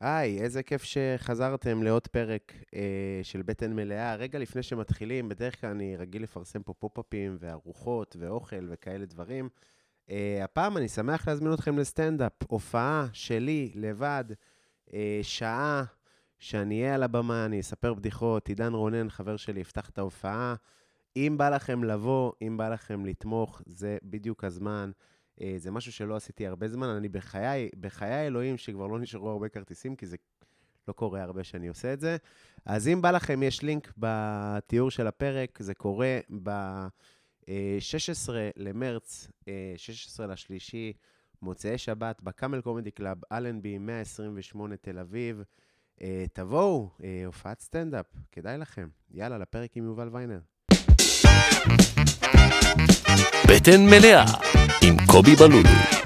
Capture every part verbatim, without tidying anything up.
היי, איזה כיף שחזרתם לעוד פרק אה, של בטן מלאה. רגע לפני שמתחילים, בדרך כלל אני רגיל לפרסם פה פופ-אפים וארוחות ואוכל וכאלה דברים. אה, הפעם אני שמח להזמין אתכם לסטנדאפ, הופעה שלי לבד, אה, שעה שאני אהיה על הבמה, אני אספר בדיחות, עידן רונן, חבר שלי, יפתח את ההופעה. אם בא לכם לבוא, אם בא לכם לתמוך, זה בדיוק הזמן. זה משהו שלא עשיתי הרבה זמן, אני בחיי, בחיי אלוהים שכבר לא נשארו הרבה כרטיסים, כי זה לא קורה הרבה שאני עושה את זה. אז אם בא לכם, יש לינק בתיאור של הפרק, זה קורה ב-שש עשרה למרץ, שש עשרה לשלישי, מוצאי שבת, בקאמל קומדי קלאב, אלנבי, מאה עשרים ושמונה, תל אביב. תבואו, הופעת סטנדאפ, כדאי לכם. יאללה, לפרק עם יובל ויינר. בטן מלאה עם קובי בלולו.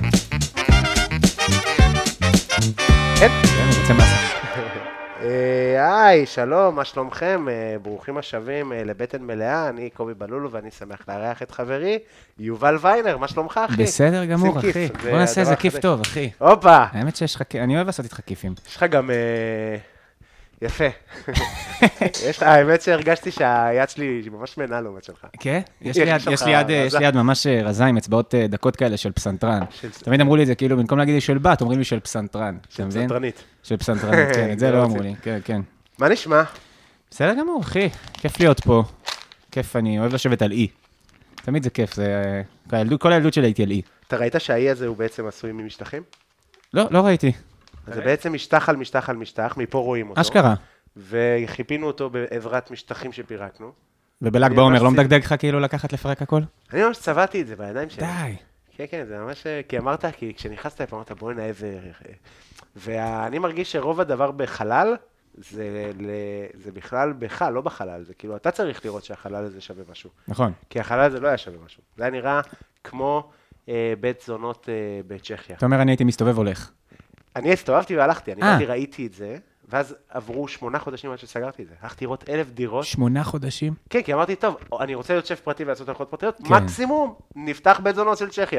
היי, שלום, מה שלומכם? ברוכים השבים לבטן מלאה, אני קובי בלולו ואני שמח לארח את חברי יובל ויינר, מה שלומך אחי? בסדר גמור אחי, בוא נעשה איזה כיף טוב אחי. הופה! האמת שיש לך, אני אוהב לעשות איתך כיפים. יש לך גם... יפה. יש לך, האמת שהרגשתי שהיד שלי ממש מנה לעומת שלך. כן? יש לי יד ממש רזה עם אצבעות דקות כאלה של פסנתרן. תמיד אמרו לי את זה כאילו, במקום להגיד לי של בת, אומרים לי של פסנתרן. של פסנתרנית. של פסנתרנית, כן, את זה לא אמרו לי, כן, כן. מה נשמע? בסדר גמור, אחי, כיף להיות פה. כיף, אני אוהב לשבת על אי. תמיד זה כיף, זה... כל הילדות שלי הייתי על אי. אתה ראית שהאי הזה הוא בעצם עשוי ממשטחים? לא, לא ראיתי. זה בעצם משטח על משטח על משטח, מפה רואים אותו. אשכרה. וחיפינו אותו בעזרת משטחים שפירקנו. ובל"ג בעומר לא מדגדג לך כאילו לקחת לפרק הכל? אני ממש צבעתי את זה בידיים שלי. די. כן, כן, זה ממש... כי אמרת, כי כשנכנסת לפה אמרת, בואי נהיה איזה... ואני מרגיש שרוב הדבר בחלל, זה, זה בכלל בחל, לא בחלל. זה כאילו, אתה צריך לראות שהחלל הזה שווה משהו. נכון. כי החלל הזה לא היה שווה משהו. זה היה נראה כמו אה, בית זונות אה, בצ'כיה. אתה אומר, אני הייתי מסתובב הולך. אני הסתובבתי והלכתי, אני באתי, ראיתי את זה, ואז עברו שמונה חודשים עד שסגרתי את זה. הלכתי לראות אלף דירות. שמונה חודשים? כן, כי אמרתי, טוב, אני רוצה להיות שף פרטי ולעשות הלכות פרטיות, מקסימום, נפתח בית זונות של צ'כיה.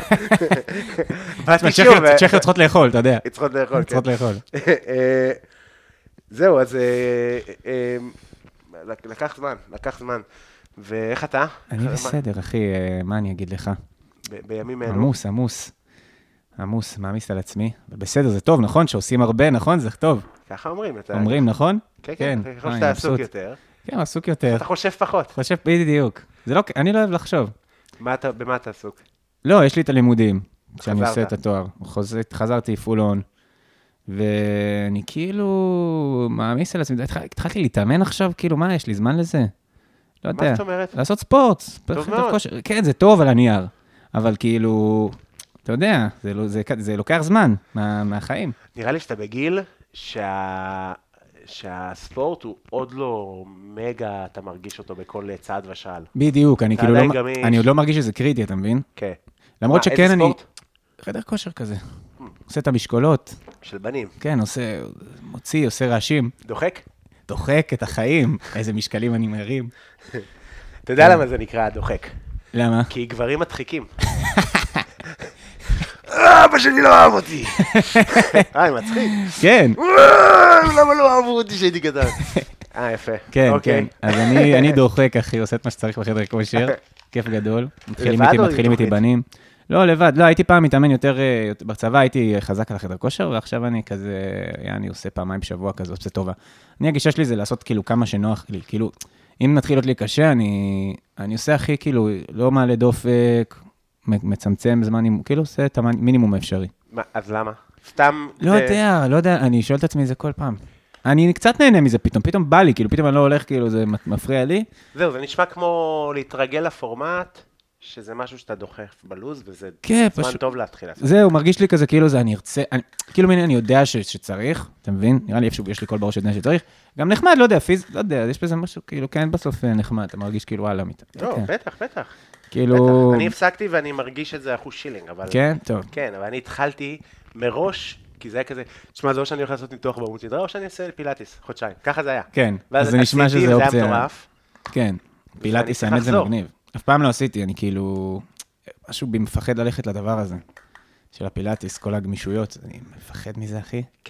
צ'כיה צריכות לאכול, אתה יודע. צריכות לאכול, כן. צריכות לאכול. זהו, אז לקח זמן, לקח זמן. ואיך אתה? אני בסדר, אחי, מה אני אגיד לך? בימים אלו. עמוס, עמוס. עמוס, מאמיס על עצמי. בסדר, זה טוב, נכון? שעושים הרבה, נכון? זה טוב. ככה אומרים. אומרים, נכון? כן, כן. אתה חושב שאתה עסוק יותר. כן, עסוק יותר. אתה חושב פחות. חושב בדיוק. אני לא אוהב לחשוב. במה אתה עסוק? לא, יש לי את הלימודים, שאני עושה את התואר. חזרתי פול און, ואני כאילו מאמיס על עצמי. התחלתי להתאמן עכשיו, כאילו, מה, יש לי זמן לזה? לא יודע. מה זאת אומרת? לעשות ספורט. טוב מאוד. כן, זה טוב על הנייר. אבל כאילו... אתה יודע, זה, זה, זה לוקח זמן מה, מהחיים. נראה לי שאתה בגיל שה, שהספורט הוא עוד לא מגה, אתה מרגיש אותו בכל צעד ושעל. בדיוק, אני כאילו לא, אני עוד לא מרגיש שזה קריטי, אתה מבין? כן. למרות שכן אני... איזה ספורט? חדר כושר כזה. עושה את המשקולות. של בנים. כן, עושה, מוציא, עושה רעשים. דוחק? דוחק את החיים. איזה משקלים אני מרים. אתה יודע למה זה נקרא דוחק? למה? כי גברים מדחיקים. אבא שלי לא אהב אותי. אה, מצחיק. כן. למה לא אהבו אותי שהייתי קטן? אה, יפה. כן, כן. אז אני דוחק, אחי, עושה את מה שצריך בחדר כושר. כיף גדול. מתחילים איתי בנים. לא, לבד. לא, הייתי פעם מתאמן יותר, בצבא הייתי חזק על החדר כושר, ועכשיו אני כזה, אני עושה פעמיים בשבוע כזה, עושה טובה. אני הגישה שלי זה לעשות כאילו כמה שנוח לי. כאילו, אם נתחיל להיות לי קשה, אני עושה הכי כאילו, לא מעלה דופק, מצמצם זמן, כאילו עושה את המינימום האפשרי. אז למה? סתם... לא יודע, לא יודע, אני שואל את עצמי זה כל פעם. אני קצת נהנה מזה פתאום, פתאום בא לי, כאילו פתאום אני לא הולך, כאילו זה מפריע לי. זהו, זה נשמע כמו להתרגל לפורמט, שזה משהו שאתה דוחף בלוז, וזה זמן טוב להתחיל לעשות. זהו, מרגיש לי כזה, כאילו זה אני ארצה, כאילו אני יודע שצריך, אתה מבין? נראה לי איפשהו יש לי כל בראש יודע שצריך. גם נחמד, לא יודע, פיז, לא יודע, יש בזה משהו, כאילו, כן, בסוף נחמד, אתה מרגיש כאילו, וואלה, לא, בטח, בטח. כאילו... אני הפסקתי ואני מרגיש את זה אחוז שילינג, אבל... כן, טוב. כן, אבל אני התחלתי מראש, כי זה היה כזה, תשמע, זה או שאני הולך לעשות ניתוח בעמוד סדרה, או שאני אעשה פילאטיס, חודשיים. ככה זה היה. כן, אז זה נשמע שזה אופציה. ואז עשיתי, זה היה מטורף. כן, פילאטיס, האמת זה מגניב. אף פעם לא עשיתי, אני כאילו... משהו בי מפחד ללכת לדבר הזה, של הפילאטיס, כל הגמישויות, אני מפחד מזה, אחי. כן?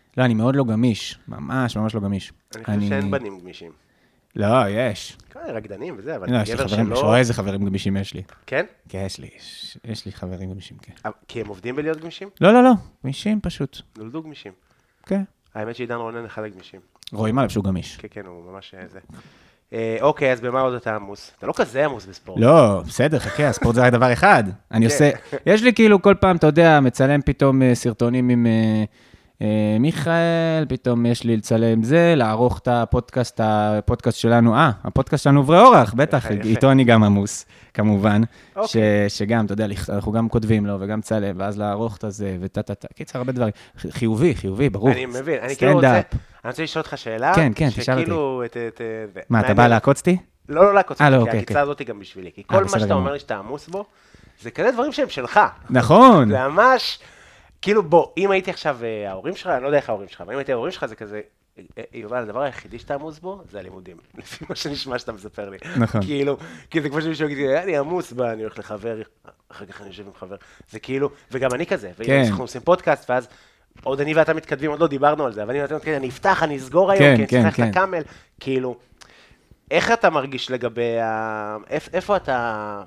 לא, אני מאוד לא גמיש, ממש ממש לא גמיש. אני חושב שאין בנים גמישים. לא, יש. כן, רקדנים וזה, אבל לא, גבר שלא... יש לי איזה חברים גמישים יש לי. כן? כן, יש לי, יש לי חברים גמישים, כן. כי הם עובדים בלהיות גמישים? לא, לא, לא, גמישים פשוט. נולדו גמישים. כן. האמת שעידן רונן אחד הגמישים. רואים עליו שהוא גמיש. כן, כן, הוא ממש זה. אוקיי, אז במה עוד אתה עמוס? אתה לא כזה עמוס בספורט. לא, בסדר, חכה, הספורט זה רק דבר אחד. אני עושה, יש לי כאילו כל פעם, אתה יודע, מצלם פתאום סרטונים עם מיכאל, פתאום יש לי לצלם זה, לערוך את הפודקאסט, הפודקאסט שלנו, אה, הפודקאסט שלנו עברי אורח, בטח, איתו אני גם עמוס, כמובן, שגם, אתה יודע, אנחנו גם כותבים לו וגם צלם, ואז לערוך את זה, וטטטט, קיצר, הרבה דברים. חיובי, חיובי, ברור. אני מבין, אני כאילו רוצה, אני רוצה לשאול אותך שאלה, כן, כן, תשאל אותי. מה, אתה בא לעקוץ אותי? לא, לא לעקוץ אותי, כי הקיצה הזאת היא גם בשבילי, כי כל מה שאתה אומר לי שאתה עמוס בו, זה כאלה דברים שהם שלך. נכון. זה ממש... כאילו בוא, אם הייתי עכשיו ההורים שלך, אני לא יודע איך ההורים שלך, אבל אם הייתי ההורים שלך זה כזה, יובל, הדבר היחידי שאתה עמוס בו, זה הלימודים, לפי מה שנשמע שאתה מספר לי. נכון. כאילו, כי זה כמו שמישהו יגיד, אני עמוס בה, אני הולך לחבר, אחר כך אני יושב עם חבר, זה כאילו, וגם אני כזה, ואנחנו עושים פודקאסט, ואז עוד אני ואתה מתכתבים, עוד לא דיברנו על זה, אבל אני אפתח, אני אסגור היום, כי אני צריך ללכת לקאמל, כאילו, איך אתה מרגיש לגבי, איפה אתה,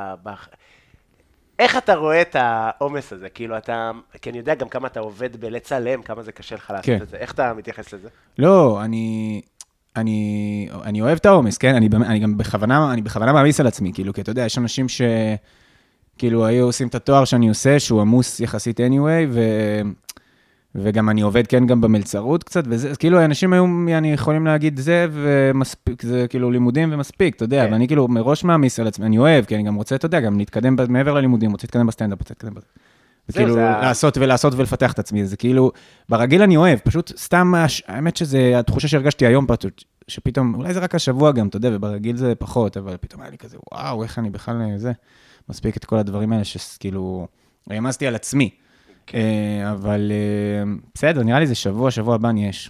איך אתה רואה את העומס הזה? כאילו אתה, כי אני יודע גם כמה אתה עובד בלצלם, כמה זה קשה לך לעשות את זה. איך אתה מתייחס לזה? לא, אני, אני, אני אוהב את העומס, כן? אני, אני גם בכוונה, אני בכוונה מעמיס על עצמי, כאילו, כי אתה יודע, יש אנשים ש, כאילו, היו עושים את התואר שאני עושה, שהוא עמוס יחסית anyway, ו, וגם אני עובד, כן, גם במלצרות קצת, וזה, כאילו, האנשים היו, אני יכולים להגיד זה, ומספיק, זה כאילו לימודים ומספיק, אתה יודע, ואני כאילו מראש מעמיס על עצמי, אני אוהב, כי אני גם רוצה, אתה יודע, גם להתקדם מעבר ללימודים, רוצה להתקדם בסטנדאפ, רוצה להתקדם בזה. וכאילו, לעשות ולעשות ולפתח את עצמי, זה כאילו, ברגיל אני אוהב, פשוט סתם, האמת שזה, התחושה שהרגשתי היום, שפתאום, אולי זה רק השבוע גם, אתה יודע, וברגיל זה פחות, אבל פתאום היה לי כזה, וואו, איך אני בכלל זה, מספיק את כל הדברים האלה, שכאילו, העמסתי על עצמי. אבל בסדר, נראה לי זה שבוע, שבוע הבא יש.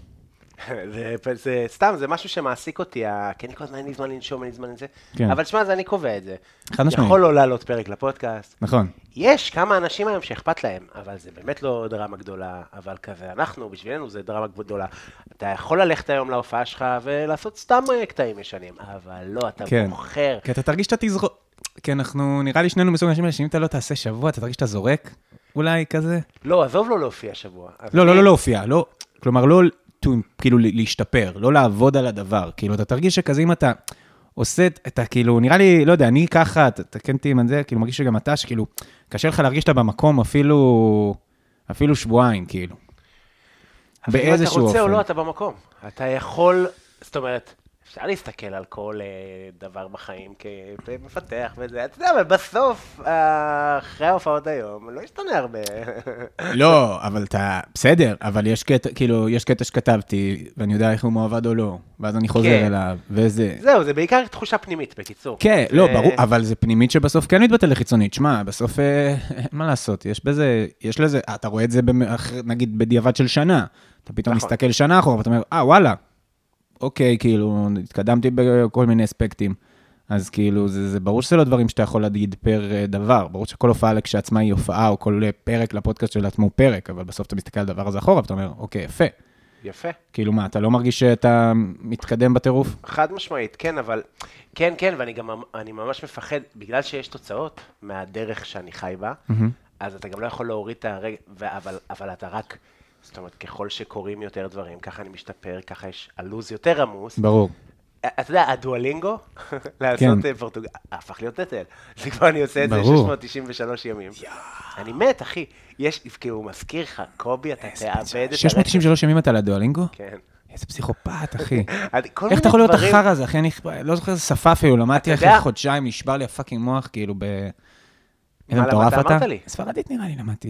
זה סתם, זה משהו שמעסיק אותי, כי אני כל הזמן אין לי זמן לנשום, אין לי זמן לזה, אבל תשמע, זה אני קובע את זה. יכול לא לעלות פרק לפודקאסט. נכון. יש כמה אנשים היום שאכפת להם, אבל זה באמת לא דרמה גדולה, אבל כזה, אנחנו, בשבילנו זה דרמה גדולה. אתה יכול ללכת היום להופעה שלך ולעשות סתם קטעים ישנים, אבל לא, אתה בוחר. כי אתה תרגיש שאתה תזרוק. כי אנחנו, נראה לי שנינו מסוג אנשים האלה, שאם אתה לא תעשה שבוע, אתה תרגיש שאתה זורק, אולי כזה. לא, עזוב לא להופיע שבוע. לא, לא, לא להופיע, לא, כלומר, לא, כאילו, להשתפר, לא לעבוד על הדבר, כאילו, אתה תרגיש שכזה, אם אתה עושה, אתה כאילו, נראה לי, לא יודע, אני ככה, תקן אותי עם זה, כאילו, מרגיש שגם אתה, שכאילו, קשה לך להרגיש שאתה במקום, אפילו, אפילו שבועיים, כאילו. באיזשהו אופן. אם אתה רוצה או לא, אתה במקום. אתה יכול, זאת אומרת, אפשר להסתכל על כל דבר בחיים כמפתח וזה, אתה יודע, אבל בסוף, אחרי ההופעות היום, לא ישתנה הרבה. לא, אבל אתה, בסדר, אבל יש קטע, כאילו, יש קטע שכתבתי, ואני יודע איך הוא מעובד או לא, ואז אני חוזר אליו, וזה... זהו, זה בעיקר תחושה פנימית, בקיצור. כן, לא, ברור, אבל זה פנימית שבסוף כן מתבטא לחיצונית. שמע, בסוף, מה לעשות, יש בזה, יש לזה, אתה רואה את זה, נגיד, בדיעבד של שנה, אתה פתאום מסתכל שנה אחורה, ואתה אומר, אה, וואלה, אוקיי, כאילו, התקדמתי בכל מיני אספקטים, אז כאילו, זה, זה ברור שזה לא דברים שאתה יכול להגיד פר דבר, ברור שכל הופעה כשעצמה היא הופעה, או כל פרק לפודקאסט של עצמו פרק, אבל בסוף אתה מסתכל על דבר הזה אחורה, ואתה אומר, אוקיי, יפה. יפה. כאילו מה, אתה לא מרגיש שאתה מתקדם בטירוף? חד משמעית, כן, אבל, כן, כן, ואני גם, אני ממש מפחד, בגלל שיש תוצאות מהדרך שאני חי בה, אז אתה גם לא יכול להוריד את הרגע, אבל, אבל אתה רק... זאת אומרת, ככל שקוראים יותר דברים, ככה אני משתפר, ככה יש הלוז יותר עמוס. ברור. אתה יודע, הדואלינגו, לעשות פורטוגל, הפך להיות נטל. זה כבר אני עושה את זה שש מאות תשעים ושלוש ימים. אני מת, אחי. יש, כי הוא מזכיר לך, קובי, אתה תאבד את הרצף. שש מאות תשעים ושלוש ימים אתה לדואלינגו? כן. איזה פסיכופת, אחי. איך אתה יכול להיות אחר הזה, אחי? אני לא זוכר איזה שפה אפילו, למדתי אחרי חודשיים, נשבר לי הפאקינג מוח, כאילו ב... איזה מטורף אתה? אמרת לי? ספרדית נראה לי, למדתי.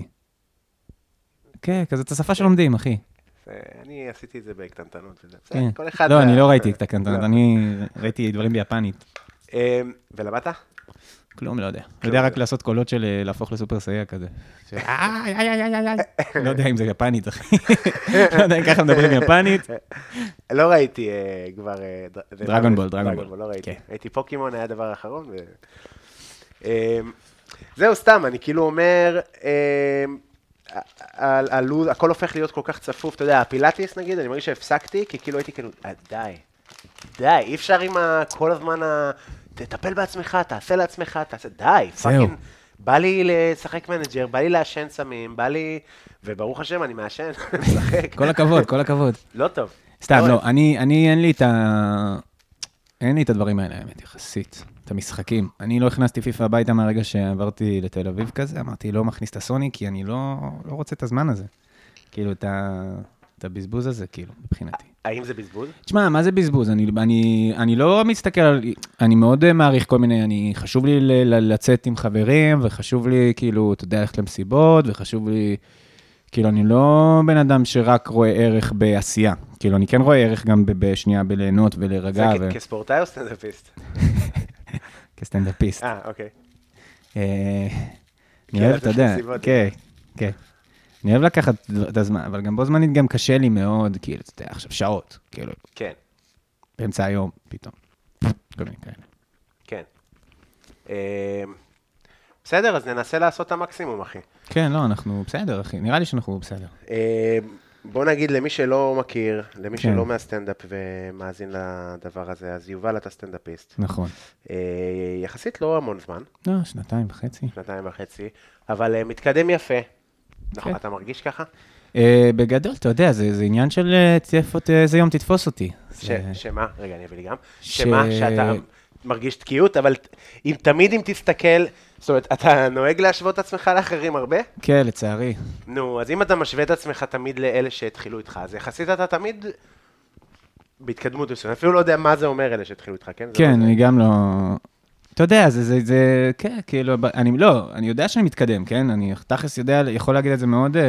כן, כזה את השפה שלומדים, אחי. אני עשיתי את זה בקטנטנות וזה. לא, אני לא ראיתי את הקטנטנות, אני ראיתי דברים ביפנית. ולמדת? כלום, לא יודע. אני יודע רק לעשות קולות של להפוך לסופר סייע כזה. איי, איי, איי, איי, איי. לא יודע אם זה יפנית, אחי. לא יודע אם ככה מדברים יפנית. לא ראיתי כבר... דרגון בול, דרגון בול. לא ראיתי. ראיתי פוקימון, היה הדבר האחרון. זהו, סתם, אני כאילו אומר... הלוז, הכל הופך להיות כל כך צפוף, אתה יודע, הפילאטיס נגיד, אני מרגיש שהפסקתי, כי כאילו הייתי כאילו, די, די, אי אפשר עם כל הזמן, תטפל בעצמך, תעשה לעצמך, תעשה, די, פאקינג, בא לי לשחק מנג'ר, בא לי לעשן סמים, בא לי, וברוך השם, אני מעשן, משחק. כל הכבוד, כל הכבוד. לא טוב. סתם, לא, אני, אני, אין לי את ה... אין לי את הדברים האלה, האמת, יחסית. את המשחקים. אני לא הכנסתי פיפה הביתה מהרגע שעברתי לתל אביב כזה, אמרתי, לא מכניס את הסוני, כי אני לא, לא רוצה את הזמן הזה. כאילו, את, ה, את הבזבוז הזה, כאילו, מבחינתי. האם זה בזבוז? תשמע, מה זה בזבוז? אני, אני, אני לא מסתכל על... אני מאוד מעריך כל מיני... אני, חשוב לי ל, ל, לצאת עם חברים, וחשוב לי, כאילו, אתה יודע, ללכת למסיבות, וחשוב לי... כאילו, אני לא בן אדם שרק רואה ערך בעשייה. כאילו, אני כן רואה ערך גם בשנייה בליהנות ולרגע. זה כספורטאי או סטנדאפיסט? כסטנדאפיסט. אה, אוקיי. אני אוהב, אתה יודע, כן, כן. אני אוהב לקחת את הזמן, אבל גם בו זמנית גם קשה לי מאוד, כאילו, אתה יודע, עכשיו שעות, כאילו. כן. באמצע היום, פתאום. כל מיני כאלה. כן. בסדר, אז ננסה לעשות את המקסימום, אחי. כן, לא, אנחנו בסדר, אחי. נראה לי שאנחנו בסדר. בוא נגיד למי שלא מכיר, למי שלא מהסטנדאפ ומאזין לדבר הזה, אז יובל אתה סטנדאפיסט. נכון. יחסית לא המון זמן. לא, שנתיים וחצי. שנתיים וחצי, אבל מתקדם יפה. נכון, אתה מרגיש ככה? בגדול, אתה יודע, זה עניין של איזה יום תתפוס אותי. שמה? רגע, אני אביא לי גם. שמה? שאתה מרגיש תקיעות, אבל תמיד אם תסתכל... זאת אומרת, אתה נוהג להשוות את עצמך לאחרים הרבה? כן, לצערי. נו, אז אם אתה משווה את עצמך תמיד לאלה שהתחילו איתך, אז יחסית אתה תמיד בהתקדמות מסוימת. אפילו לא יודע מה זה אומר אלה שהתחילו איתך, כן? כן, אני גם לא... אתה יודע, זה, זה, זה, כן, כאילו, אני לא, אני יודע שאני מתקדם, כן? אני תכלס יודע, יכול להגיד את זה מאוד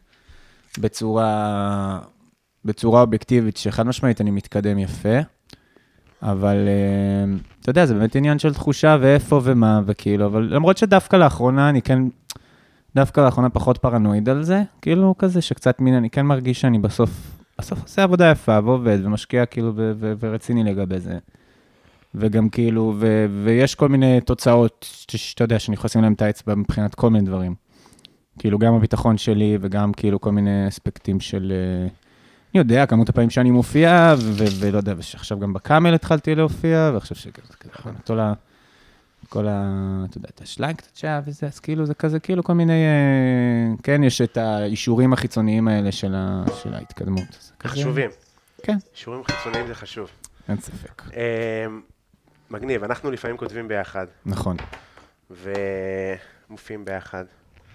בצורה, בצורה אובייקטיבית, שחד משמעית אני מתקדם יפה. אבל, אתה יודע, זה באמת עניין של תחושה ואיפה ומה, וכאילו, אבל למרות שדווקא לאחרונה, אני כן, דווקא לאחרונה פחות פרנואיד על זה, כאילו כזה שקצת מין, אני כן מרגיש שאני בסוף, בסוף עושה עבודה יפה, ועובד, ומשקיע כאילו, ו- ו- ורציני לגבי זה. וגם כאילו, ו- ויש כל מיני תוצאות, שאתה יודע, שאני יכול לשים להם את האצבע מבחינת כל מיני דברים. כאילו, גם הביטחון שלי, וגם כאילו כל מיני אספקטים של... אני יודע, כמות הפעמים שאני מופיע, ולא יודע, ועכשיו גם בקאמל התחלתי להופיע, ועכשיו שכל ה... כל ה... אתה יודע, את השליים קצת שעה וזה, אז כאילו זה כזה, כאילו כל מיני... כן, יש את האישורים החיצוניים האלה של ההתקדמות. חשובים. כן. אישורים חיצוניים זה חשוב. אין ספק. מגניב, אנחנו לפעמים כותבים ביחד. נכון. ומופיעים ביחד.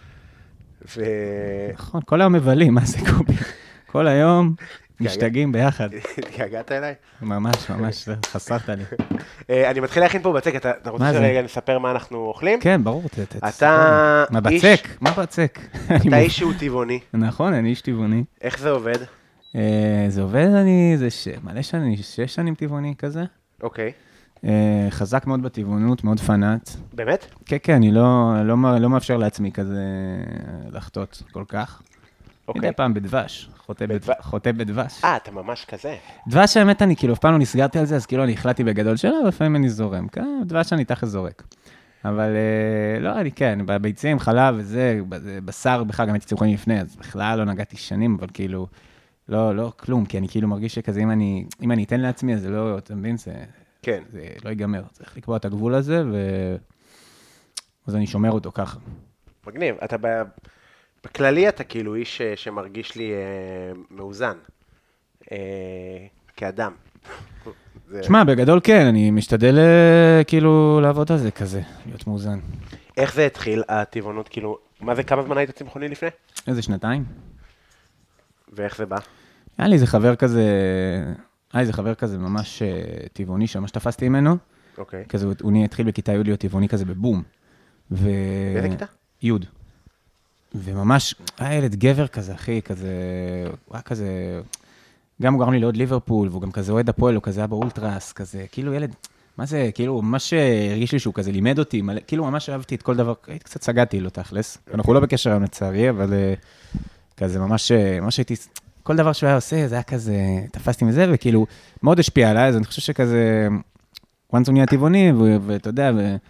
נכון, כל היום מבלים, מה זה קובי? כל היום משתגעים ביחד. התגעגעת אליי? ממש, ממש, חסרת לי. אני מתחיל להכין פה בצק, אתה רוצה שרגע נספר מה אנחנו אוכלים? כן, ברור. אתה מה בצק? מה בצק? אתה איש שהוא טבעוני. נכון, אני איש טבעוני. איך זה עובד? זה עובד, אני, זה מלא שנים, שש שנים טבעוני כזה. אוקיי. חזק מאוד בטבעונות, מאוד פנאט. באמת? כן, כן, אני לא מאפשר לעצמי כזה לחטות כל כך. מדי פעם בדבש, חוטא בדבש. אה, אתה ממש כזה. דבש האמת אני כאילו, אף פעם לא נסגרתי על זה, אז כאילו אני החלטתי בגדול שלו, ולפעמים אני זורם. כן, דבש אני תכף זורק. אבל לא, אני כן, בביצים, חלב וזה, בשר בכלל, גם הייתי צמחוני לפני, אז בכלל לא נגעתי שנים, אבל כאילו, לא, לא, כלום, כי אני כאילו מרגיש שכזה, אם אני, אם אני אתן לעצמי, אז זה לא, אתה מבין, זה, כן. זה לא ייגמר. צריך לקבוע את הגבול הזה, ו... אז אני שומר אותו ככה. מגניב, אתה ב... בכללי אתה כאילו איש שמרגיש לי אה, מאוזן, אה, כאדם. שמע, בגדול כן, אני משתדל אה, כאילו לעבוד על זה כזה, להיות מאוזן. איך זה התחיל, הטבעונות, כאילו, מה זה, כמה זמן היית צמחוני לפני? איזה שנתיים. ואיך זה בא? היה לי איזה חבר כזה, היה איזה חבר כזה ממש uh, טבעוני, שממש תפסתי ממנו. אוקיי. כזה, הוא התחיל בכיתה י' להיות טבעוני כזה בבום. ו... באיזה כיתה? י'. וממש, היה ילד גבר כזה, אחי, כזה, הוא היה כזה, גם הוא גרם לי לעוד ליברפול, והוא גם כזה אוהד הפועל, הוא כזה היה באולטרס, כזה, כאילו ילד, מה זה, כאילו, ממש הרגיש לי שהוא כזה לימד אותי, מלא, כאילו ממש אהבתי את כל דבר, הייתי קצת סגעתי לו תכלס, אנחנו לא בקשר היום לצערי, אבל כזה ממש, ממש הייתי, כל דבר שהוא היה עושה, זה היה כזה, תפסתי מזה, וכאילו, מאוד השפיע עליי, אז אני חושב שכזה, once הוא נהיה טבעוני, ואתה יודע,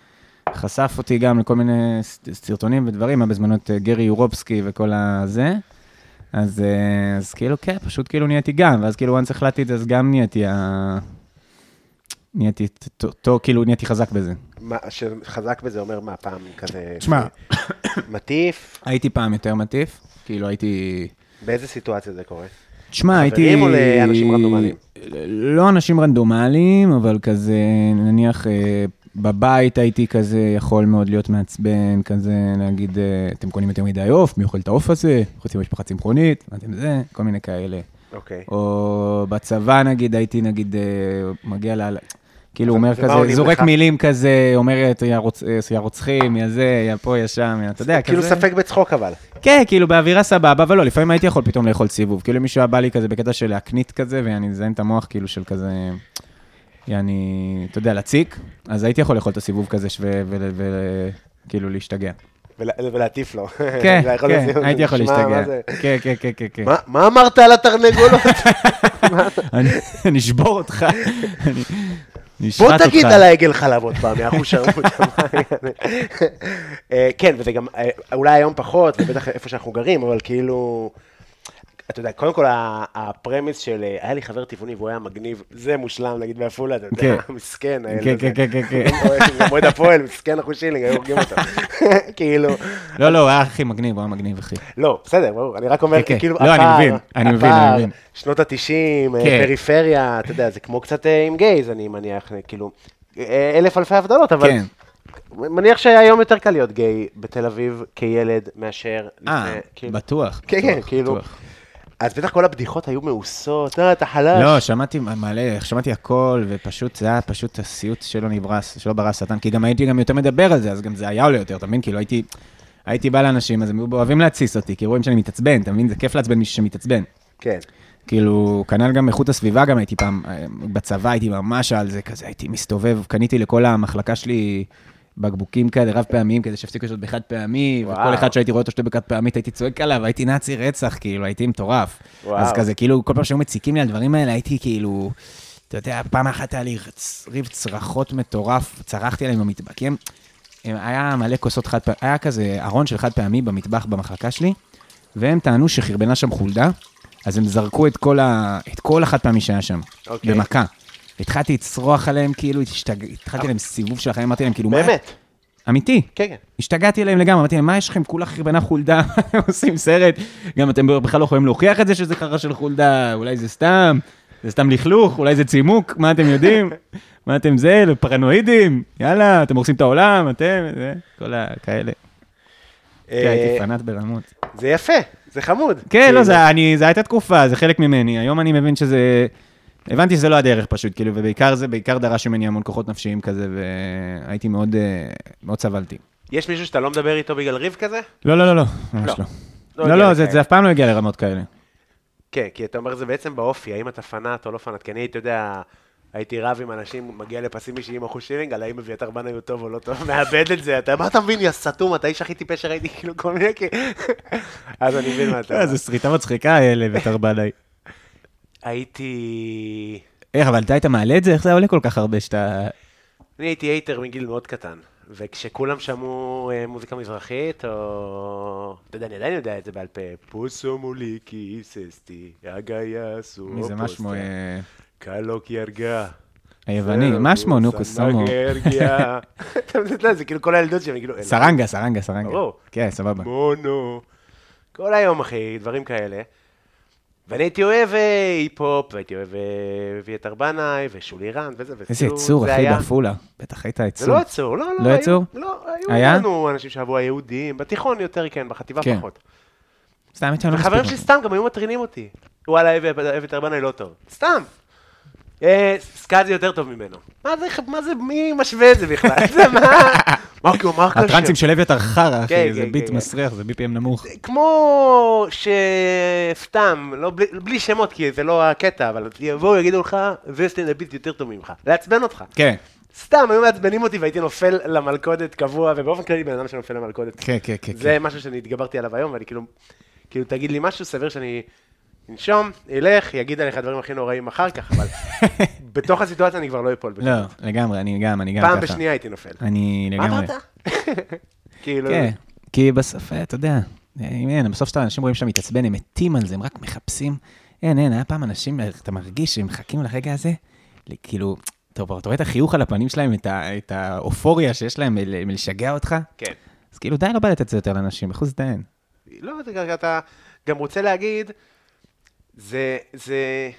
חשף אותי גם לכל מיני סרטונים ודברים, בזמנו את גרי יורובסקי וכל הזה. אז, אז כאילו, כן, פשוט כאילו נהייתי גם, ואז כאילו, once החלטתי את זה, אז גם נהייתי, נהייתי, כאילו, נהייתי חזק בזה. מה, שחזק בזה אומר מה, פעם כזה... תשמע. מטיף? הייתי פעם יותר מטיף, כאילו הייתי... באיזה סיטואציה זה קורה? תשמע, הייתי... חברים או לאנשים רנדומליים? לא אנשים רנדומליים, אבל כזה, נניח, בבית הייתי כזה, יכול מאוד להיות מעצבן, כזה, להגיד, אתם קונים יותר מדי עוף, מי אוכל את העוף הזה? חוצים משפחה צמחונית, מה אתם זה? כל מיני כאלה. אוקיי. או בצבא, נגיד, הייתי, נגיד, מגיע ל... כאילו, הוא אומר כזה, זורק מילים כזה, אומרת, יא רוצחים, יא זה, יא פה, יא שם, אתה יודע, כזה. כאילו ספק בצחוק אבל. כן, כאילו, באווירה סבבה, אבל לא, לפעמים הייתי יכול פתאום לאכול סיבוב. כאילו, מישהו היה בא לי כזה בקטע של להקנית כזה, ואני מזיין את המוח, כאילו, של כזה, יעני, אתה יודע, להציק, אז הייתי יכול לאכול את הסיבוב כזה, וכאילו, להשתגע. ולהטיף לו. כן, כן, הייתי יכול להשתגע. כן, כן, כן, כן. מה אמרת על התרנגולות? אני אשבור אותך. בוא תגיד על העגל חלב עוד פעם, יאחו שרמות. כן, וזה גם, אולי היום פחות, ובטח איפה שאנחנו גרים, אבל כאילו, אתה יודע, קודם כל הפרמיס של, היה לי חבר טבעוני והוא היה מגניב, זה מושלם, נגיד באפולה, אתה יודע, מסכן. כן, כן, כן, כן, כן. מועד הפועל, מסכן אחו שילינג, היו הורגים אותו. כאילו. לא, לא, הוא היה הכי מגניב, הוא היה מגניב, אחי. לא, בסדר, ברור, אני רק אומר, כאילו, לא, אני מבין, אני מבין, אני מבין. שנות ה-תשעים, פריפריה, אתה יודע, זה כמו קצת עם גייז, אני מניח, כאילו, אלף אלפי הבדלות, אבל מניח שהיום יותר קל להיות גיי בתל אביב כילד מאשר לפני, אה, בטוח. כן, כן, כאילו. אז בטח כל הבדיחות היו מאוסות, אה, אתה חלש. לא, שמעתי מלא, שמעתי הכל, ופשוט זה היה פשוט הסיוט שלא נברס, שלא ברס שטן, כי גם הייתי גם יותר מדבר על זה, אז גם זה היה עולה יותר, אתה מבין? כאילו הייתי, הייתי בא לאנשים, אז הם אוהבים להציס אותי, כי רואים שאני מתעצבן, אתה מבין? זה כיף לעצבן מישהו שמתעצבן. כן. כאילו, כנ"ל גם איכות הסביבה, גם הייתי פעם, בצבא הייתי ממש על זה, כזה הייתי מסתובב, קניתי לכל המחלקה שלי בקבוקים כאלה, רב פעמים, כזה שהפסיקו לשתות בחד פעמי, וכל אחד שהייתי רואה אותו שתי בחד פעמית, הייתי צועק עליו, הייתי נאצי רצח, כאילו, הייתי מטורף. אז כזה, כאילו, כל פעם שהיו מציקים לי על דברים האלה, הייתי כאילו, אתה יודע, פעם אחת היה לי ריב צרחות מטורף, צרחתי עליהם במטבח, כי הם, היה מלא כוסות חד פעמי, היה כזה ארון של חד פעמי במטבח במחלקה שלי, והם טענו שחרבנה שם חולדה, אז הם זרקו את כל, ה... את כל החד פעמי שהיה שם, okay. במכה. התחלתי לצרוח עליהם, כאילו, התשתג... התחלתי עליהם סיבוב של החיים, אמרתי להם, כאילו, באמת? מה? אמיתי. כן, כן. השתגעתי עליהם לגמרי, אמרתי להם, מה יש לכם כולה חרבנה חולדה? עושים סרט, גם אתם בכלל לא יכולים להוכיח את זה שזה חרא של חולדה, אולי זה סתם, זה סתם לכלוך, אולי זה צימוק, מה אתם יודעים? מה אתם זה? פרנואידים? יאללה, אתם הורסים את העולם, אתם, זה, כל הכאלה. כן, הייתי פנאט ברמות. זה יפה, זה חמוד. כן, לא, זה הייתה תקופה, זה חלק ממני. היום אני מבין שזה, הבנתי שזה לא הדרך פשוט, כאילו, ובעיקר זה, בעיקר דרש ממני המון כוחות נפשיים כזה, והייתי מאוד, מאוד סבלתי. יש מישהו שאתה לא מדבר איתו בגלל ריב כזה? לא, לא, לא, לא, ממש לא. לא, לא, זה אף פעם לא הגיע לרמות כאלה. כן, כי אתה אומר, זה בעצם באופי, האם אתה פנאט או לא פנאט, כי אני, אתה יודע, הייתי רב עם אנשים, מגיע לפסים אישיים עם אחוז שילינג, על האם אביתר בנה הוא טוב או לא טוב, מאבד את זה, אתה, מה אתה מבין, יא סתום, אתה איש הכי טיפש שראיתי, כאילו, כל מיני, אז אני מבין מה אתה. זה שריטה מצחיקה, האלה, אביתר בנה. הייתי... איך, אבל אתה היית מעלה את זה? איך זה עולה כל כך הרבה שאתה... אני הייתי הייטר מגיל מאוד קטן, וכשכולם שמעו מוזיקה מזרחית, או... אתה יודע, אני עדיין יודע את זה בעל פה, פוסו מולי כיססטי, אגיה סו מי זה משמו... קלוק ירגע. היווני, מה שמו, נו, קוסומו. אתה יודע, זה כאילו כל הילדות שלי, כאילו... סרנגה, סרנגה, סרנגה. ברור. כן, סבבה. מונו. כל היום, אחי, דברים כאלה. ואני הייתי אוהב היפ-הופ, והייתי אוהב אביתר בנאי, ושולי רן, וזה, איזה יצור, אחי, באפולה. בטח היית יצור. זה לא יצור, לא, לא. לא יצור? לא, היו לנו אנשים שאהבו היהודים, בתיכון יותר, כן, בחטיבה פחות. סתם הייתי לא מספיק. וחברים שלי סתם גם היו מטרינים אותי. וואלה, אביתר בנאי לא טוב. סתם. סקאזי יותר טוב ממנו. מה זה, מה זה, מי משווה את זה בכלל? זה מה? מרקו, מרקו. הטרנסים של אביתר חרא, אחי, זה ביט מסריח, זה בי פי אם נמוך. כמו שסתם, בלי שמות, כי זה לא הקטע, אבל יבואו, יגידו לך, וסטין הביט יותר טוב ממך. לעצבן אותך. כן. סתם, היו מעצבנים אותי והייתי נופל למלכודת קבוע, ובאופן כללי בן אדם שנופל למלכודת. כן, כן, כן. זה משהו שאני התגברתי עליו היום, ואני כאילו, כאילו, תגיד לי משהו סביר שאני ינשום, ילך, יגיד עליך דברים הכי נוראים אחר כך, אבל בתוך הסיטואציה אני כבר לא אפול. לא, לגמרי, אני גם, אני גם ככה. פעם בשנייה הייתי נופל. אני לגמרי. מה אמרת? כאילו... כן, כי בסוף, אתה יודע, אין, בסוף שאתה אנשים רואים שם מתעצבן, הם מתים על זה, הם רק מחפשים. אין, אין, היה פעם אנשים, אתה מרגיש שהם מחכים לרגע הזה, כאילו, טוב, אתה רואה את החיוך על הפנים שלהם, את האופוריה שיש להם מלשגע אותך? כן. אז כאילו, די לא בא לתת את זה יותר לאנשים, בחוץ דיין. לא, אתה גם רוצה להגיד, זה, זה,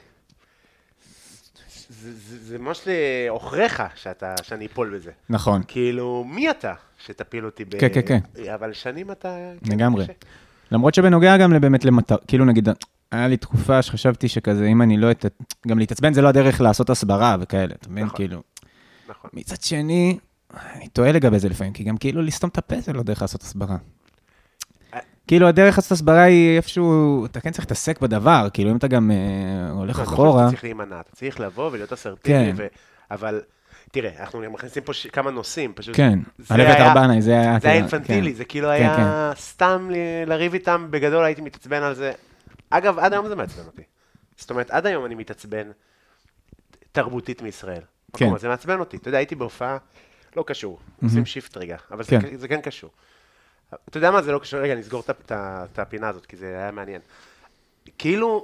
זה, זה, זה ממש לאוכריך שאתה, שאני אפול בזה. נכון. כאילו, מי אתה שתפיל אותי ב... כן, כן, כן. אבל שנים אתה... לגמרי. למרות שבנוגע גם לבאמת למטר, כאילו נגיד, היה לי תקופה שחשבתי שכזה, אם אני לא... גם להתעצבן זה לא הדרך לעשות הסברה וכאלה, אתה מבין? כאילו... נכון. מצד שני, אני טועה לגבי זה לפעמים, כי גם כאילו לסתום את הפה זה לא דרך לעשות הסברה. כאילו הדרך לעשות הסברה היא איפשהו, אתה כן צריך להתעסק בדבר, כאילו אם אתה גם הולך אחורה... אתה צריך להימנע, אתה צריך לבוא ולהיות אסרטיבי, אבל... תראה, אנחנו מכניסים פה כמה נושאים, פשוט... כן, הלבת ארבנה, זה היה... זה היה אינפנטילי, זה כאילו היה סתם לריב איתם, בגדול הייתי מתעצבן על זה. אגב, עד היום זה מעצבן אותי. זאת אומרת, עד היום אני מתעצבן תרבותית מישראל. כן. זה מעצבן אותי. אתה יודע, הייתי בהופעה, לא קשור, עושים שיפט רגע, אבל זה כן קשור. אתה יודע מה, זה לא קשור, רגע, נסגור את הפינה הזאת, כי זה היה מעניין. כאילו,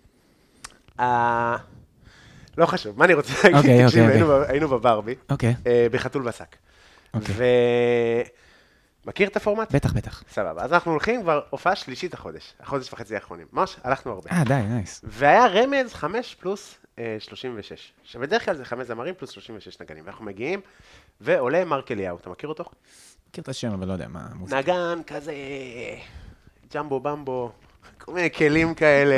לא חשוב, מה אני רוצה להגיד? תקשיב, היינו בברבי, בחתול בשק. ומכיר את הפורמט? בטח, בטח. סבבה, אז אנחנו הולכים כבר הופעה שלישית החודש, החודש וחצי האחרונים. ממש, הלכנו הרבה. אה, די, נייס. והיה רמז חמש פלוס שלושים ושש. עכשיו, בדרך כלל זה חמש זמרים פלוס שלושים ושש נגנים. ואנחנו מגיעים, ועולה מרק אליהו, אתה מכיר אותו? מכיר את השם, אבל לא יודע מה המוזיקה. נגן כזה, ג'מבו במבו, כל מיני כלים כאלה,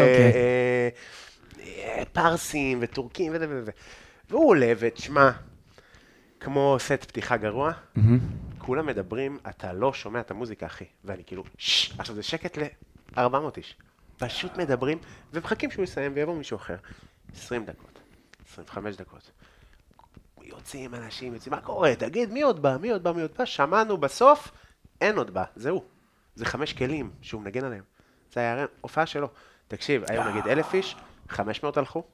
פרסים וטורקים וזה וזה. והוא עולה ותשמע, כמו סט פתיחה גרוע, כולם מדברים, אתה לא שומע את המוזיקה, אחי. ואני כאילו, ששש, עכשיו זה שקט ל-ארבע מאות איש. פשוט מדברים, ומחכים שהוא יסיים ויבוא מישהו אחר. עשרים דקות, עשרים וחמש דקות. יוצאים אנשים, יוצאים, מה קורה? תגיד, מי עוד בא? מי עוד בא? מי עוד בא? שמענו בסוף, אין עוד בא. זהו. זה חמש כלים שהוא מנגן עליהם. זה היה הופעה שלו. תקשיב, היום נגיד אלף איש, חמש מאות הלכו,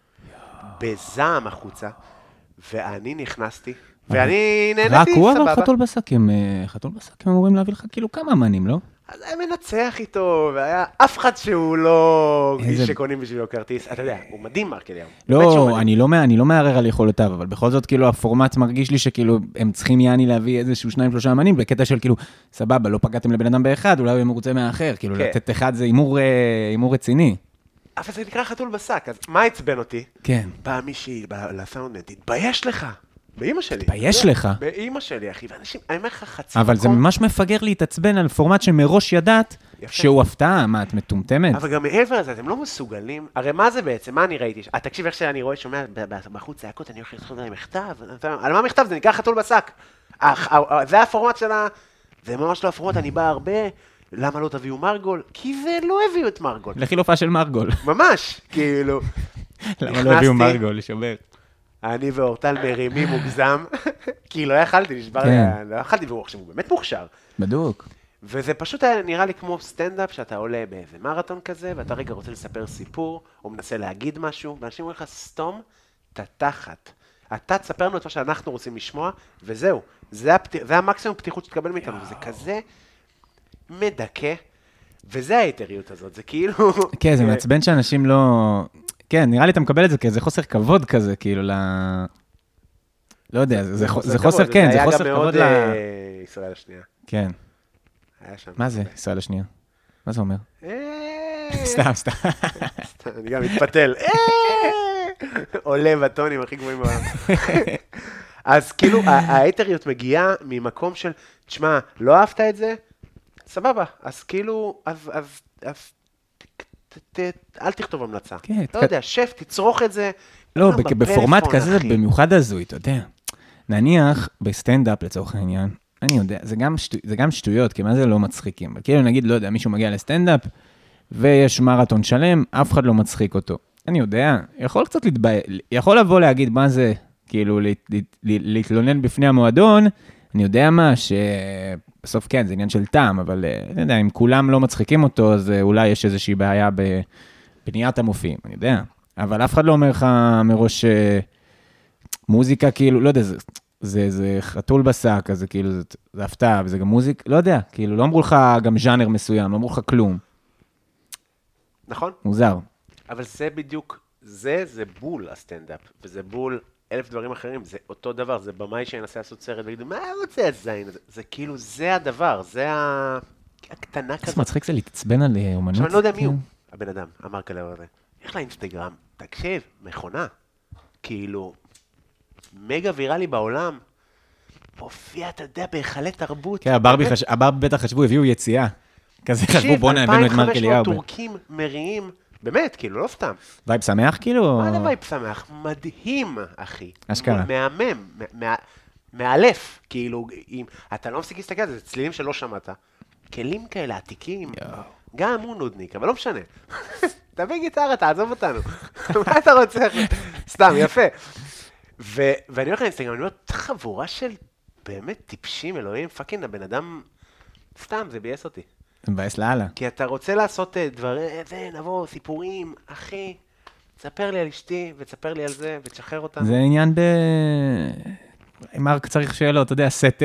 בזעם החוצה, ואני נכנסתי, ואני נהנתי, סבבה. רק הוא אבל חתול בשקים, חתול בשקים אמורים להביא לך כאילו כמה אמנים, לא? אז היה מנצח איתו, והיה אף אחד שהוא לא איש שקונים בשבילו כרטיס. אתה יודע, הוא מדהים מרק אליהו. לא, אני לא מערער על יכולותיו, אבל בכל זאת כאילו הפורמט מרגיש לי שכאילו הם צריכים יעני להביא איזשהו שניים שלושה אמנים, בקטע של כאילו, סבבה, לא פגעתם לבן אדם באחד, אולי הוא מרוצה מהאחר, כאילו לתת אחד זה הימור רציני. אבל זה נקרא חתול בשק, אז מה עצבן אותי? כן. בא מישהי לסאונדמן, תתבייש לך. באמא שלי. תתבייש לך. באמא שלי, אחי, ואנשים, אני אומר לך חצי... אבל זה ממש מפגר להתעצבן על פורמט שמראש ידעת שהוא הפתעה, מה, את מטומטמת? אבל גם מעבר לזה, אתם לא מסוגלים, הרי מה זה בעצם, מה אני ראיתי? תקשיב איך שאני רואה, שומע בחוץ צעקות, אני הולך לכתוב להם מכתב, על מה מכתב? זה נקרא חתול בשק. זה הפורמט שלה, זה ממש לא הפורמט, אני בא הרבה, למה לא תביאו מרגול? כי זה לא הביאו את מרגול. לכי להופעה של מרגול. ממש, כאילו. למה לא הביאו מרגול, לשבר? אני ואורטל מרימים מוגזם, כי לא יכלתי, נשבר לי, לא יכלתי, והוא עכשיו, הוא באמת מוכשר. בדוק. וזה פשוט היה נראה לי כמו סטנדאפ, שאתה עולה באיזה מרתון כזה, ואתה רגע רוצה לספר סיפור, או מנסה להגיד משהו, ואנשים אומרים לך, סתום, אתה תחת. אתה תספר לנו את מה שאנחנו רוצים לשמוע, וזהו. זה, הפת... זה המקסימום פתיחות שתקבל מאיתנו, וזה כזה מדכא, וזה ההיתריות הזאת, זה כאילו... כן, זה מעצבן שאנשים לא... כן, נראה לי אתה מקבל את זה כאיזה חוסר כבוד כזה, כאילו ל... לא יודע, זה חוסר, כן, זה חוסר כבוד ל... זה היה גם מאוד ישראל השנייה. כן. מה זה, ישראל השנייה? מה זה אומר? סתם, סתם. אני גם מתפתל. עולה בטונים הכי גבוהים בעולם. אז כאילו, ההיתריות מגיעה ממקום של, תשמע, לא אהבת את זה? סבבה. אז כאילו, אז... אל תכתוב המלצה. לא יודע, שף, תצרוך את זה. לא, בפורמט כזה, במיוחד הזוי, אתה יודע. נניח בסטנדאפ לצורך העניין, אני יודע, זה גם שטויות, כי מה זה לא מצחיקים. כאילו נגיד, לא יודע, מישהו מגיע לסטנדאפ, ויש מרתון שלם, אף אחד לא מצחיק אותו. אני יודע, יכול קצת להתבייש, יכול לבוא להגיד מה זה, כאילו, להתלונן בפני המועדון, אני יודע מה, שבסוף כן, זה עניין של טעם, אבל אני יודע, אם כולם לא מצחיקים אותו, אז אולי יש איזושהי בעיה בניית המופיעים, אני יודע. אבל אף אחד לא אומר לך מראש מוזיקה, כאילו, לא יודע, זה, זה, זה חתול בשק, אז זה כאילו, זה, זה הפתעה, וזה גם מוזיק, לא יודע, כאילו, לא אמרו לך גם ז'אנר מסוים, לא אמרו לך כלום. נכון. מוזר. אבל זה בדיוק, זה, זה בול הסטנדאפ, וזה בול אלף דברים אחרים, זה אותו דבר, זה במאי שינסה לעשות סרט ויגידו, מה רוצה הזין הזה? זה כאילו, זה הדבר, זה ה... הקטנה כזאת. זה מצחיק זה להתעצבן על אומנות. עכשיו, אני לא יודע מי הוא, הבן אדם, אמר כאלה הזה. איך לאינסטגרם? תקשיב, מכונה. כאילו, מגה ויראלי בעולם, הופיע, אתה יודע, בהיכלי תרבות. כן, הברבי בטח חשבו, הביאו יציאה. כזה חשבו, בוא נאבנו את מרק אליהו. אלפיים וחמש מאות טורקים מריעים, באמת, כאילו, לא סתם. וייב שמח, כאילו? מה זה וייב שמח? מדהים, אחי. אשכרה. מהמם, מאלף, כאילו, אתה לא מפסיק להסתכל על זה, זה צלילים שלא שמעת. כלים כאלה, עתיקים. גם הוא נודניק, אבל לא משנה. תביא גיטרה, תעזוב אותנו. מה אתה רוצה? סתם, יפה. ואני הולך לאינסטגרם, אני אומר, חבורה של באמת טיפשים, אלוהים, פאקינג, הבן אדם, סתם, זה בייס אותי. זה מבאס לאללה. כי אתה רוצה לעשות דברים, זה, נבוא, סיפורים, אחי, תספר לי על אשתי, ותספר לי על זה, ותשחרר אותנו. זה עניין ב... מרק צריך שיהיה לו, אתה יודע, סט,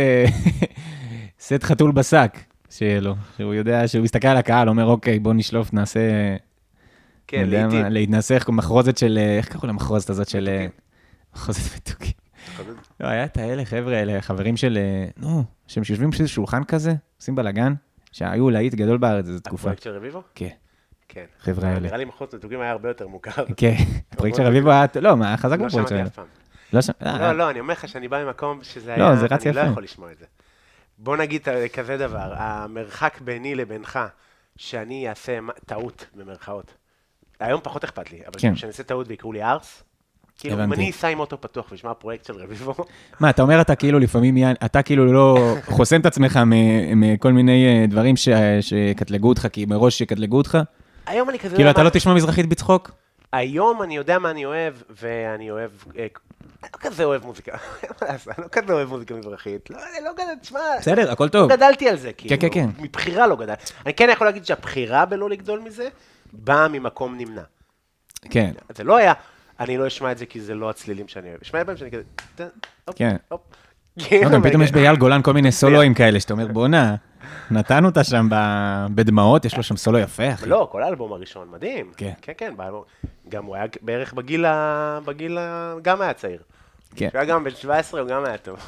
סט חתול בשק, שיהיה לו, שהוא יודע, שהוא מסתכל על הקהל, אומר, אוקיי, בוא נשלוף, נעשה... כן, לעתים. להתנסה, מחרוזת של, איך קראו למחרוזת הזאת של... מחרוזת מתוקי. לא, היה את האלה, חבר'ה, אלה, חברים של... נו, שהם שיושבים בשביל שולחן כזה, עושים בלגן, שהיו להיט גדול בארץ, זו תקופה. הפרויקט של רביבו? כן. כן. חבר'ה האלה. נראה לי מחרוזת מתוקים היה הרבה יותר מוכר. כן, הפרויקט של רביבו היה... לא, מה, חזק לא בפרויקט שמעתי שלו. אף פעם. לא, לא, אני אומר לך שאני בא ממקום שזה היה... לא, זה רץ יפה. אני לא יכול לשמוע את זה. בוא נגיד כזה דבר, המרחק ביני לבינך, שאני אעשה טעות במרכאות. היום פחות אכפת לי, אבל כשאני אעשה טעות ויקראו לי ארס, כאילו, אם אני אסע עם אוטו פתוח וישמע הפרויקט של רביבו... מה, אתה אומר, אתה כאילו לפעמים, אתה כאילו לא חוסם את עצמך מכל מיני דברים שקטלגו אותך, כי מראש שקטלגו אותך? היום אני כזה... כאילו, אתה לא תשמע מזרחית בצחוק? היום אני יודע מה אני אוהב, ואני אוהב... אני לא כזה אוהב מוזיקה. אני לא כזה אוהב מוזיקה מזרחית. לא כזה, תשמע... בסדר, הכל טוב. לא גדלתי על זה, כאילו. כן, כן, כן. מבחירה לא גדל. אני כן יכול להגיד שהבחירה בלא לגדול מזה, באה ממקום נמנע. כן. זה לא היה, אני לא אשמע את זה כי זה לא הצלילים שאני אוהב. אשמע בהם שאני כזה... כן. לא, גם פתאום יש באייל גולן כל מיני סולואים כאלה, שאתה אומר, בוא'נה, נתנו אותה שם בדמעות, יש לו שם סולו יפה, אחי. לא, כל האלבום הראשון, מדהים. כן. כן, כן, גם הוא היה בערך בגיל, בגיל, גם היה צעיר. כן. שהוא היה גם בן שבע עשרה, הוא גם היה טוב.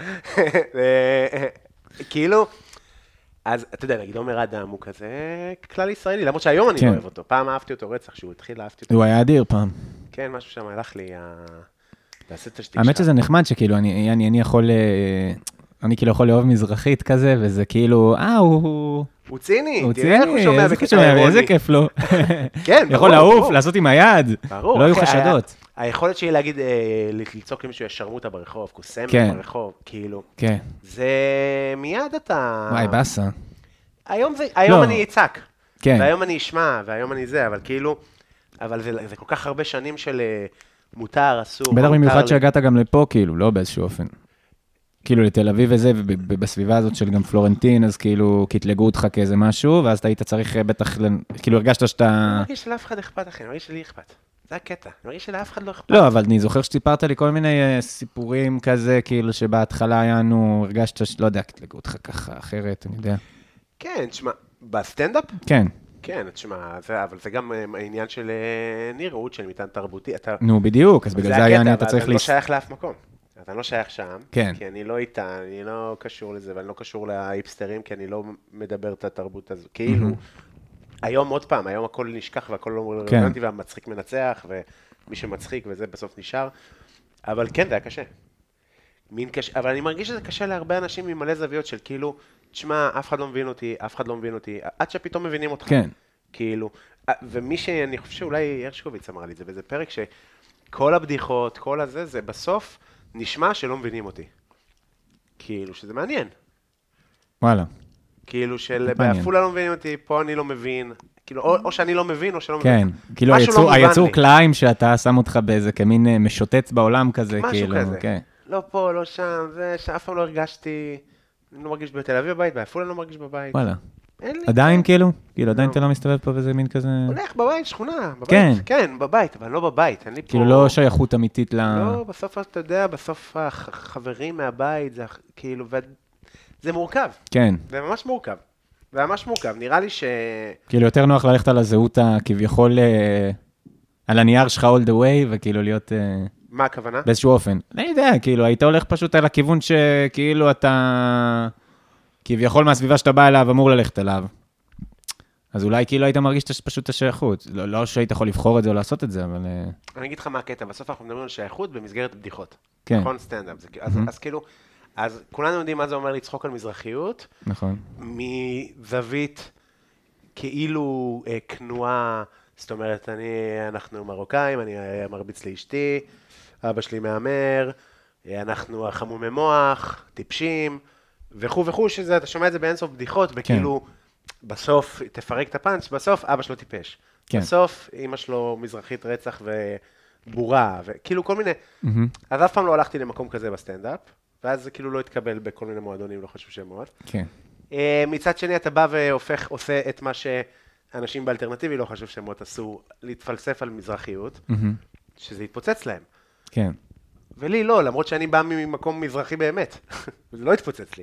כאילו, אז אתה יודע, נגיד עומר אדם הוא כזה כלל ישראלי, למרות שהיום אני לא אוהב אותו. פעם אהבתי אותו רצח, שהוא התחיל אהבתי אותו. הוא היה אדיר פעם. כן, משהו שם הלך לי, תעשה תשתיק. האמת שזה נחמד שכאילו, אני יכול, אני כאילו יכול לאהוב מזרחית כזה, וזה כאילו, אה, הוא... הוא ציני, תראה איך הוא שומע בקטע אירוני. איזה כיף לו. כן, יכול לעוף, לעשות עם היד. ברור. לא היו חשדות. היכולת שלי להגיד, לצעוק למישהו ישרמוטה ברחוב, קוסם ברחוב, כאילו. כן. זה מיד אתה... וואי, בסה. היום אני אצעק. כן. והיום אני אשמע, והיום אני זה, אבל כאילו... אבל זה כל כך הרבה שנים של מותר, אסור. בטח במיוחד שהגעת גם לפה, כאילו, לא באיזשהו אופן. כאילו לתל אביב וזה, ובסביבה הזאת של גם פלורנטין, אז כאילו קטלגו אותך כאיזה משהו, ואז אתה היית צריך בטח, כאילו הרגשת שאתה... אני מרגיש שלאף אחד אכפת, אחי, אני מרגיש שלי אכפת. זה הקטע, אני מרגיש שלאף אחד לא אכפת. לא, אבל אני זוכר שסיפרת לי כל מיני סיפורים כזה, כאילו שבהתחלה היינו, הרגשת, לא יודע, קטלגו אותך ככה, אחרת, אני יודע. כן, תשמע, בסטנדאפ? כן. כן, תשמע, אבל זה גם העניין של נראות, של מטען תרבותי. נו, בדיוק, אז בגלל זה העניין אתה צריך... זה לא שייך לאף מקום. אתה לא שייך שם, כן. כי אני לא איתה, אני לא קשור לזה, ואני לא קשור להיפסטרים, כי אני לא מדבר את התרבות הזו. כאילו, היום עוד פעם, היום הכל נשכח והכל לא רלוונטי, והמצחיק מנצח, ומי שמצחיק וזה בסוף נשאר. אבל כן, זה היה קשה. מין קשה, אבל אני מרגיש שזה קשה להרבה אנשים ממלא זוויות של כאילו, תשמע, אף אחד לא מבין אותי, אף אחד לא מבין אותי, עד שפתאום מבינים אותך. כן. כאילו, ומי שאני חושב שאולי הרשקוביץ אמר לי את זה, וזה פרק שכל הבדיחות, כל הזה, זה בסוף נשמע שלא מבינים אותי. כאילו, שזה מעניין. וואלה. כאילו, של באפולה לא מבינים אותי, פה אני לא מבין. כאילו, או, או שאני לא מבין, או שלא מבין. כן, כאילו, היצור, היצור קליים שאתה שם אותך באיזה כמין משוטט בעולם כזה, משהו כאילו. כזה. כן. לא פה, לא שם, זה שאף פעם לא הרגשתי, אני לא מרגיש בתל אביב בבית, באפולה לא מרגיש בבית. וואלה. אין לי... עדיין כאילו? כאילו עדיין אתה לא מסתובב פה וזה מין כזה... הולך בבית, שכונה, בבית. כן. כן, בבית, אבל לא בבית, אין לי פה... כאילו לא שייכות אמיתית ל... לא, בסוף אתה יודע, בסוף החברים מהבית, זה כאילו, זה מורכב. כן. זה ממש מורכב. זה ממש מורכב, נראה לי ש... כאילו יותר נוח ללכת על הזהות הכביכול, על הנייר שלך all the way, וכאילו להיות... מה הכוונה? באיזשהו אופן. אני יודע, כאילו, היית הולך פשוט על הכיוון שכאילו אתה... כביכול מהסביבה שאתה בא אליו, אמור ללכת אליו. אז אולי כאילו היית מרגיש פשוט את השייכות. לא, לא שהיית יכול לבחור את זה או לעשות את זה, אבל... אני אגיד לך מה הקטע, בסוף אנחנו מדברים על שייכות במסגרת בדיחות. כן. נכון, סטנדאפ. אז, אז כאילו, אז כולנו יודעים מה זה אומר לצחוק על מזרחיות. נכון. מזווית כאילו אה, כנועה, זאת אומרת, אני, אנחנו מרוקאים, אני מרביץ לאשתי, אבא שלי מאמר, אנחנו חמומי מוח, טיפשים, וכו' וכו', שזה, אתה שומע את זה באינסוף בדיחות, וכאילו, כן. בסוף, תפרק את הפאנץ', בסוף אבא שלו טיפש. כן. בסוף, אמא שלו מזרחית רצח ובורה, וכאילו כל מיני, mm-hmm. אז אף פעם לא הלכתי למקום כזה בסטנדאפ, ואז זה כאילו לא התקבל בכל מיני מועדונים, לא חשוב שמות. כן. מצד שני, אתה בא והופך, עושה את מה שאנשים באלטרנטיבי לא חשוב שמות עשו, להתפלסף על מזרחיות, mm-hmm. שזה יתפוצץ להם. כן. ולי לא, למרות שאני בא ממקום מזרחי באמת. זה לא התפוצץ לי.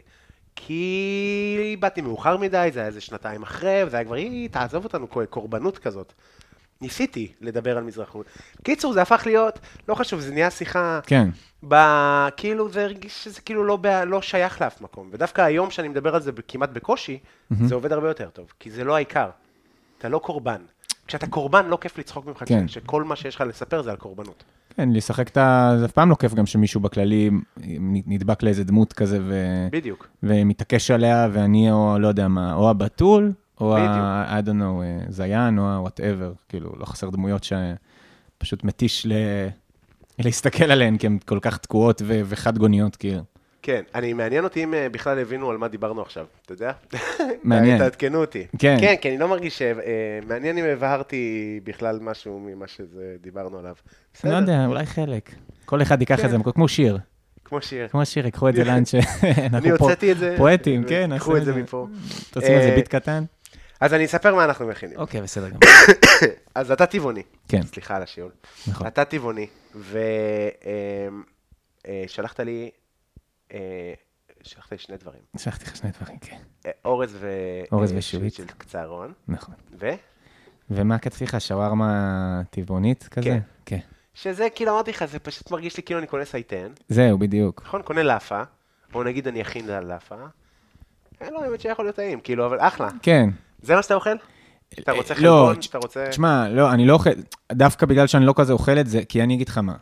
כי באתי מאוחר מדי, זה היה איזה שנתיים אחרי, וזה היה כבר, היא, תעזוב אותנו, קורבנות כזאת. ניסיתי לדבר על מזרחות. קיצור, זה הפך להיות, לא חשוב, זה נהיה שיחה... כן. ב... כאילו, זה הרגיש שזה כאילו לא, ב... לא שייך לאף מקום. ודווקא היום שאני מדבר על זה כמעט בקושי, mm-hmm. זה עובד הרבה יותר טוב. כי זה לא העיקר. אתה לא קורבן. כשאתה קורבן, לא כיף לצחוק ממך, כן. שכל מה שיש לך לספר זה על קורבנות. כן, לשחק את ה... זה אף פעם לא כיף גם שמישהו בכללי נדבק לאיזה דמות כזה ו... בדיוק. ומתעקש עליה, ואני או לא יודע מה, או הבטול, או ה... I don't know, זיין, או ה-whatever, כאילו, לא חסר דמויות שפשוט מתיש ל... להסתכל עליהן, כי הן כל כך תקועות ו... וחד גוניות, כאילו. כן, אני מעניין אותי אם בכלל הבינו על מה דיברנו עכשיו, אתה יודע? מעניין. תעדכנו אותי. כן. כן, כי אני לא מרגיש ש... מעניין אם הבהרתי בכלל משהו ממה שדיברנו עליו. אני לא יודע, אולי חלק. כל אחד ייקח את זה, כמו שיר. כמו שיר. כמו שיר, יקחו את זה לאן ש... אני הוצאתי את זה. פואטים, כן. יקחו את זה מפה. תוצאים איזה ביט קטן. אז אני אספר מה אנחנו מכינים. אוקיי, בסדר גם. אז אתה טבעוני. כן. סליחה על השיעול. נכון. אתה טבעוני, ושלחת לי... שלחת לי שני דברים. שלחתי לך שני דברים, כן. אורז ו... אורז ושועית. של קצרון. נכון. ו? ומה כתבי לך? שווארמה טבעונית כזה? כן. כן. שזה, כאילו אמרתי לך, זה פשוט מרגיש לי כאילו אני קונה סייטן. זהו, בדיוק. נכון, קונה לאפה, או נגיד אני אכין לאפה. אין לו, האמת שיכול להיות טעים, כאילו, אבל אחלה. כן. זה מה שאתה אוכל? אתה רוצה חלבון? אתה רוצה... תשמע, לא, אני לא אוכל, דווקא בגלל שאני לא כזה אוכל את זה, כי אני אגיד לך מה.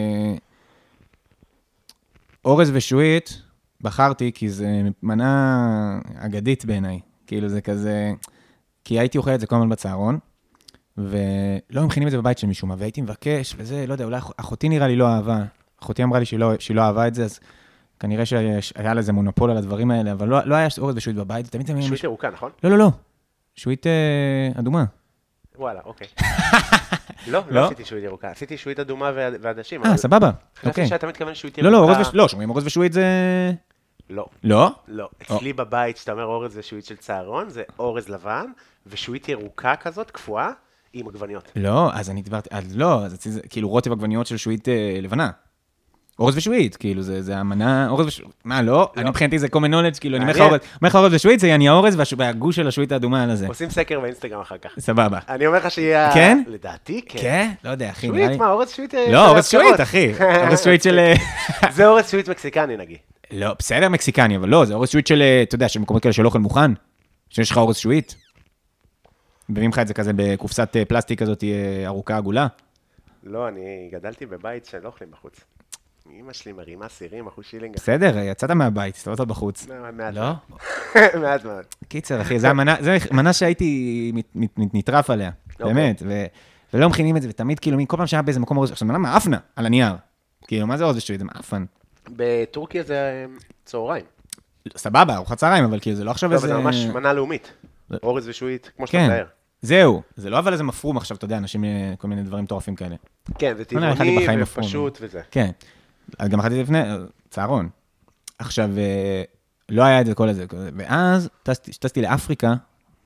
אורז ושועית, בחרתי כי זה מנה אגדית בעיניי. כאילו זה כזה, כי הייתי אוכל את זה כל הזמן בצהרון, ולא מכינים את זה בבית של מישהו מה, והייתי מבקש, וזה, לא יודע, אולי אחותי נראה לי לא אהבה. אחותי אמרה לי שהיא לא, שהיא לא אהבה את זה, אז כנראה שהיה לזה מונופול על הדברים האלה, אבל לא, לא היה אורז ושועית בבית. תמיד תמיד... שועית ירוקה, נכון? לא, לא, לא. שועית אדומה. וואלה, אוקיי. לא, לא עשיתי שועית ירוקה, עשיתי שועית אדומה ועדשים. אה, סבבה. חשבתי שאתה מתכוון שועית ירוקה. לא, לא, לא, שומעים אורז ושועית זה... לא. לא? לא. אצלי בבית, שאתה אומר אורז ושועית של צהרון, זה אורז לבן, ושועית ירוקה כזאת, קפואה, עם עגבניות. לא, אז אני דיברתי, אז לא, אז כאילו רוטב עגבניות של שועית לבנה. אורז ושועית, כאילו, זה המנה, אורז ושועית, מה, לא? אני מבחינתי זה common knowledge, כאילו, אני אומר לך אורז ושועית, זה יעני האורז והגוש של השועית האדומה על הזה. עושים סקר באינסטגרם אחר כך. סבבה. אני אומר לך שיהיה... כן? לדעתי, כן. כן? לא יודע, אחי. שועית, מה, אורז שועית... לא, אורז שועית, אחי. אורז שועית של... זה אורז שועית מקסיקני, נגיד. לא, בסדר מקסיקני, אבל לא, זה אורז שועית של, אתה יודע, של מקומות כאלה של אוכל מוכן, שיש לך אורז שועית. מביאים לך את זה כזה בקופסת פלסטיק כזאת ארוכה עגולה. לא, אני גדלתי בבית של אוכלים בחוץ. אמא שלי מרימה סירים, אחו שילינג. בסדר, יצאת מהבית, הסתובבת בחוץ. מעט מאוד. מעט מאוד. קיצר, אחי, זו מנה שהייתי נטרף עליה, באמת, ולא מכינים את זה, ותמיד כאילו, כל פעם שהיה באיזה מקום אורז, עכשיו מנה מאפנה על הנייר. כאילו, מה זה אורז ושועית? זה מאפן. בטורקיה זה צהריים. סבבה, ארוחת צהריים, אבל כאילו, זה לא עכשיו איזה... זה ממש מנה לאומית. אורז ושועית, כמו שאתה מתאר. זהו, זה לא אבל איזה מפרום עכשיו, אתה יודע, אנשים כל מיני דברים טורפים כאלה. כן, זה טבעוני ופשוט וזה. כן, אז גם אחת לפני, צהרון. עכשיו, לא היה את זה כל הזה, ואז טסתי לאפריקה,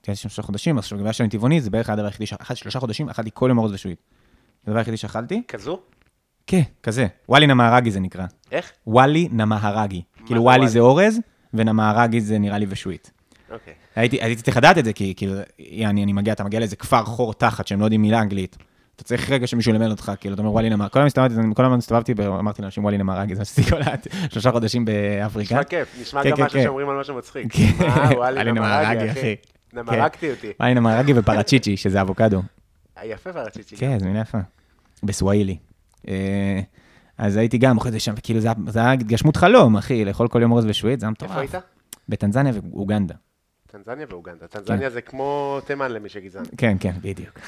הייתי שם שלושה חודשים, עכשיו גבייה שלהם טבעוני, זה בערך הדבר היחידי, שלושה חודשים, אכלתי כל יום אורז ושועית. זה הדבר היחידי שאכלתי. כזו? כן, כזה. וואלי נמהרגי זה נקרא. איך? וואלי נמהרגי. כאילו וואלי זה אורז, ונמהרגי זה נראה לי ושועית. אוקיי. הייתי, הייתי צריך לדעת את זה, כי כאילו, אני, אני מגיע, אתה מגיע לאיזה כפר חור תחת, שהם לא יודעים מילה אנגלית. אתה צריך רגע שמישהו ילמד אותך, כאילו, אתה אומר וואלי נמהרגי. כל הזמן כל הזמן הסתובבתי, אמרתי לאנשים וואלי נמהרגי, זה עשיתי כל שלושה חודשים באפריקה. נשמע כיף, נשמע גם משהו שאומרים על משהו מצחיק. וואלי נמהרגי, אחי. נמהרגתי אותי. וואלי נמהרגי ופרצ'יצ'י, שזה אבוקדו. יפה פרצ'יצ'י. כן, זה מילה יפה. בסווהילי. אז הייתי גם אחרי זה שם, וכאילו זה היה התגשמות חלום, אחי, לאכול כל יום אורז ושועית, זה היה מטורף. איפה היית? בטנזניה ואוגנדה. טנזניה ואוגנדה. טנזניה זה כמו תימן למי שגזען. כן, כן, בדיוק.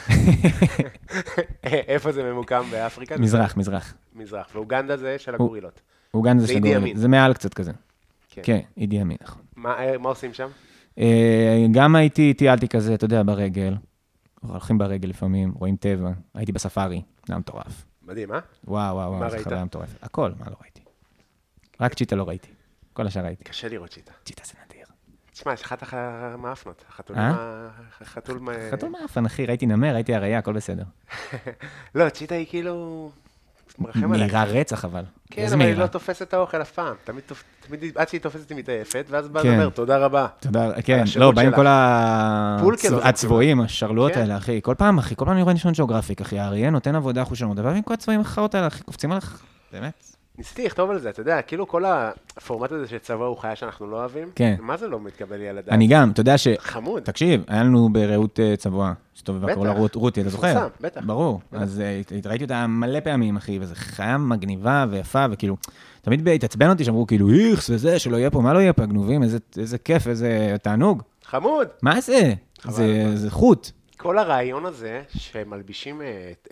איפה זה ממוקם באפריקה? מזרח, מזרח. מזרח, ואוגנדה זה של הגורילות. אוגנדה זה של הגורילות. זה מעל קצת כזה. כן, אידי אמין, נכון. מה עושים שם? גם הייתי, טיילתי כזה, אתה יודע, ברגל. הולכים ברגל לפעמים, רואים טבע. הייתי בספארי, זה היה מטורף. מדהים, אה? וואו, וואו, וואו, זה חוויה מטורף. הכל, מה לא ראיתי. רק צ'יטה לא ראיתי. כל השאר ראיתי. קשה לראות צ'יטה. צ'יטה זה נדיר. תשמע, יש לך את המאפנות. חתול מה... חתול מאפן, אחי, ראיתי נמר, ראיתי הראייה, הכל בסדר. לא, צ'יטה היא כאילו... מרחם עליך. מהירה רצח, אבל. כן, אבל היא לא תופסת את האוכל אף פעם. תמיד, עד שהיא תופסת היא מתעייפת, ואז בא לדבר, תודה רבה. תודה, כן. לא, באים כל הצבועים, השרלויות האלה, אחי. כל פעם, אחי, כל פעם אני רואה נשון ג'אוגרפיק, אחי. האריה נותן עבודה אחוז שלנו, דבר עם כל הצבועים אחרות האלה, אחי, קופצים עליך, באמת. ניסיתי לכתוב על זה, אתה יודע, כאילו כל הפורמט הזה שצבא הוא חיה שאנחנו לא אוהבים, מה זה לא מתקבל לי על הדעת? אני גם, אתה יודע ש... חמוד. תקשיב, היה לנו ברעות צבוע, שטוב וקראו לה רותי, אתה זוכר? בטח. ברור. אז ראיתי אותה מלא פעמים, אחי, וזו חיה מגניבה ויפה, וכאילו, תמיד התעצבן אותי שאמרו, כאילו, איכס וזה, שלא יהיה פה, מה לא יהיה פה, גנובים, איזה כיף, איזה תענוג. חמוד. מה זה? זה חוט. כל הרעיון הזה שמלבישים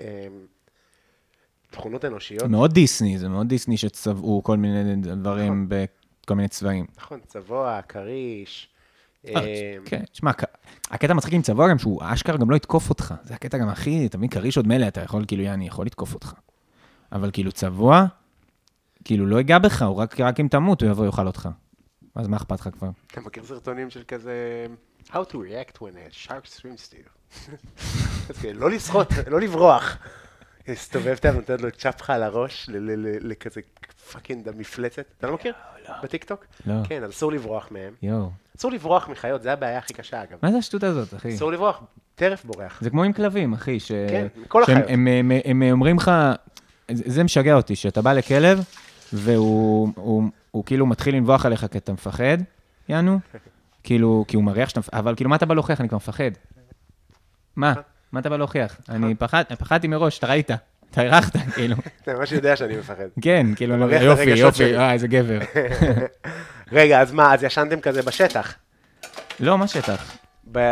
תכונות אנושיות. מאוד דיסני, זה מאוד דיסני שצבעו כל מיני דברים בכל מיני צבעים. נכון, צבוע, קריש. כן, תשמע, הקטע מצחיק עם צבוע גם שהוא אשכרה גם לא יתקוף אותך. זה הקטע גם הכי, אתה מבין, קריש עוד מלא, אתה יכול, כאילו, אני יכול לתקוף אותך. אבל כאילו צבוע, כאילו לא ייגע בך, הוא רק אם תמות, הוא יבוא יאכל אותך. אז מה אכפת לך כבר? אתה מכיר סרטונים של כזה, how to react when a shark swims to you. לא לשחות, לא לברוח. הסתובבת, נותנת לו צ'פחה על הראש, לכזה פאקינג המפלצת. אתה לא מכיר? בטיקטוק? לא. כן, אז אסור לברוח מהם. יואו. אסור לברוח מחיות, זה הבעיה הכי קשה, אגב. מה זה השטות הזאת, אחי? אסור לברוח, טרף בורח. זה כמו עם כלבים, אחי, ש... כן, כל החיות. הם אומרים לך, זה משגע אותי, שאתה בא לכלב, והוא כאילו מתחיל לנבוח עליך כי אתה מפחד, יענו, כאילו, כי הוא מריח שאתה מפחד, אבל כאילו, מה אתה בא להוכיח? אני כבר מפחד. מה? מה אתה בא להוכיח? אני פחדתי מראש, אתה ראית, אתה הרחת, כאילו. אתה ממש יודע שאני מפחד. כן, כאילו, יופי, יופי, אה, איזה גבר. רגע, אז מה, אז ישנתם כזה בשטח? לא, מה שטח? אה,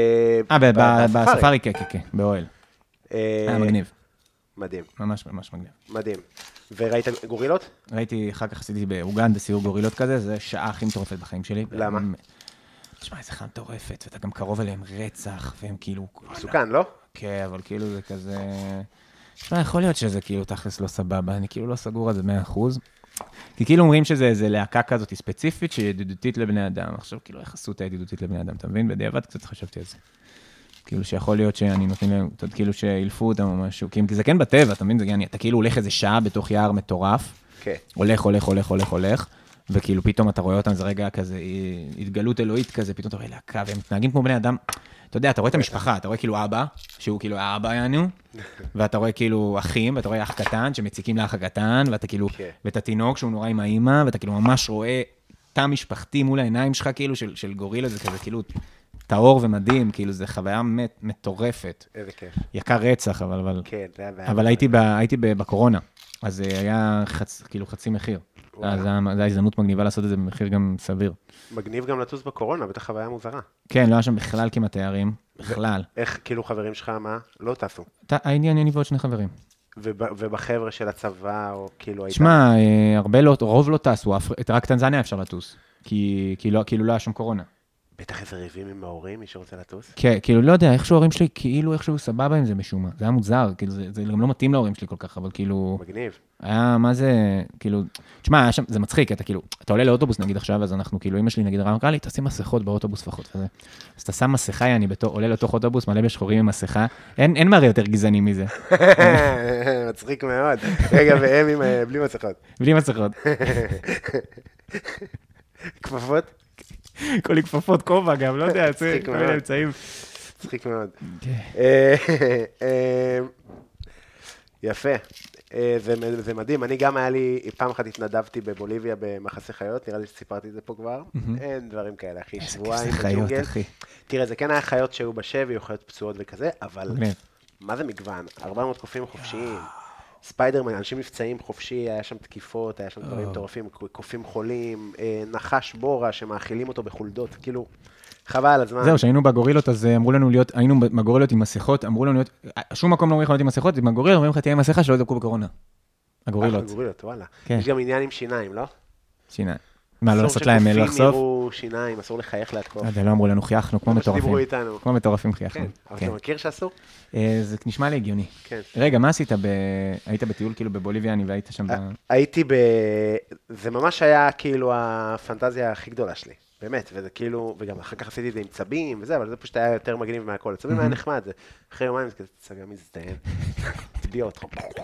בספארי, כן, כן, כן, באוהל. היה מגניב. מדהים. ממש ממש מגניב. מדהים. וראית גורילות? ראיתי, אחר כך עשיתי באוגנדה סיור גורילות כזה, זה שעה הכי מטורפת בחיים שלי. למה? תשמע, איזה חיה מטורפת, ואתה גם קרוב אליהם רצח, והם כאילו... מסוכן, לא? כן, אבל כאילו זה כזה... תשמע, יכול להיות שזה כאילו תכלס לא סבבה, אני כאילו לא סגור על זה מאה אחוז. כי כאילו אומרים שזה להקה כזאת ספציפית שהיא ידידותית לבני אדם. עכשיו, כאילו, איך עשו את הידידותית לבני אדם, אתה מבין? בדיעבד קצת חשבתי על זה. כאילו שיכול להיות שאני נותן להם, כאילו שילפו אותם או משהו, כי זה כן בטבע, אתה מבין? זה גני, אתה כאילו הולך איזה שעה בתוך יער מטורף, הולך, הולך, הולך, הולך, הולך, וכאילו פתאום אתה רואה אותם, זה רגע כזה, התגלות אלוהית כזה, פתאום אתה רואה להקה, והם מתנהגים כמו בני אדם, אתה יודע, אתה רואה את המשפחה, אתה רואה כאילו אבא, שהוא כאילו האבא יענו, ואתה רואה כאילו אחים, ואתה רואה אח קטן, שמציקים לאח הקטן, ואתה כאילו, ואת התינוק שהוא נורא עם האמא, ואתה כאילו ממש רואה תא משפחתי מול העיניים שלך, כאילו של, של גורילה, זה כזה כאילו טהור ומדהים, כאילו זה חוויה מטורפת. איזה כיף. יקר רצח, אבל, אבל, כן, זה היה בעיה. אבל הייתי, ב, הייתי בקורונה, אז היה חצ, כאילו חצי מחיר. אז זו הייתה הזדמנות מגניבה לעשות את זה במחיר גם סביר. מגניב גם לטוס בקורונה, בטח חוויה מוזרה. כן, לא היה שם בכלל כמעט תיירים, בכלל. איך, כאילו חברים שלך, מה? לא טסו. הייתי אני ועוד שני חברים. ובחבר'ה של הצבא, או כאילו הייתה... שמע, הרבה לא, רוב לא טסו, רק טנזניה אפשר לטוס, כי כאילו לא היה שם קורונה. בטח איזה ריבים עם ההורים, מי שרוצה לטוס. כן, כאילו, לא יודע, איכשהו ההורים שלי, כאילו, איכשהו סבבה עם זה משום מה. זה היה מוזר, כאילו, זה, זה גם לא מתאים להורים שלי כל כך, אבל כאילו... מגניב. היה, מה זה, כאילו... תשמע, היה שם, זה מצחיק, אתה כאילו, אתה עולה לאוטובוס, נגיד עכשיו, אז אנחנו, כאילו, אמא שלי, נגיד, רם קרא לי, תשים מסכות באוטובוס לפחות, וזה. אז אתה שם מסכה, אני בתור, עולה לתוך אוטובוס, מלא בשחורים עם מסכה. אין, אין מראה יותר גזעני מזה. מצחיק מאוד. רגע, והם עם, בלי מסכות. בלי מסכות. כפפות? כל כפפות כובע גם, לא יודע, זה כל מיני אמצעים. מצחיק מאוד. יפה. זה מדהים. אני גם היה לי, פעם אחת התנדבתי בבוליביה במחסה חיות, נראה לי שסיפרתי את זה פה כבר. אין דברים כאלה, אחי. שבועיים בג'ונגל. תראה, זה כן היה חיות שהיו בשבי, או חיות פצועות וכזה, אבל מה זה מגוון? ארבע מאות קופים חופשיים. ספיידרמן, אנשים נפצעים חופשי, היה שם תקיפות, היה שם דברים מטורפים, קופים חולים, נחש בורה שמאכילים אותו בחולדות, כאילו, חבל על הזמן. זהו, שהיינו בגורילות, אז אמרו לנו להיות, היינו בגורילות עם מסכות, אמרו לנו להיות, שום מקום לא אומרים לך להיות עם מסכות, עם הגורילות, אומרים לך תהיה עם מסכה שלא ידבקו בקורונה. הגורילות. הגורילות, וואלה. יש גם עניין עם שיניים, לא? שיניים. מה, לא לעשות להם לחשוף? אסור שקופים יראו שיניים, אסור לחייך להתקוף. לא אמרו לנו, חייכנו כמו מטורפים. כמו מטורפים חייכנו. אבל אתה מכיר שאסור? זה נשמע לי הגיוני. רגע, מה עשית? היית בטיול כאילו בבוליביה, אני והיית שם ב... הייתי ב... זה ממש היה כאילו הפנטזיה הכי גדולה שלי. באמת, וזה כאילו, וגם אחר כך עשיתי את זה עם צבים וזה, אבל זה פשוט היה יותר מגניב מהכל. הצבים היה נחמד, זה אחרי יומיים זה כזה צגה מזדיין. טביעות.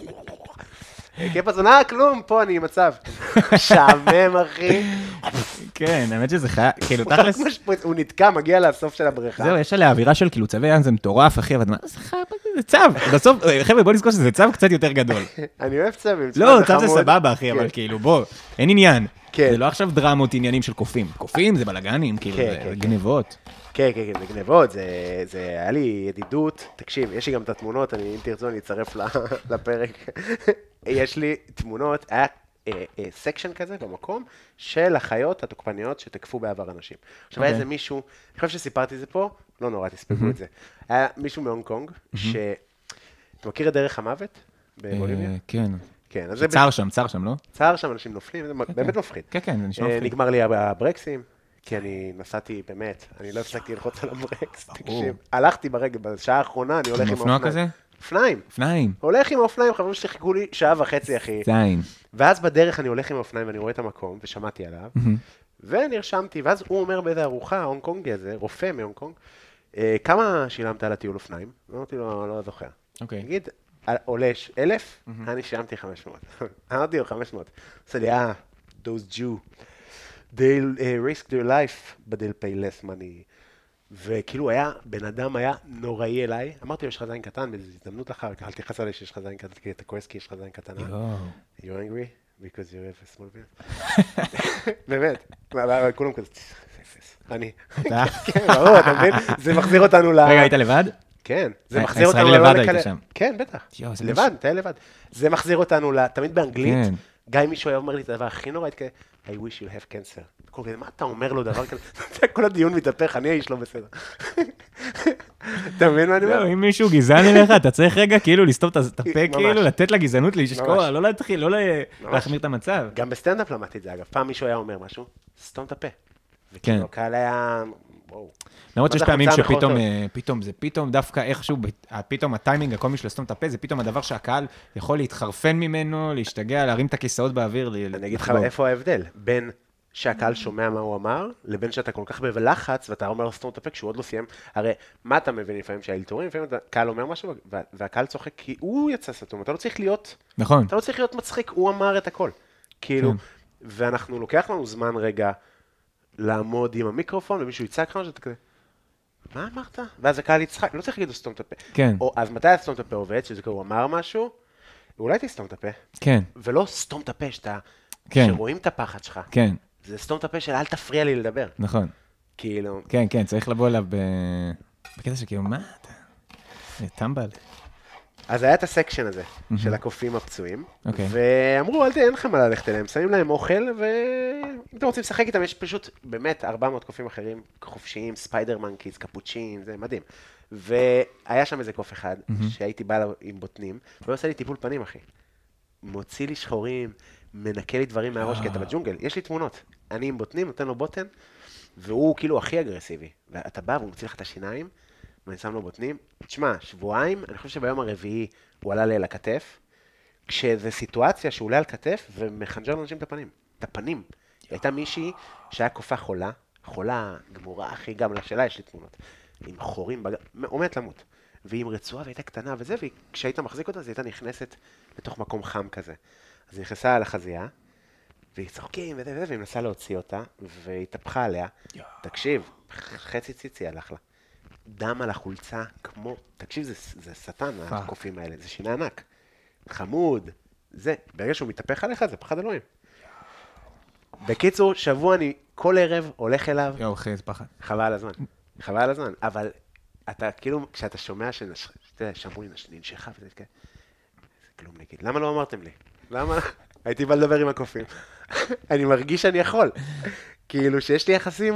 כיף הזונה, כלום, פה אני עם מצב. שעמם, אחי. כן, האמת שזה חיה, כאילו, תכלס... הוא נתקע, מגיע לסוף של הבריכה. זהו, יש עליה אווירה של כאילו צבי ים, זה מטורף, אחי, אבל מה זה חיה, זה צו. בסוף, חבר'ה, בוא נזכור שזה צו קצת יותר גדול. אני אוהב צבים. לא, צו זה סבבה, אחי, אבל כאילו, בוא, אין עניין. זה לא עכשיו דרמות עניינים של קופים. קופים זה בלגנים, כאילו, זה גנבות. כן, כן, כן, זה גנבות, זה היה לי ידידות. תקשיב, יש לי גם את התמונות, אם תרצו אני אצרף לפרק. יש לי תמונות, היה סקשן כזה במקום של החיות התוקפניות שתקפו בעבר אנשים. עכשיו היה איזה מישהו, אני חושב שסיפרתי זה פה, לא נורא, תספגו את זה. היה מישהו מהונג קונג, אתה מכיר את דרך המוות בבוליביה? כן. כן, אז זה... צער שם, צער שם, לא? צער שם, אנשים נופלים, זה באמת מפחיד. כן, כן, זה נשמע מפחיד. נגמר לי הברקסים, כי אני נסעתי, באמת, אני לא הפסקתי ללחוץ על הברקס, תקשיב. הלכתי ברגע, בשעה האחרונה, אני הולך עם האופניים. אופנוע כזה? אופניים. אופניים. הולך עם האופניים, חברים שלי חיכו לי שעה וחצי, אחי. זין. ואז בדרך אני הולך עם האופניים ואני רואה את המקום, ושמעתי עליו, ונרשמתי, ואז הוא אומר באיזה ארוחה, ההונג קונגי הזה, רופא מהונג קונג, כמה שילמת על הטיול אופניים? אמרתי לו, לא זוכר. אוקיי. נגיד, עולה אלף, אני שילמתי חמש מאות. אמרתי לו חמש מאות. עושה לי, אה, those Jew, they'll risk their life, but they'll pay less money. וכאילו היה, בן אדם היה נוראי אליי. אמרתי לו, יש לך זין קטן, באיזו הזדמנות לך, אל תכעס עלי שיש לך זין קטן, כי אתה כועס כי יש לך זין קטן. You're angry? Because you have a small penis? באמת. כולם כזה, אני. אתה? כן, ברור, אתה מבין? זה מחזיר אותנו ל... רגע, היית לבד? כן, זה מחזיר אותנו ל... לבד היית שם. כן, בטח. לבד, אתה לבד. זה מחזיר אותנו ל... תמיד באנגלית, גם אם מישהו היה אומר לי את הדבר הכי נורא, הייתי כזה, I wish you'll have cancer. כל כזה, מה אתה אומר לו דבר כזה? כל הדיון מתהפך, אני האיש לא בסדר. אתה מבין מה אני אומר? אם מישהו גזען אליך, אתה צריך רגע כאילו לסתום את הפה, כאילו לתת לגזענות להשקוע, לא להתחיל, לא להחמיר את המצב. גם בסטנדאפ למדתי את זה, אגב. פעם מישהו היה אומר משהו, סתום את הפה. וכאילו, הקהל היה... למרות שיש פעמים שפתאום, פתאום זה פתאום דווקא איכשהו, פתאום הטיימינג, הכל משהו לסתום את הפה, זה פתאום הדבר שהקהל יכול להתחרפן ממנו, להשתגע, להרים את הכיסאות באוויר. אני אגיד לך איפה ההבדל, בין שהקהל שומע מה הוא אמר, לבין שאתה כל כך בלחץ, ואתה אומר לו סתום את הפה כשהוא עוד לא סיים. הרי מה אתה מבין לפעמים שהאלתורים, לפעמים הקהל אומר משהו, והקהל צוחק כי הוא יצא סתום, אתה לא צריך להיות, נכון. אתה לא צריך להיות מצחיק, הוא אמר את הכל. כאילו, ואנחנו לוקח לנו זמן רגע לעמוד עם המיקרופון, ומישהו יצא כמה שאתה כזה, מה אמרת? ואז הקהל יצחק, לא צריך להגיד לו סתום את הפה. כן. או, אז מתי סתום את הפה עובד, שזה כאילו הוא אמר משהו, אולי תסתום את הפה. כן. ולא סתום את הפה, שאתה, כן. שרואים את הפחד שלך. כן. זה סתום את הפה של אל תפריע לי לדבר. נכון. כאילו... כן, כן, צריך לבוא אליו ב... בקטע שכאילו, מה אתה? זה טמבל. אז היה את הסקשן הזה, של הקופים הפצועים, ואמרו, אל תהיה, אין לכם מה ללכת אליהם, שמים להם אוכל, ואם אתם רוצים לשחק איתם, יש פשוט באמת ארבע מאות קופים אחרים, חופשיים, ספיידר מנקיז, קפוצ'ין, זה מדהים. והיה שם איזה קוף אחד, שהייתי בא עם בוטנים, והוא עושה לי טיפול פנים, אחי. מוציא לי שחורים, מנקה לי דברים מהראש, כי אתה בג'ונגל, יש לי תמונות. אני עם בוטנים, נותן לו בוטן, והוא כאילו הכי אגרסיבי. ואתה בא והוא מוציא לך את השיניים, ואני שם לו בוטנים. תשמע, שבועיים, אני חושב שביום הרביעי הוא עלה לי על הכתף, כשזו סיטואציה שהוא עולה על כתף ומחנג'ר לאנשים את הפנים. את הפנים. הייתה מישהי שהיה קופה חולה, חולה גמורה, אחי, גם לשאלה יש לי תמונות, עם חורים, בג... עומדת למות. והיא עם רצועה והייתה קטנה וזה, וכשהיית מחזיק אותה, אז הייתה נכנסת לתוך מקום חם כזה. אז היא נכנסה על החזייה, והיא צוחקים וזה וזה, והיא מנסה להוציא אותה, והיא התהפכה עליה. תקשיב, חצי ציצי הלך לה. דם על החולצה, כמו, תקשיב, זה, זה סטן, הקופים האלה, זה שינה ענק. חמוד, זה, ברגע שהוא מתהפך עליך, זה פחד אלוהים. בקיצור, שבוע אני כל ערב הולך אליו. יואו, אחי, זה פחד. חבל על הזמן, חבל על הזמן, אבל אתה כאילו, כשאתה שומע שאמרו לי, ננשך וזה כאלה, זה כלום נגיד. למה לא אמרתם לי? למה? הייתי בא לדבר עם הקופים. אני מרגיש שאני יכול. כאילו שיש לי יחסים...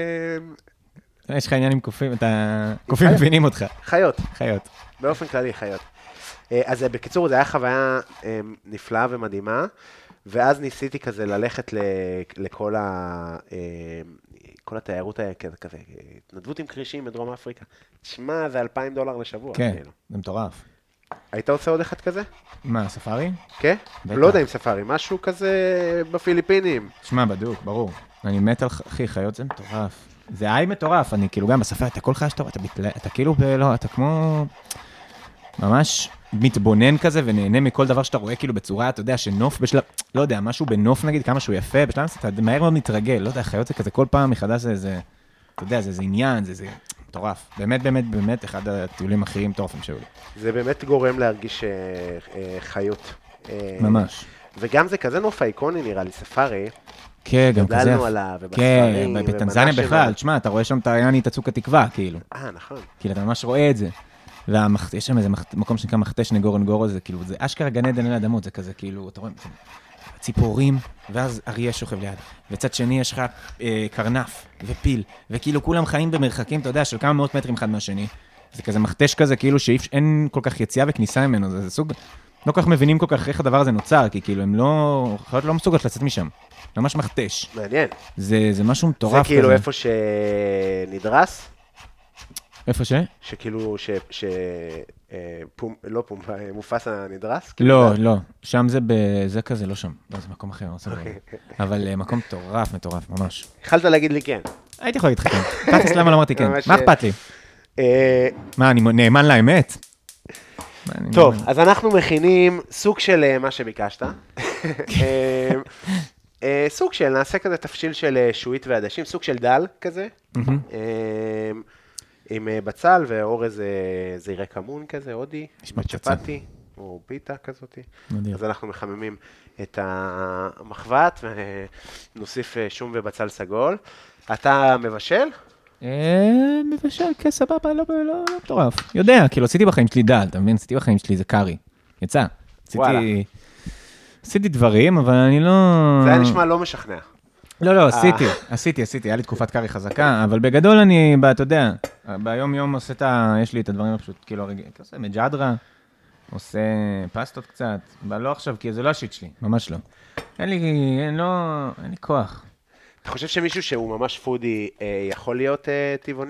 יש לך עניין עם קופים, אתה... קופים מבינים אותך. חיות. חיות. באופן כללי, חיות. אז בקיצור, זה היה חוויה נפלאה ומדהימה, ואז ניסיתי כזה ללכת לכל ה... כל התיירות היה כזה, התנדבות עם קרישים בדרום אפריקה. תשמע, זה אלפיים דולר לשבוע. כן, זה מטורף. היית עושה עוד אחד כזה? מה, ספארי? כן? לא יודע אם ספארי, משהו כזה בפיליפינים. תשמע, בדוק, ברור. אני מת על אחי, חיות זה מטורף. זה היי מטורף, אני כאילו גם בספארי, אתה כל חיה שאתה, אתה כאילו, לא, אתה כמו... ממש מתבונן כזה ונהנה מכל דבר שאתה רואה כאילו בצורה, אתה יודע, שנוף בשלב, לא יודע, משהו בנוף נגיד, כמה שהוא יפה, בשלב אתה מהר מאוד מתרגל, לא יודע, חיות זה כזה, כל פעם מחדש זה, זה, אתה יודע, זה, זה עניין, זה, זה מטורף. באמת, באמת, באמת, אחד הטיולים הכי מטורפים שהיו לי. זה באמת גורם להרגיש אה, אה, חיות. אה, ממש. וגם זה כזה נוף האיקוני, נראה לי, ספארי. כן, גם כזה. גדלנו עליו, ובספרים, כן, בטנזניה בכלל, תשמע, אתה רואה שם את העניין התעצוק התקווה, כאילו. אה, נכון. כאילו, אתה ממש רואה את זה. ויש שם איזה מקום שנקרא מחתש נגורן גורו, זה כאילו, זה אשכרה גן עדן אל האדמות, זה כזה כאילו, אתה רואה, ציפורים, ואז אריה שוכב ליד. וצד שני יש לך אה, קרנף ופיל, וכאילו כולם חיים במרחקים, אתה יודע, של כמה מאות מטרים אחד מהשני. זה כזה מחתש כזה, כאילו שאין כל כך יציאה וכניסה ממנו, זה, זה סוג, לא כל כך מבינים כל כך איך הדבר הזה נוצר, כי כאילו הם לא, חיות לא מסוגות לצאת משם. ממש מחתש. מעניין. זה, זה משהו מטורף כזה. זה כאילו איפה שנדרס? איפה ש? שכאילו, ש... ש... פום, לא פום, מופסה נדרס? לא, לא. שם זה זה כזה, לא שם. לא, זה מקום אחר, אבל מקום מטורף, מטורף, ממש. יכלת להגיד לי כן. הייתי יכול להגיד לך כן. תכלס, למה לא אמרתי כן? מה אכפת לי? מה, אני נאמן לאמת? טוב, אז אנחנו מכינים סוג של מה שביקשת. סוג של, נעשה כזה תפשיל של שועית ועדשים, סוג של דל כזה. עם בצל ואורז זעירי כמון כזה, הודי, צ'פטי, או פיתה כזאת. אז אנחנו מחממים את המחבת ונוסיף שום ובצל סגול. אתה מבשל? מבשל, כן, סבבה, לא מטורף. יודע, כאילו עשיתי בחיים שלי דל, אתה מבין? עשיתי בחיים שלי זה קארי. יצא. עשיתי דברים, אבל אני לא... זה היה נשמע לא משכנע. לא, לא, עשיתי, עשיתי, עשיתי, היה לי תקופת קארי חזקה, אבל בגדול אני, אתה יודע, ביום יום עושה את ה... יש לי את הדברים הפשוט, כאילו, עושה מג'אדרה, עושה פסטות קצת, אבל לא עכשיו, כי זה לא השיט שלי, ממש לא. אין לי, אין לא, אין לי כוח. אתה חושב שמישהו שהוא ממש פודי יכול להיות טבעוני?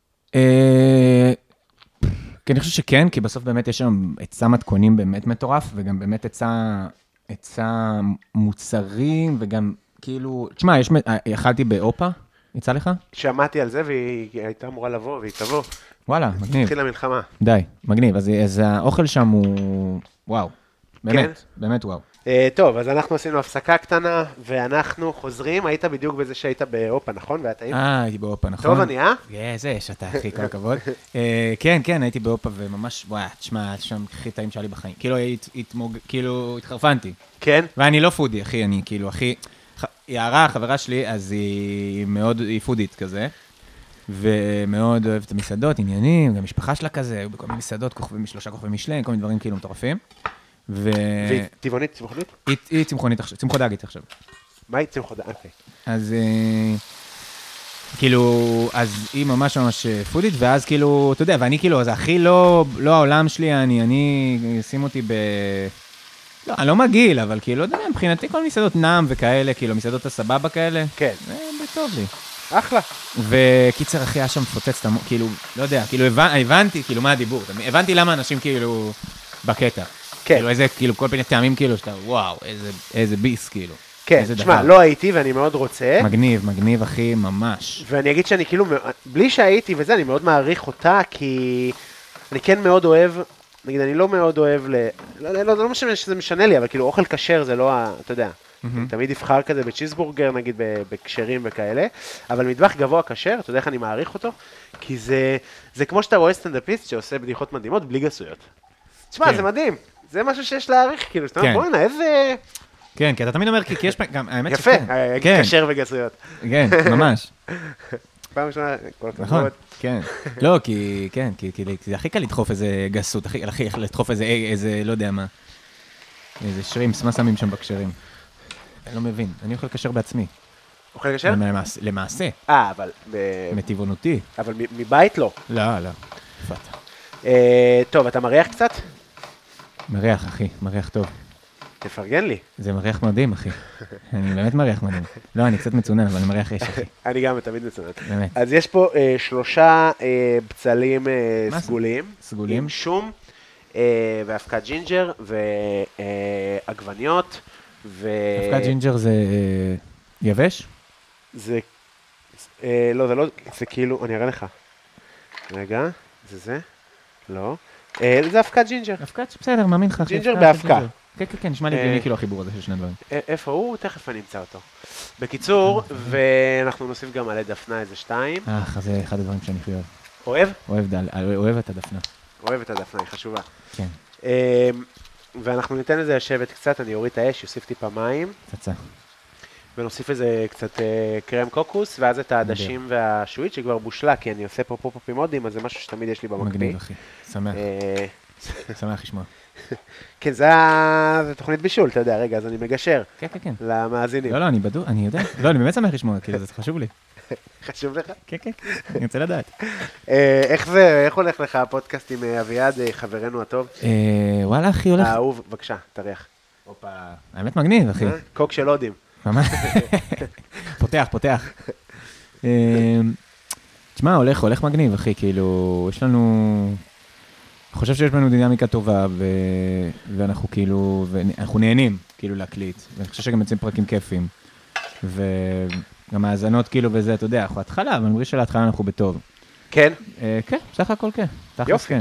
כי אני חושב שכן, כי בסוף באמת יש שם היצע מתכונים באמת מטורף, וגם באמת היצע מוצרים, וגם... כאילו, תשמע, יש, אכלתי באופה, יצא לך? שמעתי על זה והיא הייתה אמורה לבוא והיא תבוא. וואלה, מגניב. התחילה מלחמה. די, מגניב. אז, אז האוכל שם הוא, וואו, באמת, כן? באמת וואו. Uh, טוב, אז אנחנו עשינו הפסקה קטנה, ואנחנו חוזרים. היית בדיוק בזה שהיית באופה, נכון? ואת היית? אה, הייתי באופה, נכון. טוב אני, אה? זה, שאתה הכי כל הכבוד. uh, כן, כן, הייתי באופה, וממש, וואי, תשמע, שם הכי טעים שהיה לי בחיים. כאילו, התמוג, כאילו, התחרפנתי. כן? ואני לא פודי, אחי, אני כאילו, הכי... יערה, החברה שלי, אז היא מאוד, היא פודית כזה, ומאוד אוהבת את המסעדות, עניינים, גם משפחה שלה כזה, היו בכל מיני מסעדות, כוכבים משלושה כוכבי משלן, כל מיני דברים כאילו מטורפים. והיא טבעונית, צמחונית? היא צמחונית עכשיו, צמחודגית עכשיו. מה היא צמחודגית? אוקיי. אז כאילו, אז היא ממש ממש פודית, ואז כאילו, אתה יודע, ואני כאילו, זה הכי לא, לא העולם שלי, אני, אני, שים אותי ב... לא, אני לא מגיל, אבל כאילו, לא יודע, מבחינתי כל מסעדות נעם וכאלה, כאילו, מסעדות הסבבה כאלה. כן. זה טוב לי. אחלה. וקיצר אחי היה שם מפוצץ את המוח, כאילו, לא יודע, כאילו הבנתי, כאילו מה הדיבור, הבנתי למה אנשים כאילו בקטע. כן. כאילו איזה, כאילו כל פיני טעמים כאילו שאתה, וואו, איזה, איזה ביס כאילו. כן, תשמע, לא הייתי ואני מאוד רוצה. מגניב, מגניב אחי, ממש. ואני אגיד שאני כאילו, בלי שהייתי וזה, אני מאוד מעריך אותה, כי אני כן מאוד אוהב, נגיד, אני לא מאוד אוהב ל... לא, לא, לא, לא משנה שזה משנה לי, אבל כאילו אוכל כשר זה לא ה... אתה יודע, אני תמיד אבחר כזה בצ'יזבורגר, נגיד, בקשרים וכאלה, אבל מטבח גבוה כשר, אתה יודע איך אני מעריך אותו? כי זה, זה כמו שאתה רואה סטנדאפיסט שעושה בדיחות מדהימות בלי גסויות. תשמע, זה מדהים. זה משהו שיש להעריך, כאילו, שאתה אומר, בוא הנה, איזה... כן, כי אתה תמיד אומר, כי יש גם, האמת יפה, כשר וגסויות. כן, ממש. פעם ראשונה, כל הכבוד. נכון, כן. לא, כי, כן, כי זה הכי קל לדחוף איזה גסות, הכי קל לדחוף איזה, לא יודע מה, איזה שרימפס, מה שמים שם בקשרים? אני לא מבין, אני אוכל כשר בעצמי. אוכל כשר? למעשה. אה, אבל... מטבעונותי. אבל מבית לא. לא, לא. פת. טוב, אתה מריח קצת? מריח, אחי, מריח טוב. תפרגן לי. זה מריח מדהים, אחי. אני באמת מריח מדהים. לא, אני קצת מצונן, אבל אני מריח אש, אחי. אני גם תמיד מצונן. באמת. אז יש פה שלושה בצלים סגולים. סגולים? עם שום, ואבקת ג'ינג'ר, ועגבניות, ו... אבקת ג'ינג'ר זה יבש? זה... לא, זה לא... זה כאילו... אני אראה לך. רגע, זה זה? לא. זה אבקת ג'ינג'ר. אבקת, בסדר, מאמין לך. ג'ינג'ר באבקה. כן, כן, כן, נשמע לי הגיוני כאילו החיבור הזה של שני דברים. איפה הוא? תכף אני אמצא אותו. בקיצור, ואנחנו נוסיף גם עלי דפנה איזה שתיים. אה, זה אחד הדברים שאני הכי אוהב. אוהב? אוהב את הדפנה. אוהב את הדפנה, היא חשובה. כן. ואנחנו ניתן לזה לשבת קצת, אני אוריד את האש, יוסיף טיפה מים. פצצה. ונוסיף איזה קצת קרם קוקוס, ואז את העדשים והשועית שכבר בושלה, כי אני עושה פה פופ-אפים הודים, אז זה משהו שתמיד יש לי במקפיא. מגניב, אחי. שמח. שמח לשמוע. כן, זה תוכנית בישול, אתה יודע, רגע, אז אני מגשר. כן, כן, כן. למאזינים. לא, לא, אני בדוק, אני יודע. לא, אני באמת שמח לשמוע, כאילו, זה חשוב לי. חשוב לך? כן, כן, אני רוצה לדעת. איך זה, איך הולך לך הפודקאסט עם אביעד, חברנו הטוב? וואלה, אחי, הולך. האהוב, בבקשה, תריח. הופה. האמת מגניב, אחי. קוק של הודים. ממש. פותח, פותח. תשמע, הולך, הולך מגניב, אחי, כאילו, יש לנו... אני חושב שיש לנו דינמיקה טובה, ואנחנו כאילו, ואנחנו נהנים, כאילו, להקליט. ואני חושב שגם יוצאים פרקים כיפים. וגם האזנות, כאילו, וזה, אתה יודע, אנחנו התחלה, אבל אני מרגיש שלהתחלה אנחנו בטוב. כן? כן, בסך הכל כן. תכלס כן.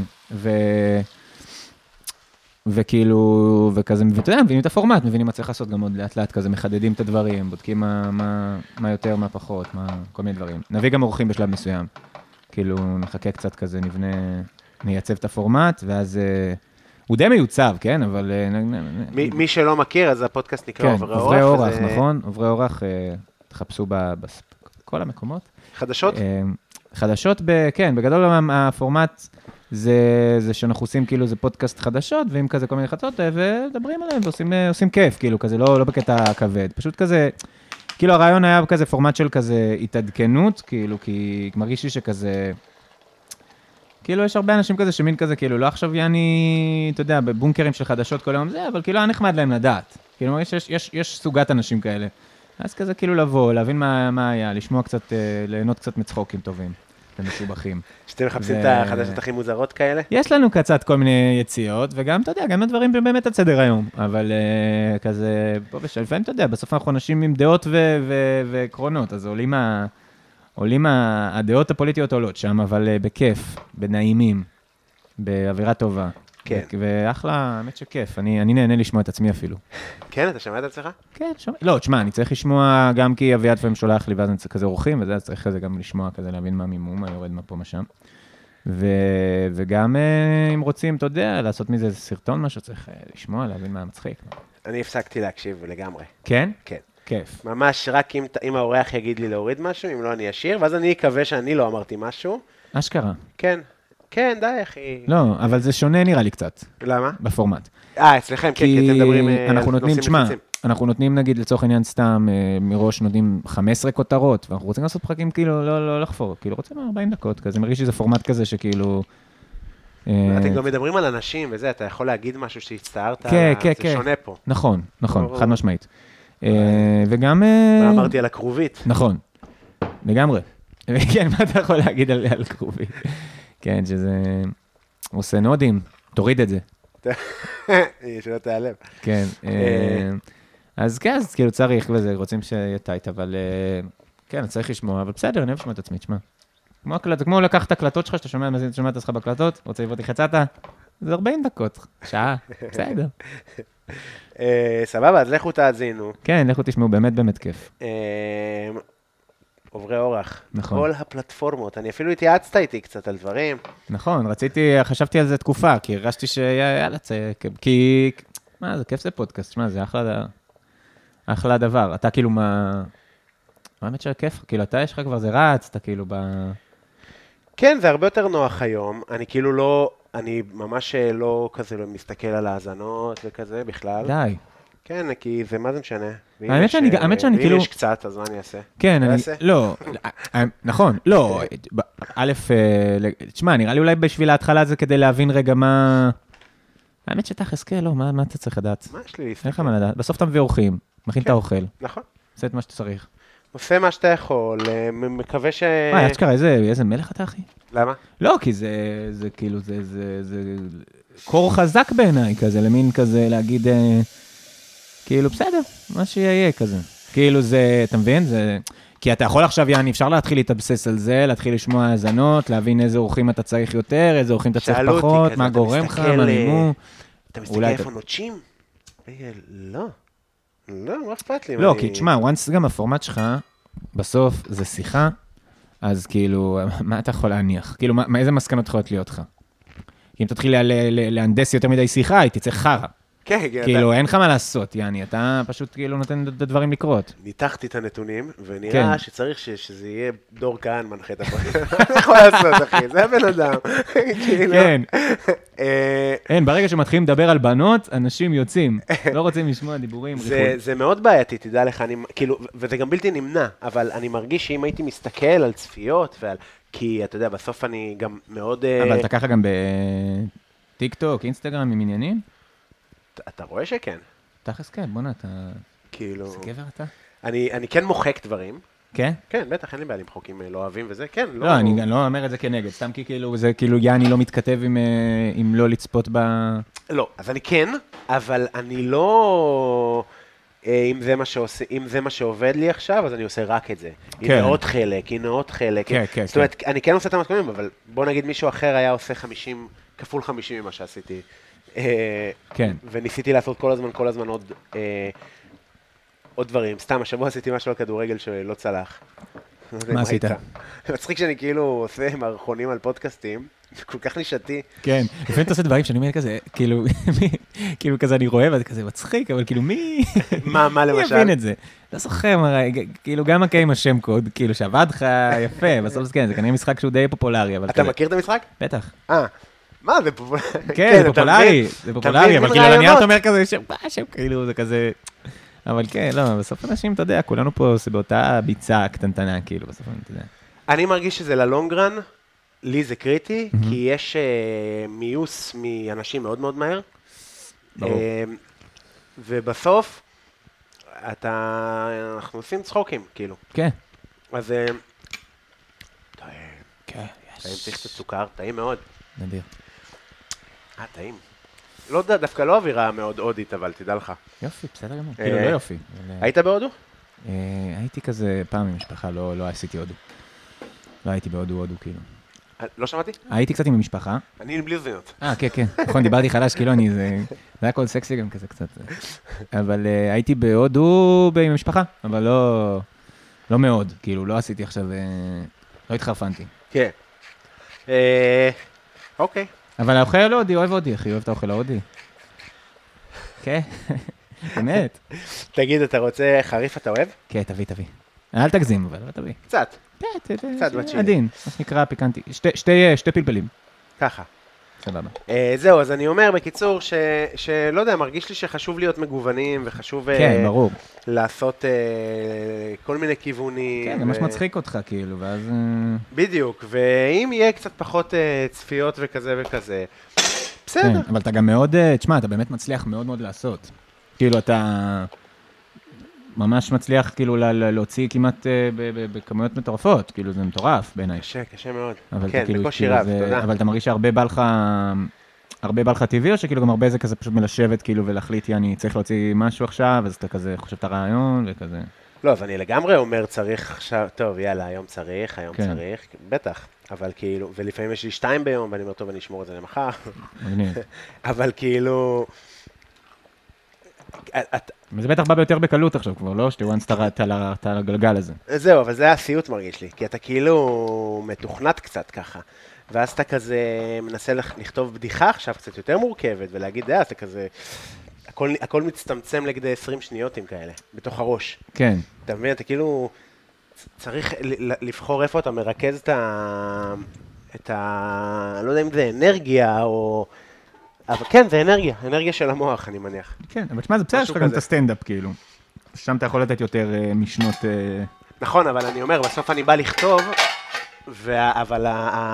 וכאילו, וכזה, ואתה יודע, מבינים את הפורמט, מבינים מה צריך לעשות גם עוד לאט לאט, כזה מחדדים את הדברים, בודקים מה, מה, מה יותר, מה פחות, מה, כל מיני דברים. נביא גם אורחים בשלב מסוים. כאילו, נחכה קצת כזה, נבנה, נייצב את הפורמט, ואז, הוא די מיוצב, כן, אבל... מי, מי שלא מכיר, אז הפודקאסט נקרא עוברי אורח. עוברי אורח, נכון? עוברי אורח, תחפשו בכל המקומות. חדשות? חדשות, כן, בגדול הפורמט, זה, זה שאנחנו עושים כאילו זה פודקאסט חדשות, ועם כזה כל מיני חדשות, ודברים עליהם, ועושים עושים כיף, כאילו, כזה לא, לא בקטע כבד. פשוט כזה, כאילו הרעיון היה כזה פורמט של כזה התעדכנות, כאילו, כי מרגיש לי שכזה, כאילו יש הרבה אנשים כזה שמין כזה, כאילו, לא עכשיו יעני, אתה יודע, בבונקרים של חדשות כל היום זה, אבל כאילו היה נחמד להם לדעת. כאילו, יש, יש, יש, יש סוגת אנשים כאלה. אז כזה כאילו לבוא, להבין מה, מה היה, לשמוע קצת, ליהנות קצת מצחוקים טובים. ומשובחים. שאתם מחפשים את החדשות הכי מוזרות כאלה? יש לנו קצת כל מיני יציאות, וגם, אתה יודע, גם הדברים באמת על סדר היום, אבל כזה, פה ושם, לפעמים, אתה יודע, בסוף אנחנו אנשים עם דעות ועקרונות, אז עולים עולים הדעות הפוליטיות עולות שם, אבל בכיף, בנעימים, באווירה טובה. כן. ואחלה, האמת שכיף, אני, אני נהנה לשמוע את עצמי אפילו. כן, אתה שומע את עצמך? כן, שומע. לא, תשמע, אני צריך לשמוע גם כי אביעד לפעמים שולח לי, ואז אני צריך כזה אורחים, וזה, אז צריך כזה גם לשמוע, כזה להבין מה מימום, מה יורד, מה פה, מה שם. ו... וגם אם רוצים, אתה יודע, לעשות מזה איזה סרטון, משהו, צריך לשמוע, להבין מה מצחיק. אני הפסקתי להקשיב לגמרי. כן? כן. כיף. ממש רק אם, אם האורח יגיד לי להוריד משהו, אם לא אני אשאיר, ואז אני אקווה שאני לא אמרתי משהו. אשכרה. כן. כן, די, אחי. לא, אבל זה שונה נראה לי קצת. למה? בפורמט. אה, אצלכם, כן, כי אתם מדברים על נושאים מפיצים. אנחנו נותנים, נגיד, לצורך עניין סתם, מראש נותנים חמש עשרה כותרות, ואנחנו רוצים לעשות פרקים כאילו, לא, לא לחפור, כאילו רוצים ארבעים דקות, כזה מרגיש שזה פורמט כזה שכאילו... אתם גם מדברים על אנשים וזה, אתה יכול להגיד משהו שהצטערת, זה שונה פה. נכון, נכון, חד משמעית. וגם... אמרתי על הקרובית. נכון. לגמרי. כן, מה אתה יכול להגיד על, על קרובי? כן, שזה עושה נודים, תוריד את זה. שלא תיעלב. כן, אז כן, אז כאילו צריך וזה, רוצים שיהיה טייט, אבל כן, צריך לשמוע, אבל בסדר, אני אוהב לשמוע את עצמי, תשמע. כמו לקחת הקלטות שלך, שאתה שומע את עצמך בהקלטות, רוצה לראות איך יצאת, זה ארבעים דקות, שעה, בסדר. סבבה, אז לכו תאזינו. כן, לכו תשמעו, באמת באמת כיף. עוברי אורח. נכון. כל הפלטפורמות, אני אפילו התייעצת איתי קצת על דברים. נכון, רציתי, חשבתי על זה תקופה, כי הרגשתי שיאללה, כי, מה, זה כיף זה פודקאסט, שמע, זה אחלה, אחלה דבר. אתה כאילו מה, מה האמת שהכיף? כאילו, אתה יש לך כבר, זה רץ, אתה כאילו ב... כן, זה הרבה יותר נוח היום. אני כאילו לא, אני ממש לא כזה לא מסתכל על האזנות וכזה בכלל. די. כן, כי זה מה זה משנה. האמת שאני, האמת שאני כאילו... ואם יש קצת, אז מה אני אעשה? כן, אני... לא, נכון, לא. א', תשמע, נראה לי אולי בשביל ההתחלה זה כדי להבין רגע מה... האמת שאתה חזקה, לא, מה אתה צריך לדעת? מה יש לי להסתכל? אין לך מה לדעת. בסוף אתה מביא אורחים, מכין את האוכל. נכון. עושה את מה שאתה צריך. עושה מה שאתה יכול, מקווה ש... מה, אשכרה, איזה מלך אתה, אחי? למה? לא, כי זה, זה כאילו, זה, זה, זה קור חזק בעיניי כזה, למין כזה להגיד, כאילו, בסדר, מה שיהיה כזה. כאילו זה, אתה מבין? זה... כי אתה יכול עכשיו, יעני, אפשר להתחיל להתאבסס על זה, להתחיל לשמוע האזנות, להבין איזה אורחים אתה צריך יותר, איזה אורחים אתה צריך פחות, מה גורם לך, מה נימו. אתה מסתכל איפה נוטשים? לא. לא, מה אכפת לי? לא, כי תשמע, once גם הפורמט שלך, בסוף זה שיחה, אז כאילו, מה אתה יכול להניח? כאילו, איזה מסקנות יכולות להיות לך? כי אם תתחיל להנדס יותר מדי שיחה, היא תצא חרה. כן, כאילו, אין לך מה לעשות, יעני, אתה פשוט כאילו נותן את הדברים לקרות. ניתחתי את הנתונים, ונראה שצריך שזה יהיה דור כהן מנחה את הפרקים. מה יכול לעשות, אחי? זה הבן אדם. כן. אין, ברגע שמתחילים לדבר על בנות, אנשים יוצאים. לא רוצים לשמוע דיבורים. זה מאוד בעייתי, תדע לך, כאילו, וזה גם בלתי נמנע, אבל אני מרגיש שאם הייתי מסתכל על צפיות, כי אתה יודע, בסוף אני גם מאוד... אבל אתה ככה גם בטיק טוק, אינסטגרם, עם עניינים? אתה רואה שכן. תכף כן, בוא נה, אתה... כאילו... זה גבר אתה? אני, אני כן מוחק דברים. כן? כן, בטח, אין לי בעיה למחוק עם לא אוהבים וזה, כן. לא, לא אני לא אומר את זה כנגד, סתם כי כאילו, זה כאילו, יעני לא מתכתב עם, עם לא לצפות ב... לא, אז אני כן, אבל אני לא... אם זה מה שעושה, אם זה מה שעובד לי עכשיו, אז אני עושה רק את זה. כן. הנה עוד חלק, הנה עוד חלק. כן, כן, זאת אומרת, כן. אני כן עושה את המתכונים, אבל בוא נגיד מישהו אחר היה עושה חמישים, כפול חמישים ממה שעשיתי. כן. וניסיתי לעשות כל הזמן, כל הזמן עוד, עוד דברים. סתם, השבוע עשיתי משהו על כדורגל שלא צלח. מה עשית? מצחיק שאני כאילו עושה מערכונים על פודקאסטים, כל כך נישתי. כן, לפעמים אתה עושה דברים שאני אומר כזה, כאילו, כאילו כזה אני רואה, וזה כזה מצחיק, אבל כאילו מי... מה, מה למשל? מי יבין את זה? לא זוכר, כאילו גם הקי עם השם קוד, כאילו שעבד לך יפה, בסוף כן, זה כנראה משחק שהוא די פופולרי, אבל... אתה מכיר את המשחק? בטח. אה. מה, זה פופולרי? כן, זה פופולרי, זה פופולרי, אבל כאילו אני אתה אומר כזה, שם, שם, כאילו זה כזה... אבל כן, לא, בסוף אנשים, אתה יודע, כולנו פה באותה ביצה קטנטנה, כאילו, בסוף אתה יודע. אני מרגיש שזה ללונגרן, לי זה קריטי, כי יש מיוס מאנשים מאוד מאוד מהר. ברור. ובסוף, אתה, אנחנו עושים צחוקים, כאילו. כן. אז... טעים. כן, יש. טעים, צריך את הסוכר, טעים מאוד. נדיר. אה, טעים. לא, דווקא לא אווירה מאוד הודית, אבל תדע לך. יופי, בסדר גמור. כאילו, לא יופי. היית בהודו? הייתי כזה פעם עם משפחה, לא עשיתי הודו. לא הייתי בהודו, הודו, כאילו. לא שמעתי? הייתי קצת עם המשפחה. אני עם בלי זינות. אה, כן, כן. נכון, דיברתי חדש, כאילו אני, זה היה כל סקסי גם כזה קצת. אבל הייתי בהודו עם המשפחה, אבל לא, לא מאוד, כאילו, לא עשיתי עכשיו, לא התחרפנתי. כן. אוקיי. אבל האוכל הודי, אוהב הודי, אחי, אוהב את האוכל ההודי. כן, באמת. תגיד, אתה רוצה חריף אתה אוהב? כן, תביא, תביא. אל תגזים, אבל תביא. קצת. קצת בצ'ילי. עדין, מה שנקרא פיקנטי. שתי פלפלים. ככה. סבבה. זהו, אז אני אומר בקיצור שלא יודע, מרגיש לי שחשוב להיות מגוונים וחשוב לעשות כל מיני כיוונים. כן, ממש מצחיק אותך כאילו, ואז... בדיוק, ואם יהיה קצת פחות צפיות וכזה וכזה, בסדר. אבל אתה גם מאוד, תשמע, אתה באמת מצליח מאוד מאוד לעשות. כאילו אתה... ממש מצליח כאילו להוציא כמעט בכמויות מטורפות, כאילו זה מטורף בעיניי. קשה, קשה מאוד. כן, בקושי רב, תודה. אבל אתה מרגיש שהרבה בא לך, הרבה בא לך טבעי, או שכאילו גם הרבה זה כזה פשוט מלשבת כאילו ולהחליט, אני צריך להוציא משהו עכשיו, אז אתה כזה חושב את הרעיון וכזה. לא, אז אני לגמרי אומר צריך עכשיו, טוב, יאללה, היום צריך, היום צריך, בטח. אבל כאילו, ולפעמים יש לי שתיים ביום, ואני אומר, טוב, אני אשמור את זה למחר. מגניב. אבל כאילו... וזה בטח בא ביותר בקלות עכשיו כבר, לא? שתיוואנס אתה על הגלגל הזה. זהו, אבל זה הסיוט מרגיש לי, כי אתה כאילו מתוכנת קצת ככה. ואז אתה כזה מנסה לכתוב בדיחה עכשיו קצת יותר מורכבת, ולהגיד, אה, אתה כזה... הכל, הכל מצטמצם לכדי עשרים שניותים כאלה, בתוך הראש. כן. אתה מבין, אתה כאילו... צריך לבחור איפה אתה מרכז את ה... את ה... לא יודע אם זה אנרגיה או... אבל כן, זה אנרגיה, אנרגיה של המוח, אני מניח. כן, אבל תשמע, זה בסדר שלך גם את הסטנדאפ, כאילו. שם אתה יכול לתת יותר משנות... נכון, אבל אני אומר, בסוף אני בא לכתוב, אבל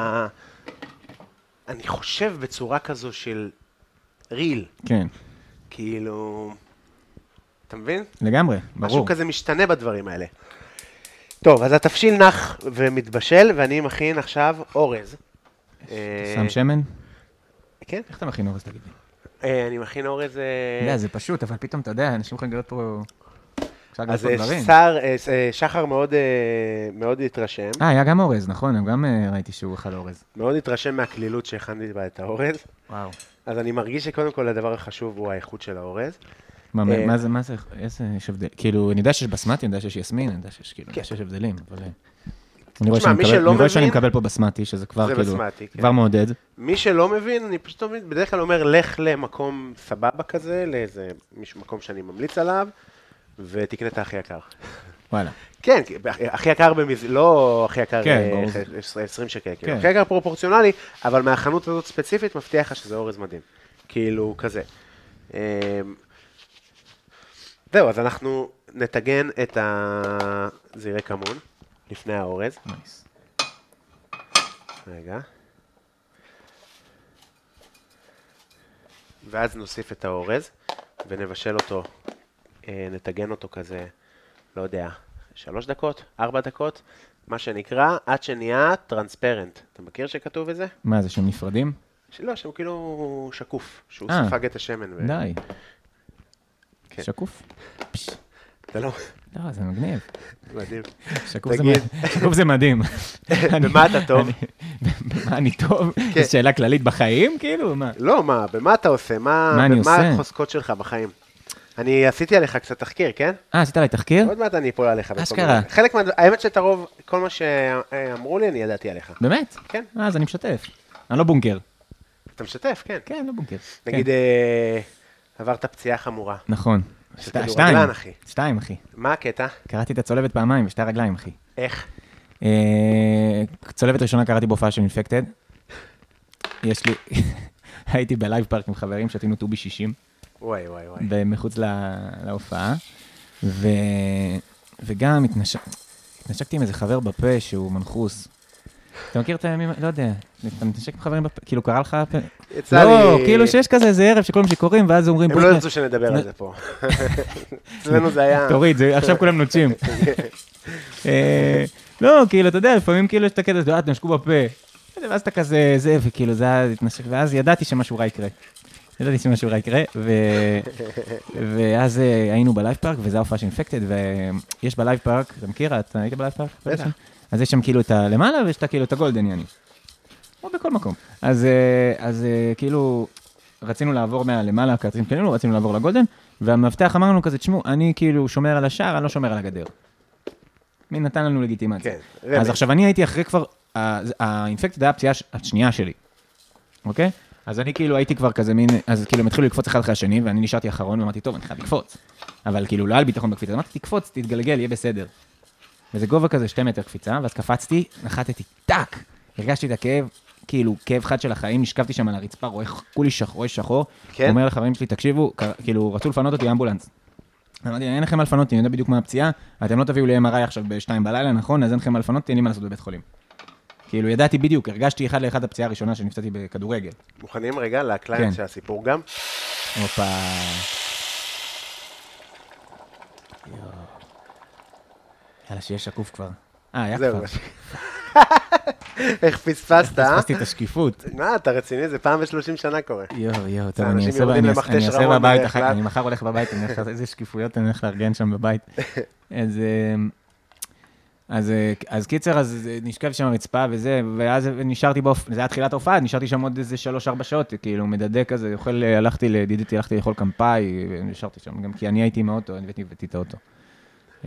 אני חושב בצורה כזו של ריל. כן. כאילו... אתה מבין? לגמרי, ברור. משהו כזה משתנה בדברים האלה. טוב, אז התפשיל נח ומתבשל, ואני מכין עכשיו אורז. אתה שם שמן? כן. איך אתה מכין אורז, תגיד לי? אני מכין אורז... לא, זה פשוט, אבל פתאום אתה יודע, אנשים יכולים לראות פה... אז שר, שחר מאוד, מאוד התרשם. אה, היה גם אורז, נכון, גם ראיתי שהוא אכל אורז. מאוד התרשם מהכלילות שהכנתי בה את האורז. וואו. אז אני מרגיש שקודם כל הדבר החשוב הוא האיכות של האורז. מה, מה זה, מה זה, איזה יש הבדל? כאילו, אני יודע שיש בסמטי, אני יודע שיש יסמין, אני יודע שיש, כאילו, שיש הבדלים, אבל... אני רואה שאני מקבל פה בסמטי, שזה כבר כאילו, כבר מעודד. מי שלא מבין, אני פשוט בדרך כלל אומר, לך למקום סבבה כזה, לאיזה מקום שאני ממליץ עליו, ותקנה את הכי יקר. וואלה. כן, הכי יקר במז... לא הכי יקר עשרים שקל, הכי יקר פרופורציונלי, אבל מהחנות הזאת ספציפית מבטיח לך שזה אורז מדהים. כאילו, כזה. זהו, אז אנחנו נתגן את הזירי כמון לפני האורז. נייס. רגע. ואז נוסיף את האורז ונבשל אותו, נתגן אותו כזה, לא יודע, שלוש דקות, ארבע דקות, מה שנקרא, עד שנהיה טרנספרנט. אתה מכיר שכתוב את זה? מה זה, שהם נפרדים? לא, שהם כאילו שקוף, שהוא 아, ספג את השמן. ו... די. כן. שקוף? אתה לא... לא, זה מגניב. מדהים. שקוף, זה, שקוף זה מדהים. במה אתה טוב? במה אני טוב? זו שאלה כללית בחיים, כאילו? מה? לא, מה, במה אתה עושה? מה, מה אני עושה? במה החוזקות שלך בחיים? אני עשיתי עליך קצת תחקיר, כן? אה, עשית עליי תחקיר? עוד מעט אני אפול עליך. אשכרה. חלק מה... האמת שאת הרוב, כל מה שאמרו לי, אני ידעתי עליך. באמת? כן. אה, אז אני משתף. אני לא בונקר. אתה משתף, כן. כן, לא בונקר. נגיד, עברת פציעה חמורה. נכון. שתיים, אחי. שתיים, אחי. מה הקטע? קראתי את הצולבת פעמיים, בשתי רגליים, אחי. איך? צולבת ראשונה קראתי בהופעה של אינפקטד. יש לי... הייתי בלייב פארק עם חברים, שתינו טובי שישים. וואי, וואי, וואי. ומחוץ להופעה. וגם התנשקתי עם איזה חבר בפה שהוא מנחוס. אתה מכיר את הימים? לא יודע. אתה מתנשק עם חברים בפה? כאילו קרא לך... לא, כאילו שיש כזה איזה ערב שכולם שקוראים, ואז אומרים... הם לא ירצו שנדבר על זה פה. אצלנו זה היה... תוריד, עכשיו כולם נוטשים. לא, כאילו, אתה יודע, לפעמים כאילו יש את הקטע, אתה נשקו בפה. ואז אתה כזה, זה, וכאילו, זה היה התנשק, ואז ידעתי שמשהו רע יקרה. ידעתי שמשהו רע יקרה, ואז היינו בלייב פארק, וזה ההופעה של אינפקטד, ויש בלייב פארק, אתה מכיר? אתה היית בלייב פארק? בטח. אז יש שם כאילו את הלמעלה, ויש את כאילו את הגולדן, יעני. או בכל מקום. אז, אז כאילו, רצינו לעבור מהלמעלה, כרטיסים קנינו, רצינו לעבור לגולדן, והמבטח אמרנו כזה, תשמעו, אני כאילו שומר על השער, אני לא שומר על הגדר. מי נתן לנו לגיטימציה. כן. אז עכשיו אני הייתי אחרי כבר, האינפקטד היה הפציעה השנייה שלי. אוקיי? אז אני כאילו הייתי כבר כזה מין, אז כאילו הם התחילו לקפוץ אחד אחרי השני, ואני נשארתי אחרון, ואמרתי, טוב, אני חייב לקפוץ. אבל כאילו לא היה לי ביטחון בקפיצה, אמרתי, תקפוץ, תתגלגל, יהיה בסדר. וזה גובה כזה שתי מטר קפיצה, ואז קפצתי, נחתתי, טק! הרגשתי את הכאב, כאילו, כאב חד של החיים, נשכבתי שם על הרצפה, רואה כולי שחור, שחור, כן? אומר לחברים שלי, תקשיבו, כאילו, רצו לפנות אותי אמבולנס. אמרתי, אין לכם מה לפנות אותי, אני יודע בדיוק מה הפציעה, אתם לא תביאו לי אם אר איי עכשיו בשתיים בלילה, נכון? אז אין לכם מה לפנות אותי, אין לי מה לעשות בבית חולים. כאילו, ידעתי בדיוק, הרגשתי אחד לאחד הפציעה הראשונה שנפצעתי בכדורגל. מוכנים רגע להקליין שהסיפור גם? הופה. יאללה, שיהיה שקוף כבר. אה, היה זהו. כבר. איך פספסת, אה? פספסתי את השקיפות. מה, אתה רציני? זה פעם ב-שלושים שנה קורה. יואו, יואו, טוב, אנשים אני אעשה יורדים אני למכתש אני אעשה רמון בבית, בדרך אחר- כלל. אני מחר הולך בבית, אני הולך לעשות איזה שקיפויות, אני הולך לארגן שם בבית. אז, אה, אז, אה, אז קיצר, אז נשכב שם הרצפה וזה, ואז נשארתי באופ... זה היה תחילת ההופעה, נשארתי שם עוד איזה שלוש ארבע שעות, כאילו מדדה כזה, אוכל, הלכתי לדידיתי, הלכתי לאכול קמפאי, ונשארתי שם, גם כי אני הייתי עם האוטו, אני הבאתי את האוטו. אה,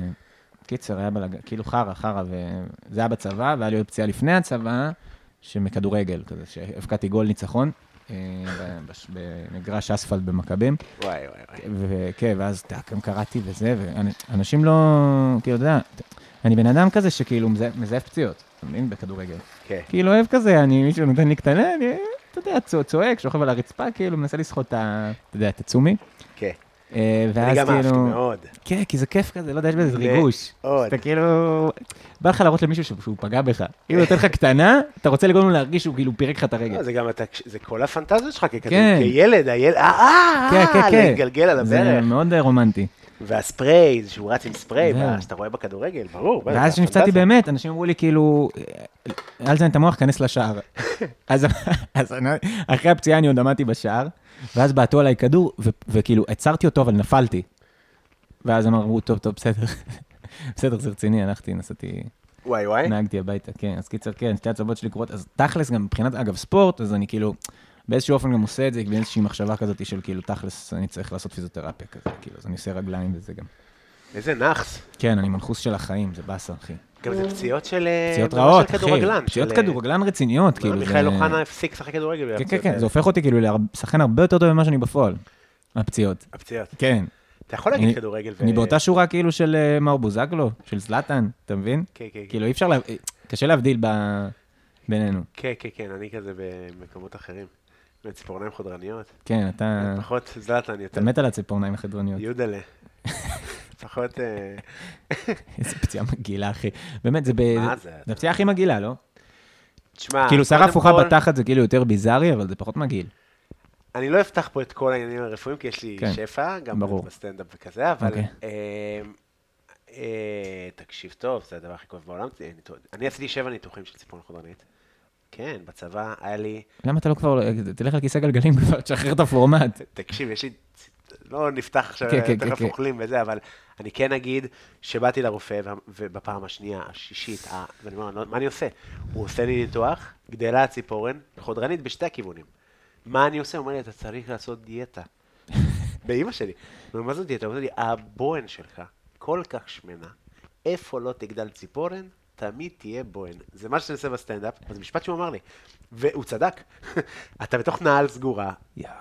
קיצר, היה בלגן, כאילו חרא, חרא, וזה היה בצבא, והיה לי עוד פציעה לפני הצבא, שמכדורגל, כזה, שהפקעתי גול ניצחון, אה, בש- במגרש אספלט במכבים, וואי, וואי, וואי. וכן, ואז גם קראתי וזה, ואנשים לא, כאילו, אתה יודע, אני בן אדם כזה שכאילו מזייף- מזייף פציעות, אתה מבין? בכדורגל. כן. כאילו אוהב כזה, אני, מישהו נותן לי קטנה, אני, אתה יודע, צוע- צועק, שוכב על הרצפה, כאילו, מנסה לסחוט את ה... אתה יודע, את הצומי. כן. אה, אני ואז גם אהבתי כאילו... מאוד. כן, כי זה כיף כזה, לא יודע, יש בזה ריגוש. מאוד. אתה כאילו... בא לך להראות למישהו שהוא פגע בך. אם הוא נותן לך קטנה, אתה רוצה לגרום לו להרגיש שהוא כאילו פירק לך את לא, הרגל. זה גם, אתה- זה כל הפנטזיות שלך ככדור, כן. כילד, הילד, אה, אה, כן, כן, אה, כן. להתגלגל על זה הברך. מאוד אה, רומנטי. והספריי, זה שהוא רץ עם ספריי, זהו. שאתה רואה בכדורגל, ברור. בטח, ואז זה כשנפצעתי הפנטזיה. באמת, אנשים אמרו לי כאילו, אל תזיין את המוח, כנס לשער. אז אז אני- אחרי הפציעה אני עוד עמדתי בשער, ואז בעטו עליי כדור, ו- וכאילו עצרתי אותו, אבל נפלתי. ואז הם אמרו, טוב, טוב, בסדר. בסדר, זה רציני, הלכתי, נסעתי, וואי, וואי. נהגתי הביתה, כן. אז קיצר, כן, שתי הצוות שלי קורות, אז תכלס גם מבחינת, אגב, ספורט, אז אני כאילו, באיזשהו אופן גם עושה את זה, באיזושהי מחשבה כזאת של כאילו, תכלס, אני צריך לעשות פיזיותרפיה כזה, כאילו, אז אני עושה רגליים וזה גם. איזה נחס. כן, אני מנחוס של החיים, זה באסה, אחי. גם זה פציעות של... אה, פציעות ממש רעות, של אחי. כדורגלן, פציעות של, כדורגלן רציניות, אה, כאילו. מיכאל זה- אוחנה הפסיק לשחק כדורגל. כן, כן, והפציעות כן, האלה. זה הופך אותי כאילו לשחקן הרבה יותר טוב ממה שאני בפועל. הפציעות. הפציעות. כן. אתה יכול אני- להגיד כדורגל ו... אני באותה שורה כאילו של אה, מאור בוזגלו, של זלאטן, אתה מבין? כן, כן, כן. כאילו אי אפשר, לה- קשה להבדיל ב- בינינו. כן, כן, כן, אני כזה במקומות אחרים. בציפורניים חודרניות. כן, אתה פחות זלאטן יותר. אתה מת על הציפורניים החדרוניות. יודלה. פחות... אה, איזה פציעה מגעילה, אחי. באמת, זה ב- מה זה? זה הפציעה הכי מגעילה, לא? תשמע, כאילו, שערה קודם הפוכה כל, בתחת זה כאילו יותר ביזארי, אבל זה פחות מגעיל. אני לא אפתח פה את כל העניינים הרפואיים, כי יש לי כן, שפע, גם ברור. בסטנדאפ וכזה, אבל... אוקיי. אה, אה, תקשיב טוב, זה הדבר הכי כואב בעולם. אה, ניתוח- אני עשיתי שבע ניתוחים של ציפורן חודרנית. כן, בצבא היה לי... למה אתה לא כבר, תלך על כיסא גלגלים כבר, תשחרר את הפורמט. תקשיב, יש לי... לא נפתח עכשיו, כן, כן, תכף כן, אוכלים וזה, אבל אני כן אגיד שבאתי לרופא, ו- ובפעם השנייה, השישית, ה- ואני אומר, "לא, מה אני עושה? הוא עושה לי ניתוח, גדלה הציפורן, חודרנית בשתי הכיוונים. מה אני עושה? הוא אומר לי, אתה צריך לעשות דיאטה. באמא שלי. הוא אומר, מה זאת דיאטה? הוא אומר לי, הבוהן שלך כל כך שמנה, איפה לא תגדל ציפורן, תמיד תהיה בוהן. זה מה שאני עושה בסטנדאפ, אז זה משפט שהוא אמר לי. והוא צדק. אתה בתוך נעל סגורה.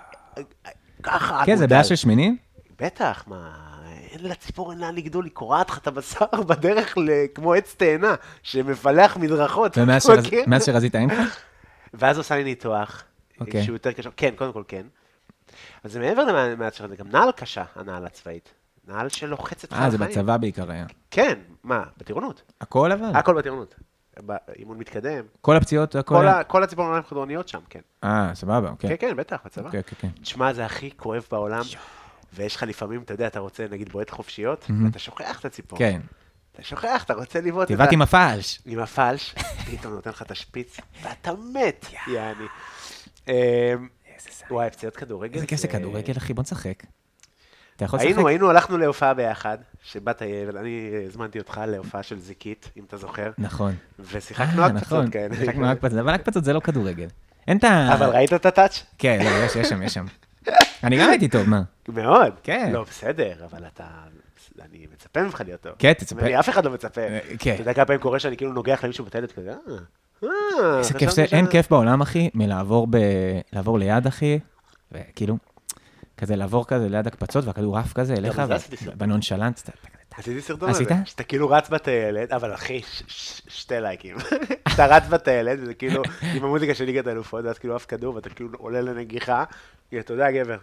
ככה, כן, זה בעיה של שמנים? בטח, מה, אין לה ציפורן לאן לגדול, היא קורעת לך את הבשר בדרך ל- כמו עץ תאנה, שמפלח מדרכות. ומאז אתה שרז- מכיר? מאז שרזית האמצע? ואז עושה לי ניתוח, אוקיי. שהוא יותר קשה, כן, קודם כל כן. אז זה מעבר למעט שרזית, זה גם נעל קשה, הנעל הצבאית. נעל שלוחצת לך אה, על זה החיים. בצבא בעיקר היה. כן, מה, בטירונות. הכל אבל? הכל בטירונות. באימון מתקדם. כל הפציעות, הכל כל היה? ה- כל הציפורניים החודרניות שם, כן. אה, סבבה, אוקיי. כן, כן, בטח, בצבא. אוקיי, אוקיי, כן. תשמע, זה הכי כואב בעולם, ויש לך לפעמים, אתה יודע, אתה רוצה, נגיד, בועט חופשיות, ואתה שוכח את הציפור. כן. אתה שוכח, אתה רוצה לבעוט את תיבט עם הפלש. עם הפלש, פתאום נותן לך את השפיץ, ואתה מת, יעני. אמ, וואי, פציעות כדורגל. איזה כיף זה כדורגל, אחי, בוא נשחק. אתה יכול לשחק? היינו, היינו, הלכנו להופעה ביחד, שבאת, אני הזמנתי אותך להופעה של זיקית, אם אתה זוכר, נכון. ושיחקנו אה, רק נכון. פצצות כאלה. שיחקנו רק פצצות, אבל רק פצצות זה לא כדורגל. אין את ה... אבל ראית את הטאץ'? כן, לא, יש, יש שם, יש שם. אני גם הייתי טוב, מה? מאוד. כן. לא, בסדר, אבל אתה... אני מצפה ממך להיות טוב. כן, תצפה. אני, אף אחד לא מצפה. אה, כן. אתה יודע כמה פעמים קורה שאני כאילו נוגח למישהו בטיילת כזה, אה, אה, איזה חשבתי כיף זה, ש- אין כיף בעולם, אחי, מלעבור ב... לעבור ליד, אחי, וכאילו, כזה לעבור כזה ליד הקפצות, והכדור עף כזה אליך, זה עשיתי סרטון. בנונשלנט, אתה- עשיתי סרטון על עשית? זה, שאתה כאילו רץ בטיילת, אבל אחי, ש- ש- שתי לייקים. אתה רץ בטיילת, וזה כאילו, עם המוזיקה של ליגת האלופות, ואז כאילו אף כדור, ואתה כאילו עולה לנגיחה, אתה יודע, גבר.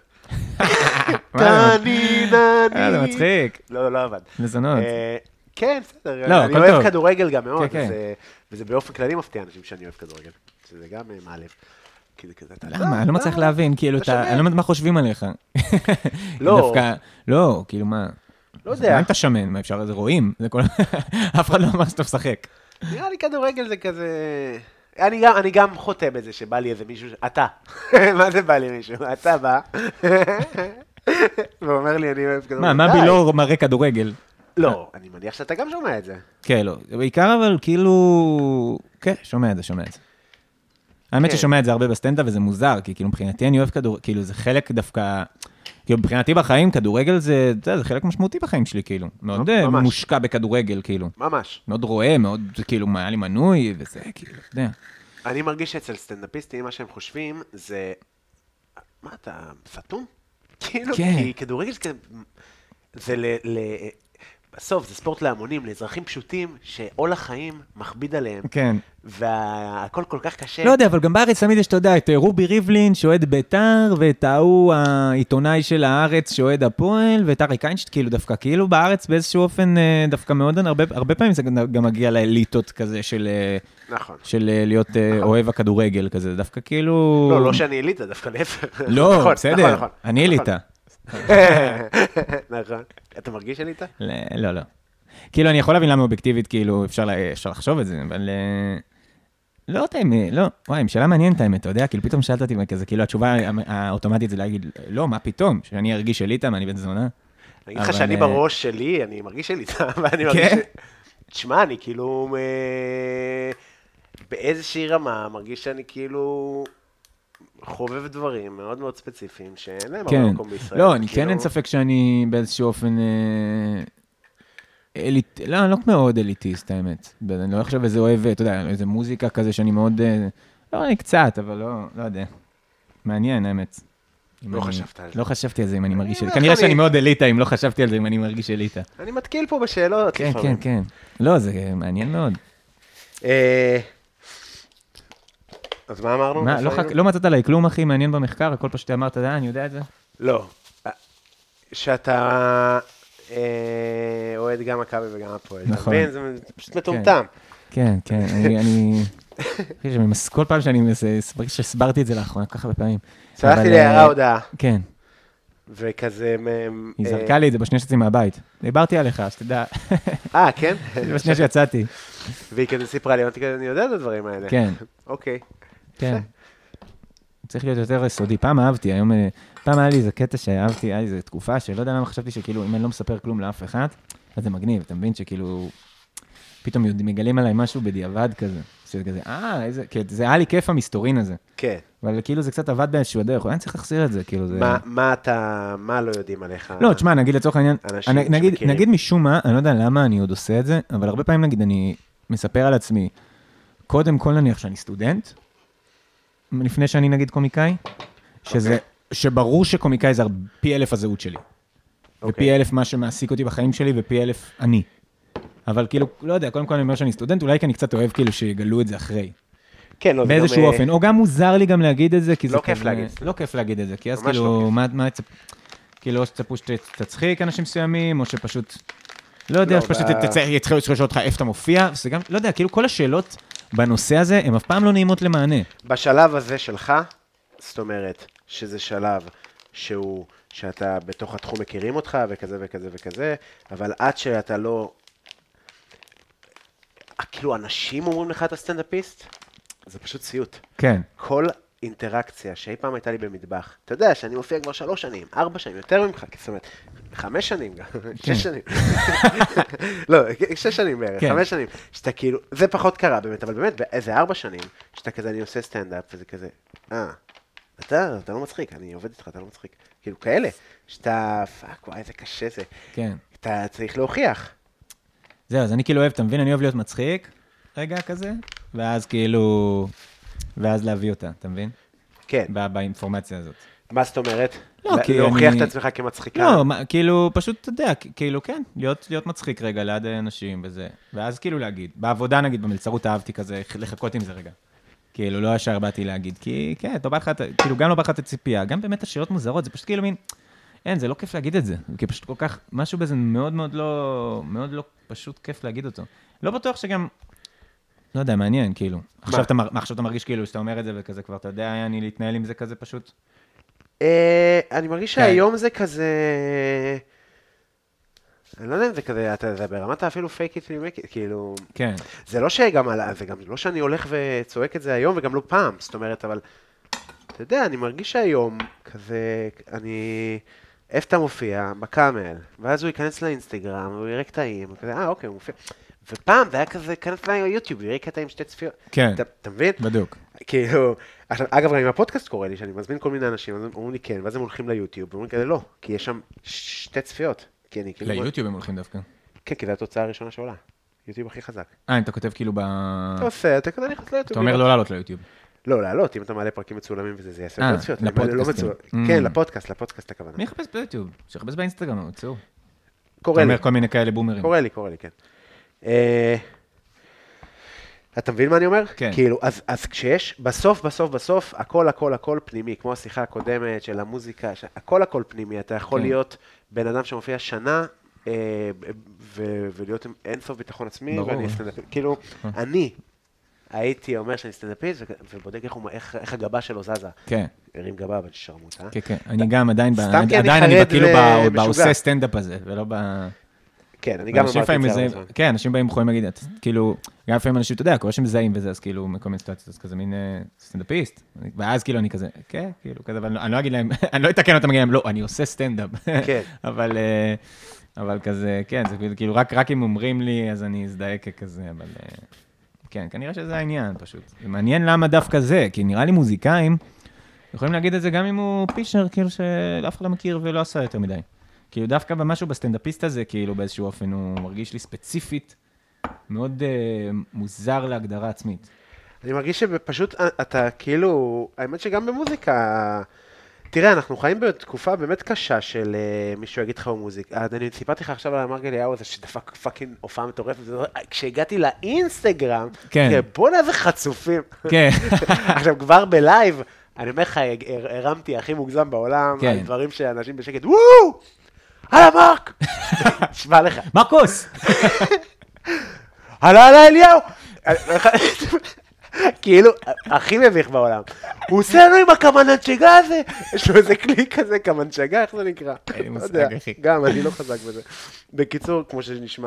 טני, אה, זה נני. מצחיק, לא, לא עבד. לזונות. אה, כן, בסדר, לא, אני הכל אוהב טוב. כדורגל גם מאוד, כן, כן. וזה- וזה באופן כללי מפתיע אנשים שאני אוהב כדורגל, שזה גם אה, מעלב. כי זה כזה, אתה- למה? אני לא מצליח להבין, כאילו, לא אתה- שווה. אני לא יודעת מה חושבים עליך. לא. דווקא, לא, כאילו מה, לא יודע. מה אם אתה שמן? מה אפשר? זה רואים. אף אחד לא אמר שאתה משחק. נראה לי כדורגל זה כזה... אני גם, אני גם חוטא בזה שבא לי איזה מישהו... אתה. מה זה בא לי מישהו? אתה בא. ואומר לי, אני אוהב כדורגל. מה, מה בי לא מראה כדורגל? לא, אני מניח שאתה גם שומע את זה. כן, לא. בעיקר אבל כאילו... כן, שומע את זה, שומע את זה. האמת ששומע את זה הרבה בסטנדאפ, וזה מוזר, כי כאילו מבחינתי אני אוהב כדורגל, כאילו זה חלק דווקא... כאילו מבחינתי בחיים, כדורגל זה, זה חלק משמעותי בחיים שלי, כאילו. מאוד מושקע בכדורגל, כאילו. ממש. מאוד רואה, מאוד, כאילו, היה לי מנוי, וזה, כאילו, אתה יודע. אני מרגיש שאצל סטנדאפיסטים, מה שהם חושבים, זה... מה, אתה סתום? כאילו, כי כדורגל זה ל... בסוף, זה ספורט להמונים, לאזרחים פשוטים, שעול החיים מכביד עליהם. כן. והכל כל כך קשה. לא יודע, אבל גם בארץ תמיד יש, אתה יודע, את רובי ריבלין, שאוהד בית"ר, ואת ההוא העיתונאי של הארץ, שאוהד הפועל, ואת אריק איינשטיין, כאילו דווקא, כאילו בארץ באיזשהו אופן, דווקא מאוד, הרבה, הרבה פעמים זה גם מגיע לאליטות כזה, של, נכון. של להיות נכון. אוהב הכדורגל כזה, דווקא כאילו... לא, לא שאני אליטה, דווקא להפך. לא, נכון, בסדר, נכון, נכון. אני אליטה. נכון. אתה מרגיש אליטה? לא, לא. כאילו, אני יכול להבין למה אובייקטיבית, כאילו, אפשר לחשוב את זה, אבל... לא יודע, לא, וואי, שאלה מעניינת האמת, אתה יודע, כאילו פתאום שאלת אותי כזה, כאילו התשובה האוטומטית זה להגיד, לא, מה פתאום, שאני ארגיש אליטה, מה אני בן זונה? אני אגיד לך שאני בראש שלי, אני מרגיש אליטה, ואני מרגיש... תשמע, אני כאילו, באיזושהי רמה, מרגיש שאני כאילו חובב דברים מאוד מאוד ספציפיים, שאין להם הרבה מקום בישראל. לא, אני כן אין ספק שאני באיזשהו אופן... אליט... לא, לא מאוד אליטיסט, האמת. אני לא חושב איזה אוהב, אתה יודע, איזה מוזיקה כזה שאני מאוד... לא, אני קצת, אבל לא, לא יודע. מעניין, האמת. לא חשבת על זה. לא חשבתי על זה אם אני מרגיש אליטה. כנראה שאני מאוד אליטה, אם לא חשבתי על זה אם אני מרגיש אליטה. אני מתקיל פה בשאלות. כן, כן, כן. לא, זה מעניין מאוד. אז מה אמרנו? לא מצאת עליי כלום, אחי, מעניין במחקר, הכל פשוט אמרת, אני יודע את זה? לא. שאתה... אוהד גם מכבי וגם הפועל. נכון. זה פשוט מטומטם. כן, כן, אני... כל פעם שאני הסברתי את זה לאחרונה, כל כך הרבה פעמים. שלחתי לי הערה הודעה. כן. וכזה... היא זרקה לי את זה בשנייה שיצאתי מהבית. דיברתי עליך, אז תדע. אה, כן? בשנייה שיצאתי. והיא כזה סיפרה לי, אני יודע את הדברים האלה. כן. אוקיי. כן. צריך להיות יותר סודי. פעם אהבתי, היום... פעם היה לי איזה קטע שאהבתי, היה איזו תקופה שלא יודע למה חשבתי שכאילו, אם אני לא מספר כלום לאף אחד, אז זה מגניב, אתה מבין שכאילו, פתאום מגלים עליי משהו בדיעבד כזה, שזה כזה, אה, איזה, כי זה היה לי כיף המסתורין הזה. כן. אבל כאילו זה קצת עבד באיזשהו הדרך, אני צריך להחזיר את זה, כאילו זה... מה אתה, מה לא יודעים עליך? לא, תשמע, נגיד לצורך העניין, נגיד משום מה, אני לא יודע למה אני עוד עושה את זה, אבל הרבה פעמים נגיד אני מספר על עצמי, קודם כל נניח שאני סטודנט, לפני שאני נגיד קומיקאי, שזה שברור שקומיקאי זה פי אלף הזהות שלי. Okay. ופי אלף מה שמעסיק אותי בחיים שלי, ופי אלף אני. אבל כאילו, לא יודע, קודם כל אני אומר שאני סטודנט, אולי כי אני קצת אוהב כאילו שיגלו את זה אחרי. כן, לא, באיזשהו גם... אופן. או גם מוזר לי גם להגיד את זה, כי לא זה כיף כזה... להגיד. לא כיף להגיד את זה, כי אז כאילו, לא מה, מה יצפ... כאילו, או שתצפו שתצחיק אנשים מסוימים, או שפשוט... לא יודע, לא, שפשוט ב... יצטרכו לשאול אותך איפה אתה מופיע, זה גם, לא יודע, כאילו כל השאלות בנושא הזה, הן אף פעם לא נעימות למענה. בשלב הזה שלך, זאת אומרת, שזה שלב שהוא, שאתה בתוך התחום מכירים אותך, וכזה וכזה וכזה, אבל עד שאתה לא... כאילו, אנשים אומרים לך את הסטנדאפיסט, זה פשוט סיוט. כן. כל אינטראקציה שאי פעם הייתה לי במטבח, אתה יודע שאני מופיע כבר שלוש שנים, ארבע שנים, יותר ממך, זאת אומרת, חמש שנים גם, שש שנים. לא, שש שנים בערך, חמש שנים, שאתה כאילו, זה פחות קרה באמת, אבל באמת, באיזה ארבע שנים, שאתה כזה, אני עושה סטנדאפ, וזה כזה, אה, אתה, אתה לא מצחיק, אני עובד איתך, אתה לא מצחיק. כאילו, כאלה, שאתה, פאק, וואי, איזה קשה זה. כן. אתה צריך להוכיח. זהו, אז אני כאילו אוהב, אתה מבין, אני אוהב להיות מצחיק, רגע כזה, ואז כאילו, ואז להביא אותה, אתה מבין? כן. באינפורמציה הזאת. מה זאת אומרת? לא, כי אני... להוכיח את עצמך כמצחיקה? לא, כאילו, פשוט, אתה יודע, כאילו, כן, להיות, להיות מצחיק רגע ליד אנשים וזה, ואז כאילו להגיד, בעבודה נגיד, במלצרות אהבתי כזה, לחכות עם זה רגע. כאילו, לא ישר באתי להגיד, כי כן, לא בא לך, כאילו, גם לא בא לך את הציפייה, גם באמת השאלות מוזרות, זה פשוט כאילו מין, אין, זה לא כיף להגיד את זה, כי פשוט כל כך, משהו בזה מאוד מאוד לא, מאוד לא פשוט כיף להגיד אותו. לא בטוח שגם, לא יודע, מעניין, כאילו. עכשיו אתה, עכשיו אתה מרגיש כאילו, שאתה אומר את זה וכזה כבר, אתה יודע, אני להתנהל עם זה כזה פשוט? אני מרגיש שהיום זה כזה, אני לא יודע אם זה כזה, אתה, זה ברמת אפילו fake it till make it, כאילו... כן. זה לא שגם, זה גם לא שאני הולך וצועק את זה היום, וגם לא פעם, זאת אומרת, אבל... אתה יודע, אני מרגיש שהיום, כזה, אני... איפה אתה מופיע? בקאמל, ואז הוא ייכנס לאינסטגרם, והוא יראה קטעים, וכזה, אה, אוקיי, הוא מופיע. ופעם זה היה כזה, ייכנס ליוטיוב, הוא יראה קטעים שתי צפיות. כן. אתה מבין? בדיוק. כאילו, אגב, גם עם הפודקאסט קורה לי, שאני מזמין כל מיני אנשים, אז הם אומרים לי כן, ואז הם הולכים ליוטיוב, ואומרים כזה, לא, כי יש שם שתי צפיות. ליוטיוב הם הולכים דווקא. כן, כי זו התוצאה הראשונה שעולה. יוטיוב הכי חזק. אה, אם אתה כותב כאילו ב... אתה עושה, אתה כזה נכנס ליוטיוב. אתה אומר לא לעלות ליוטיוב. לא, לעלות, אם אתה מעלה פרקים מצולמים וזה, זה יעשה אה, יותר צפיות. לפודקאסט. כן, לפודקאסט, לפודקאסט הכוונה. מי יחפש ביוטיוב? שיחפש באינסטגרם, הוא צאו. קורא לי. אתה אומר כל מיני כאלה בומרים. קורא לי, קורא לי, כן. אתה מבין מה אני אומר? כן. כאילו, אז, אז כשיש, בסוף, בסוף, בסוף, הכל, הכל, הכל פנימי, כמו השיחה הקודמת של המוזיקה, ש... הכל, הכל פנימי. אתה יכול כן. להיות בן אדם שמופיע שנה, אה, ו... ולהיות עם אינסוף ביטחון עצמי, ברור. ואני סטנדאפיסט. כאילו, אני הייתי אומר שאני סטנדאפיסט, ו... ובודק איך, הוא... איך, איך הגבה שלו זזה. כן. הרים גבה, אבל שרמוטה. כן, כן. אני גם עדיין, סתם כי אני עדיין אני חרד כאילו ומשוגע. בעושה סטנדאפ הזה, ולא ב... כן, אני גם אמרתי את זה הרבה זמן. כן, אנשים באים יכולים להגיד, כאילו, גם לפעמים אנשים, אתה יודע, קורה שמזהים וזה, אז כאילו, מכל מיני סיטואציות, אז כזה מין סטנדאפיסט, ואז כאילו אני כזה, כן, כאילו, כזה, אבל אני לא אגיד להם, אני לא אתקן אותם, אגיד להם, לא, אני עושה סטנדאפ. כן. אבל, אבל כזה, כן, זה כאילו, רק אם אומרים לי, אז אני אזדהה ככזה, אבל, כן, כנראה שזה העניין, פשוט. זה מעניין למה דווקא זה, כי נראה לי מוזיקאים, יכולים להגיד את זה גם אם הוא פישר, כאילו, שאף אחד לא מכיר ולא עשה יותר מדי. כאילו דווקא במשהו בסטנדאפיסט הזה, כאילו באיזשהו אופן, הוא מרגיש לי ספציפית, מאוד uh, מוזר להגדרה עצמית. אני מרגיש שפשוט אתה כאילו, האמת שגם במוזיקה, תראה, אנחנו חיים בתקופה באמת קשה של uh, מישהו יגיד לך במוזיקה. אני סיפרתי לך עכשיו על המרגל אליהו הזה, שדפק פאקינג הופעה מטורפת, כשהגעתי לאינסטגרם, כן. בוא נעזה חצופים. כן. עכשיו כבר בלייב, אני אומר לך, הרמתי הכי מוגזם בעולם, כן. על דברים שאנשים בשקט, וואו! הלאה מרק! שבא לך. מרקוס! הלאה הלאה אליהו! כאילו, הכי מביך בעולם. הוא עושה לנו עם הקמנצ'גה הזה, יש לו איזה כלי כזה, קמנצ'גה, איך זה נקרא? אין לי מושג, אחי. גם, אני לא חזק בזה. בקיצור, כמו שנשמע.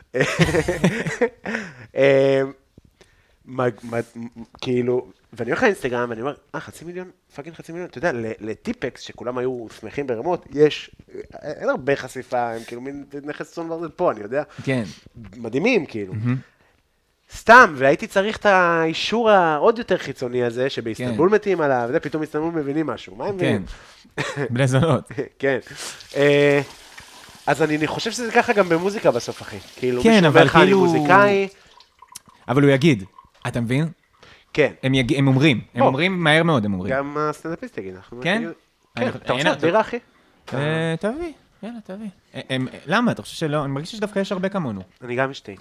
כאילו, ואני הולך לאינסטגרם, ואני אומר, אה, חצי מיליון, פאקינג חצי מיליון, אתה יודע, לטיפקס, שכולם היו שמחים ברמות, יש, אין הרבה חשיפה, הם כאילו מין נכס צאן ברזל פה, אני יודע. כן. מדהימים, כאילו. סתם, והייתי צריך את האישור העוד יותר חיצוני הזה, שבאיסטנבול מתים עליו, וזה, פתאום איסטנבול מבינים משהו. מה הם מבינים? כן, בני זונות. כן. אז אני חושב שזה ככה גם במוזיקה בסוף, אחי. כאילו, כן, מישהו אומר לך, אני מוזיקאי. אבל הוא יגיד, אתה מבין? כן. הם אומרים, הם אומרים מהר מאוד, הם אומרים. גם הסטנדאפיסט יגיד. כן? כן, אתה רוצה בירה, אחי? תביא, יאללה, תביא. למה? אתה חושב שלא? אני מרגיש שדווקא יש הרבה כמונו. אני גם אשתי.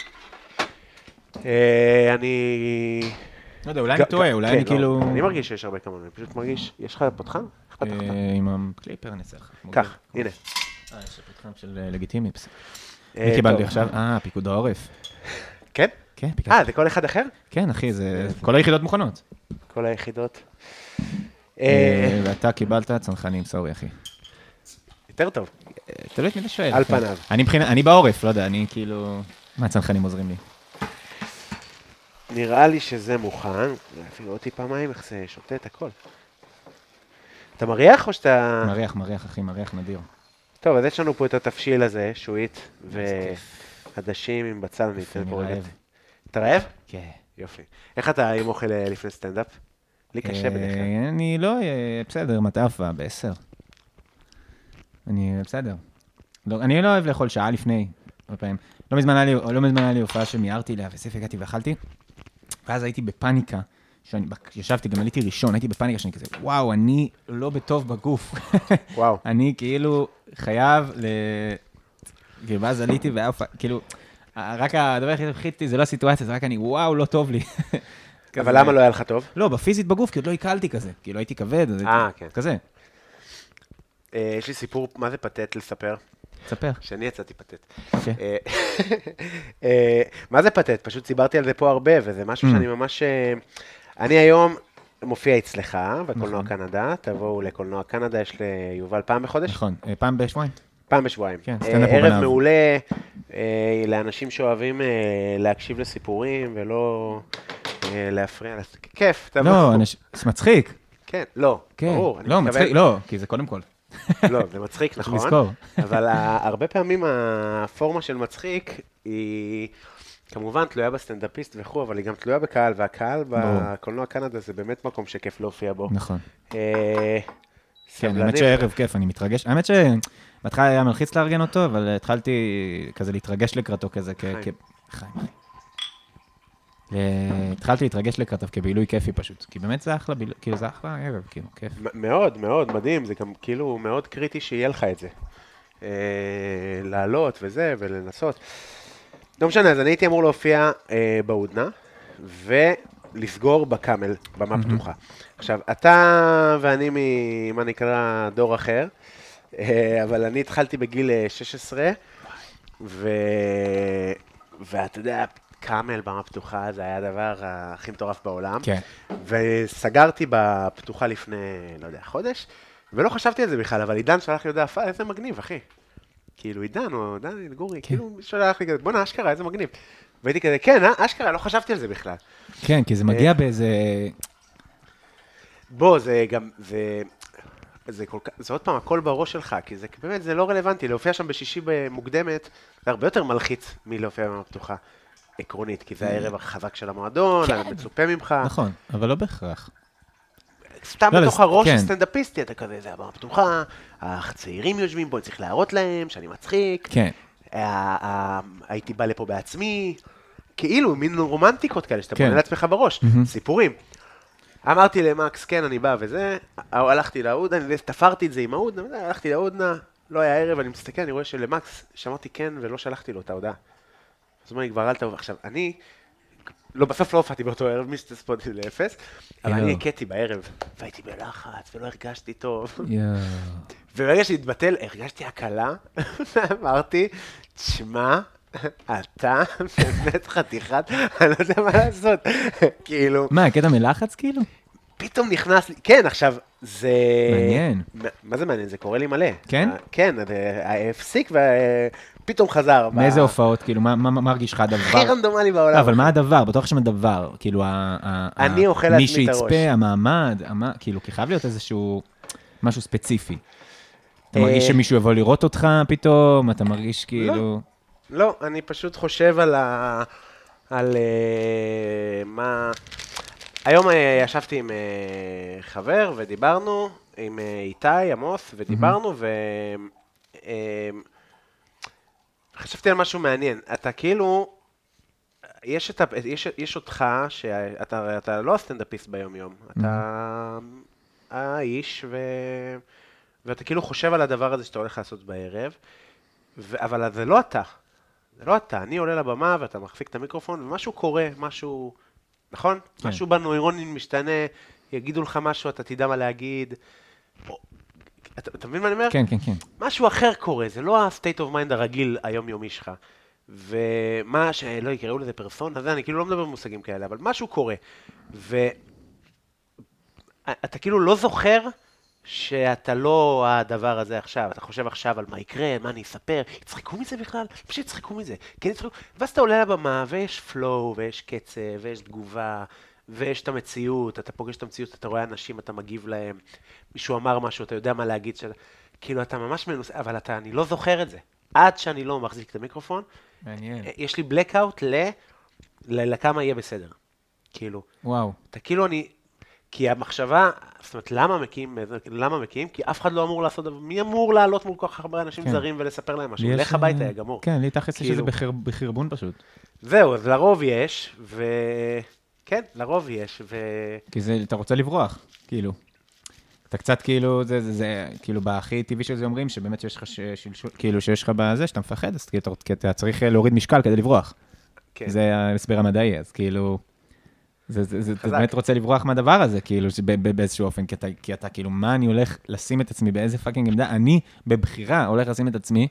אני... לא יודע, אולי אני טועה, אולי אני כאילו... אני מרגיש שיש הרבה כמונו, אני פשוט מרגיש, יש לך פותחן? עם הקליפר אני צריך. כך, הנה. אה, יש פותחן של לגיטימיפס. מי קיבלתי עכשיו? אה, פיקוד העורף. כן? כן, פיקוד. אה, זה כל אחד אחר? כן, אחי, זה... כל היחידות מוכנות. כל היחידות. ואתה קיבלת צנחנים, סורי, אחי. יותר טוב. תלוי את מי אתה שואל. על פניו. אני בעורף, לא יודע, אני כאילו... מה הצנחנים עוזרים לי? נראה לי שזה מוכן, אפילו אותי פעמיים איך זה שותה את הכל. אתה מריח או שאתה... מריח, מריח, אחי, מריח נדיר. טוב, אז יש לנו פה את התפשיל הזה, שועית, ועדשים עם בצל, אני אתן פה רגע. אתה רעב? כן. יופי. איך אתה עם אוכל לפני סטנדאפ? לי קשה בדרך כלל. אני לא, בסדר, מטאפה, בעשר. אני, בסדר. אני לא אוהב לאכול שעה לפני, הרבה פעמים. לא מזמן היה לי הופעה שמיירתי אליה, וסוף הגעתי ואכלתי, ואז הייתי בפאניקה, ישבתי, גם עליתי ראשון, הייתי בפאניקה שאני כזה, וואו, אני לא בטוב בגוף. וואו. אני כאילו חייב ל... ואז עליתי, כאילו, רק הדבר הכי חיתי, זה לא הסיטואציה, זה רק אני, וואו, לא טוב לי. אבל למה לא היה לך טוב? לא, בפיזית בגוף, כי עוד לא הקלתי כזה, כאילו הייתי כבד, כזה. יש לי סיפור, מה זה פתט לספר? תספר. שאני יצאתי פתט. אוקיי. מה זה פתט? פשוט סיברתי על זה פה הרבה, וזה משהו שאני ממש... אני היום מופיע אצלך, בקולנוע קנדה, תבואו לקולנוע קנדה, יש ליובל פעם בחודש? נכון, פעם בשבועיים. פעם בשבועיים. כן, סטנדאפ ערב ובניו. מעולה לאנשים שאוהבים להקשיב לסיפורים ולא להפריע. כיף, אתה לא, זה מצחיק. כן, לא, ברור. לא, מצחיק, לא, כי זה קודם כל. לא, זה מצחיק, נכון. לזכור. אבל הרבה פעמים הפורמה של מצחיק היא כמובן תלויה בסטנדאפיסט וכו', אבל היא גם תלויה בקהל, והקהל בקולנוע קנדה זה באמת מקום שכיף להופיע בו. נכון. כן, האמת שערב כיף, אני מתרגש. האמת שבהתחלה היה מלחיץ לארגן אותו, אבל התחלתי כזה להתרגש לקראתו כזה. חיים. התחלתי להתרגש לקראתו כבילוי כיפי פשוט, כי באמת זה אחלה, כאילו זה אחלה ערב, כאילו, כיף. מאוד, מאוד, מדהים, זה גם כאילו מאוד קריטי שיהיה לך את זה. לעלות וזה, ולנסות. לא משנה, אז אני הייתי אמור להופיע בהודנה, ולסגור בקאמל, במה פתוחה. עכשיו, אתה ואני ממה נקרא דור אחר, אבל אני התחלתי בגיל שש עשרה, ואתה יודע, קאמל במה פתוחה, זה היה הדבר הכי מטורף בעולם. כן. וסגרתי בפתוחה לפני, לא יודע, חודש, ולא חשבתי על זה בכלל, אבל עידן שלח לי יודע, איזה מגניב, אחי. כאילו, עידן או דני, גורי, כאילו, שלח לי כזה, בוא'נה, אשכרה, איזה מגניב. והייתי כזה, כן, אשכרה, לא חשבתי על זה בכלל. כן, כי זה מגיע באיזה... בוא, זה גם, זה... זה, כל, זה עוד פעם, הכל בראש שלך, כי זה באמת, זה לא רלוונטי. להופיע שם בשישי במוקדמת, זה הרבה יותר מלחיץ מלהופיע במה פתוחה. עקרונית, כי זה הערב החזק של המועדון, מצופה ממך. נכון, אבל לא בהכרח. סתם בתוך הראש הסטנדאפיסטי, אתה כזה, זה הבמה פתוחה, הצעירים יושבים פה, אני צריך להראות להם שאני מצחיק. כן. הייתי בא לפה בעצמי, כאילו, מין רומנטיקות כאלה, שאתה בונה לעצמך בראש, סיפורים. אמרתי למקס, כן, אני בא וזה, הלכתי להודנה, תפרתי את זה עם ההודנה, הלכתי להודנה, לא היה ערב, אני מסתכל, אני רואה שלמקס, שמעתי כן ולא שלחתי לו את ההודעה. אז מה, כבר אל תאהוב. עכשיו, אני, לא, בסוף לא הופעתי באותו ערב, מיסטר ספוטי לאפס, אבל אני הכיתי בערב, והייתי בלחץ, ולא הרגשתי טוב. וברגע שהתבטל, הרגשתי הקלה, ואמרתי, תשמע, אתה באמת חתיכת, אני לא יודע מה לעשות, כאילו... מה, הקטע מלחץ כאילו? פתאום נכנס לי, כן, עכשיו, זה... מעניין. מה זה מעניין? זה קורה לי מלא. כן? כן, הפסיק ופתאום חזר. מאיזה הופעות, כאילו, מה מרגיש לך הדבר? הכי רנדומלי בעולם. אבל מה הדבר? בטוח שם הדבר, כאילו, אני אוכל לעצמי את הראש. מי שיצפה, המעמד, כאילו, כי חייב להיות איזשהו משהו ספציפי. אתה מרגיש שמישהו יבוא לראות אותך פתאום? אתה מרגיש כאילו... לא, אני פשוט חושב על ה... על מה... היום ישבתי עם חבר ודיברנו, עם איתי, עמוס, ודיברנו, וחשבתי על משהו מעניין. אתה כאילו, יש, את, יש, יש אותך, שאתה אתה לא הסטנדאפיסט ביום יום, אתה האיש, ו, ואתה כאילו חושב על הדבר הזה שאתה הולך לעשות בערב, ו, אבל זה לא אתה, זה לא אתה. אני עולה לבמה ואתה מחזיק את המיקרופון, ומשהו קורה, משהו... נכון? כן. משהו בנוירונים משתנה, יגידו לך משהו, אתה תדע מה להגיד. אתה, אתה מבין מה אני אומר? כן, כן, כן. משהו אחר קורה, זה לא ה-state of mind הרגיל היומיומי שלך. ומה שלא יקראו לזה פרסונה, זה, אני כאילו לא מדבר במושגים כאלה, אבל משהו קורה. ואתה כאילו לא זוכר שאתה לא הדבר הזה עכשיו, אתה חושב עכשיו על מה יקרה, מה אני אספר, יצחקו מזה בכלל? פשוט יצחקו מזה, כן יצחקו, ואז אתה עולה לבמה, ויש פלואו, ויש קצב, ויש תגובה, ויש את המציאות, אתה פוגש את המציאות, אתה רואה אנשים, אתה מגיב להם, מישהו אמר משהו, אתה יודע מה להגיד, של... כאילו אתה ממש מנוס, אבל אתה, אני לא זוכר את זה, עד שאני לא מחזיק את המיקרופון, מעניין. יש לי בלקאוט ל... לכמה יהיה בסדר, כאילו. וואו. אתה כאילו אני... כי המחשבה, זאת אומרת, למה מקים, למה מקים? כי אף אחד לא אמור לעשות, מי אמור לעלות מול כל כך הרבה אנשים זרים ולספר להם משהו? לך הביתה, גמור. כן, לי תכלס יש את זה בחרבון פשוט. זהו, אז לרוב יש, וכן, לרוב יש, ו... כי זה, אתה רוצה לברוח, כאילו. אתה קצת כאילו, זה, זה, זה, כאילו, בהכי טבעי של זה אומרים, שבאמת שיש לך שלשול, כאילו, שיש לך בזה, שאתה מפחד, אז כאילו, אתה צריך להוריד משקל כדי לברוח. כן. זה ההסבר המדעי, אז כאילו... זה, זה, זה, אתה באמת רוצה לברוח מהדבר הזה, כאילו, באיזשהו אופן, כי אתה, כי אתה, כאילו, מה אני הולך לשים את עצמי, באיזה פאקינג עמדה, אני בבחירה הולך לשים את עצמי,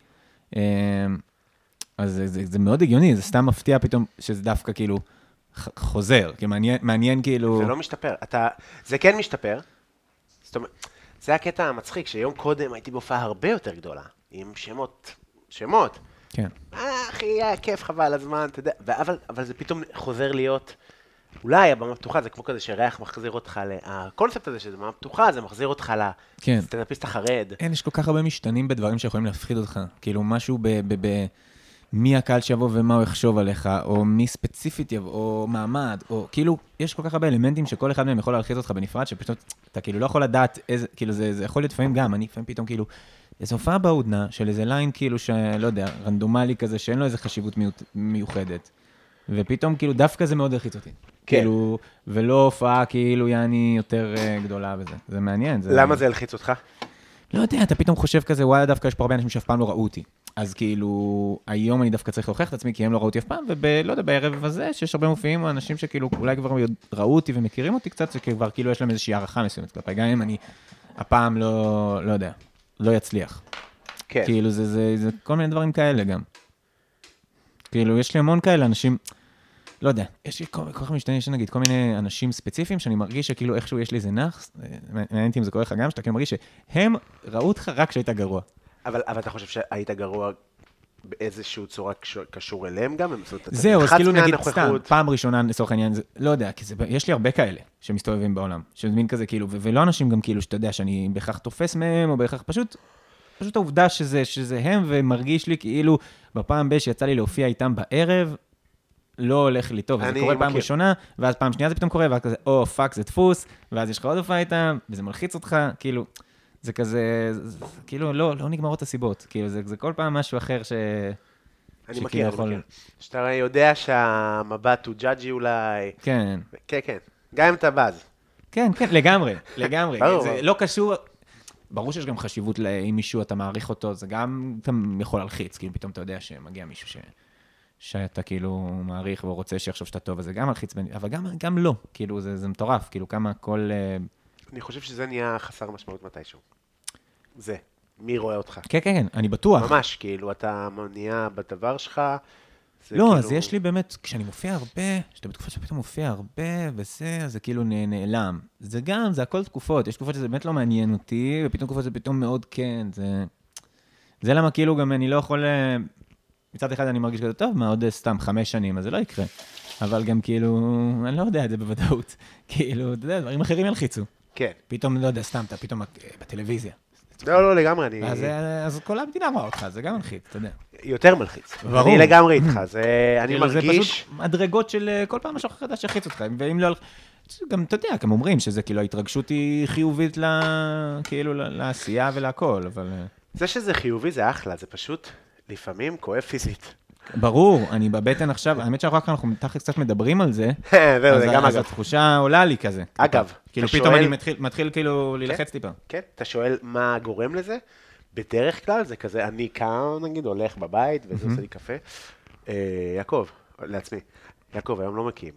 אז זה, זה, זה מאוד הגיוני, זה סתם מפתיע פתאום, שזה דווקא, כאילו, חוזר, כאילו, מעניין, מעניין, כאילו... זה לא משתפר, אתה, זה כן משתפר, זאת אומרת, זה הקטע המצחיק, שיום קודם הייתי בהופעה הרבה יותר גדולה, עם שמות, שמות. כן. אה, אחי, היה כיף, חבל הזמן, אתה יודע, אבל, אבל זה פתאום חוזר להיות, אולי הבמה פתוחה, זה כמו כזה שריח מחזיר אותך, ל... הקונספט הזה שזה במה פתוחה, זה מחזיר אותך לסטנדאפיסט החרד. אין, יש כל כך הרבה משתנים בדברים שיכולים להפחיד אותך, כאילו משהו ב... ב, ב מי הקהל שיבוא ומה הוא יחשוב עליך, או מי ספציפית יבוא, או מעמד, או כאילו, יש כל כך הרבה אלמנטים שכל אחד מהם יכול להלחיץ אותך בנפרד, שפשוט אתה כאילו לא יכול לדעת איזה, כאילו זה, זה יכול להיות לפעמים גם, אני לפעמים פתאום כאילו, איזו הופעה בהודנה של איזה ליין כאילו שלא יודע, רנדומלי כזה, שאין לו איזה חשיבות מיוחדת, ופתאום כאילו דווקא זה מאוד הלחיץ אותי. כן. כאילו, ולא הופעה כאילו יעני יותר uh, גדולה וזה, זה מעניין. זה... למה זה הלחיץ אותך? לא יודע, אתה פתאום חושב כזה, וואלה, דווקא יש פה הרבה אנשים שאף פעם לא ראו אותי. אז כאילו, היום אני דווקא צריך להוכיח את עצמי, כי הם לא ראו אותי אף פעם, ולא יודע, בערב הזה, שיש הרבה מופיעים, אנשים שכאילו, אולי כבר ראו אותי ומכירים אותי קצת, שכבר כאילו יש להם איזושהי הערכה מסוימת כלפי, גם אם אני הפעם לא, לא יודע, לא יצליח. כן. כאילו, זה, זה, זה כל מיני דברים כאלה גם. כאילו, יש לי המון כאלה, אנשים, לא יודע, יש לי כל, כל כך משתנה, יש נגיד כל מיני אנשים ספציפיים, שאני מרגיש שכאילו איכשהו יש לי איזה נח, מעניינתי אם זה קורה לך גם, שאתה כאילו מרגיש שהם ראו אותך רק כשהיית גרוע. אבל, אבל אתה חושב שהיית גרוע באיזושהי צורה קשור, קשור אליהם גם? זהו, אז כאילו נגיד סתם, פעם ראשונה לצורך העניין, לא יודע, כי זה, יש לי הרבה כאלה שמסתובבים בעולם, שמין כזה כאילו, ו- ולא אנשים גם כאילו שאתה יודע שאני בהכרח תופס מהם, או בהכרח פשוט, פשוט העובדה שזה, שזה הם, ומרגיש לי כאילו בפעם הבאה שיצא לי להופיע איתם בערב, לא הולך לי טוב, וזה קורה פעם ראשונה, ואז פעם שנייה זה פתאום קורה, ואז כזה, או, פאק, זה דפוס, ואז יש לך עוד הופעה איתם, וזה מלחיץ אותך, כאילו, זה כזה, זה, כאילו, לא, לא נגמרות הסיבות, כאילו, זה, זה כל פעם משהו אחר ש... אני מכיר, אני מכיר. שאתה יודע שהמבט הוא ג'אג'י אולי. כן. כן, כן. גם אם אתה בז. כן, כן, לגמרי, לגמרי. ברור. זה לא קשור, ברור שיש גם חשיבות אם מישהו, אתה מעריך אותו, זה גם, אתה יכול להלחיץ, כאילו, פתאום אתה יודע שמגיע מישהו ש... שאתה כאילו מעריך ורוצה שיחשוב שאתה טוב, אז זה גם מלחיץ, אבל גם, גם לא, כאילו זה, זה מטורף, כאילו כמה כל... אני חושב שזה נהיה חסר משמעות מתישהו. זה, מי רואה אותך? כן, כן, כן, אני בטוח. ממש, כאילו, אתה נהיה בדבר שלך, זה לא, כאילו... אז יש לי באמת, כשאני מופיע הרבה, שאתה בתקופה שפתאום מופיע הרבה, וזה, אז זה כאילו נעלם. זה גם, זה הכל תקופות, יש תקופות שזה באמת לא מעניין אותי, ופתאום תקופות זה פתאום מאוד כן, זה... זה למה כאילו גם אני לא יכול... מצד אחד אני מרגיש כזה טוב, מה עוד סתם חמש שנים, אז זה לא יקרה. אבל גם כאילו, אני לא יודע את זה בוודאות. כאילו, אתה יודע, דברים אחרים ילחיצו. כן. פתאום, לא יודע, סתם, אתה פתאום בטלוויזיה. לא, לא, לגמרי, אני... אז, אז כל המדינה רואה אותך, זה גם מלחיץ, אתה יודע. יותר מלחיץ. ברור. אני לגמרי איתך, זה... אני כאילו, מרגיש... זה פשוט מדרגות של כל פעם משהו חדש שיחיץ אותך, ואם לא... גם, אתה יודע, גם אומרים שזה כאילו, ההתרגשות היא חיובית ל... כאילו, לעשייה ולהכל, אבל... זה שזה חיובי זה אחלה, זה פשוט... לפעמים כואב פיזית. ברור, אני בבטן עכשיו, האמת שאנחנו רק אנחנו מתחת קצת מדברים על זה, זהו, זה גם אגב. אז התחושה עולה לי כזה. אגב, כאילו פתאום אני מתחיל כאילו להילחץ טיפה. כן, אתה שואל מה גורם לזה? בדרך כלל זה כזה, אני כאן נגיד, הולך בבית, וזה עושה לי קפה. יעקב, לעצמי, יעקב, היום לא מקים.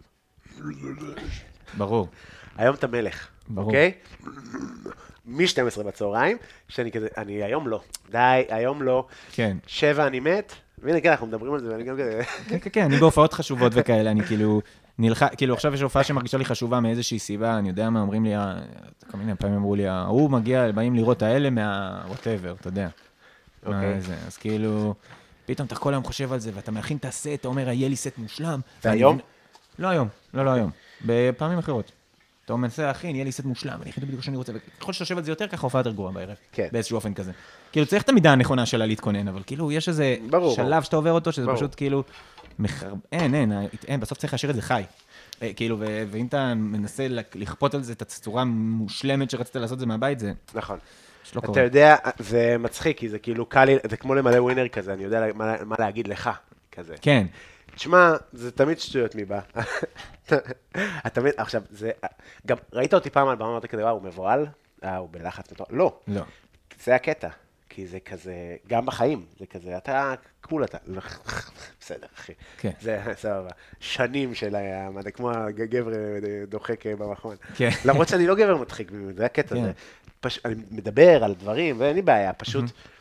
ברור. היום אתה מלך, אוקיי? מ-שתים עשרה בצהריים, שאני כזה, אני היום לא, די, היום לא, כן. שבע אני מת, והנה כן, אנחנו מדברים על זה, ואני גם כזה... כן, כן, כן, אני בהופעות חשובות וכאלה, אני כאילו, נלחץ, כאילו עכשיו יש הופעה שמרגישה לי חשובה מאיזושהי סיבה, אני יודע מה, אומרים לי, כל מיני פעמים אמרו לי, הוא מגיע, באים לראות האלה מה-whatever, אתה יודע. אוקיי. אז כאילו, פתאום אתה כל היום חושב על זה, ואתה מכין את הסט, אתה אומר, יהיה לי סט מושלם. והיום? לא היום, לא, לא היום, בפעמים אחרות. אתה מנסה להכין, יהיה לי סט מושלם, אני הכין בדיוק שאני רוצה, וככל שתושב על זה יותר, ככה הופעה יותר גרועה בערב, כן. באיזשהו אופן כזה. כאילו, צריך את המידה הנכונה שלה להתכונן, אבל כאילו, יש איזה ברור, שלב ברור. שאתה עובר אותו, שזה ברור. פשוט כאילו, מחר... אין, אין, אין, בסוף צריך להשאיר את זה חי. כאילו, ו... ואם אתה מנסה לכפות על זה את הצורה מושלמת שרצית לעשות זה מהבית, זה... נכון. שלא אתה קורה. יודע, זה מצחיק, כי זה כאילו קל לי, זה כמו למלא ווינר כזה, אני יודע מה, מה להגיד לך, כזה. כן. תשמע, זה תמיד שטויות מבא. תמיד, עכשיו, זה, גם ראית אותי פעם על במה, אמרת כזה, וואו, הוא מבועל? אה, הוא בלחץ מטורף. לא. לא. זה הקטע, כי זה כזה, גם בחיים, זה כזה, אתה, כמול אתה, בסדר, אחי. כן. זה, סבבה. שנים של המדע, כמו הגבר דוחק במכון. כן. למרות שאני לא גבר מדחיק, זה הקטע, כן. זה, פש... אני מדבר על דברים, ואין לי בעיה, פשוט,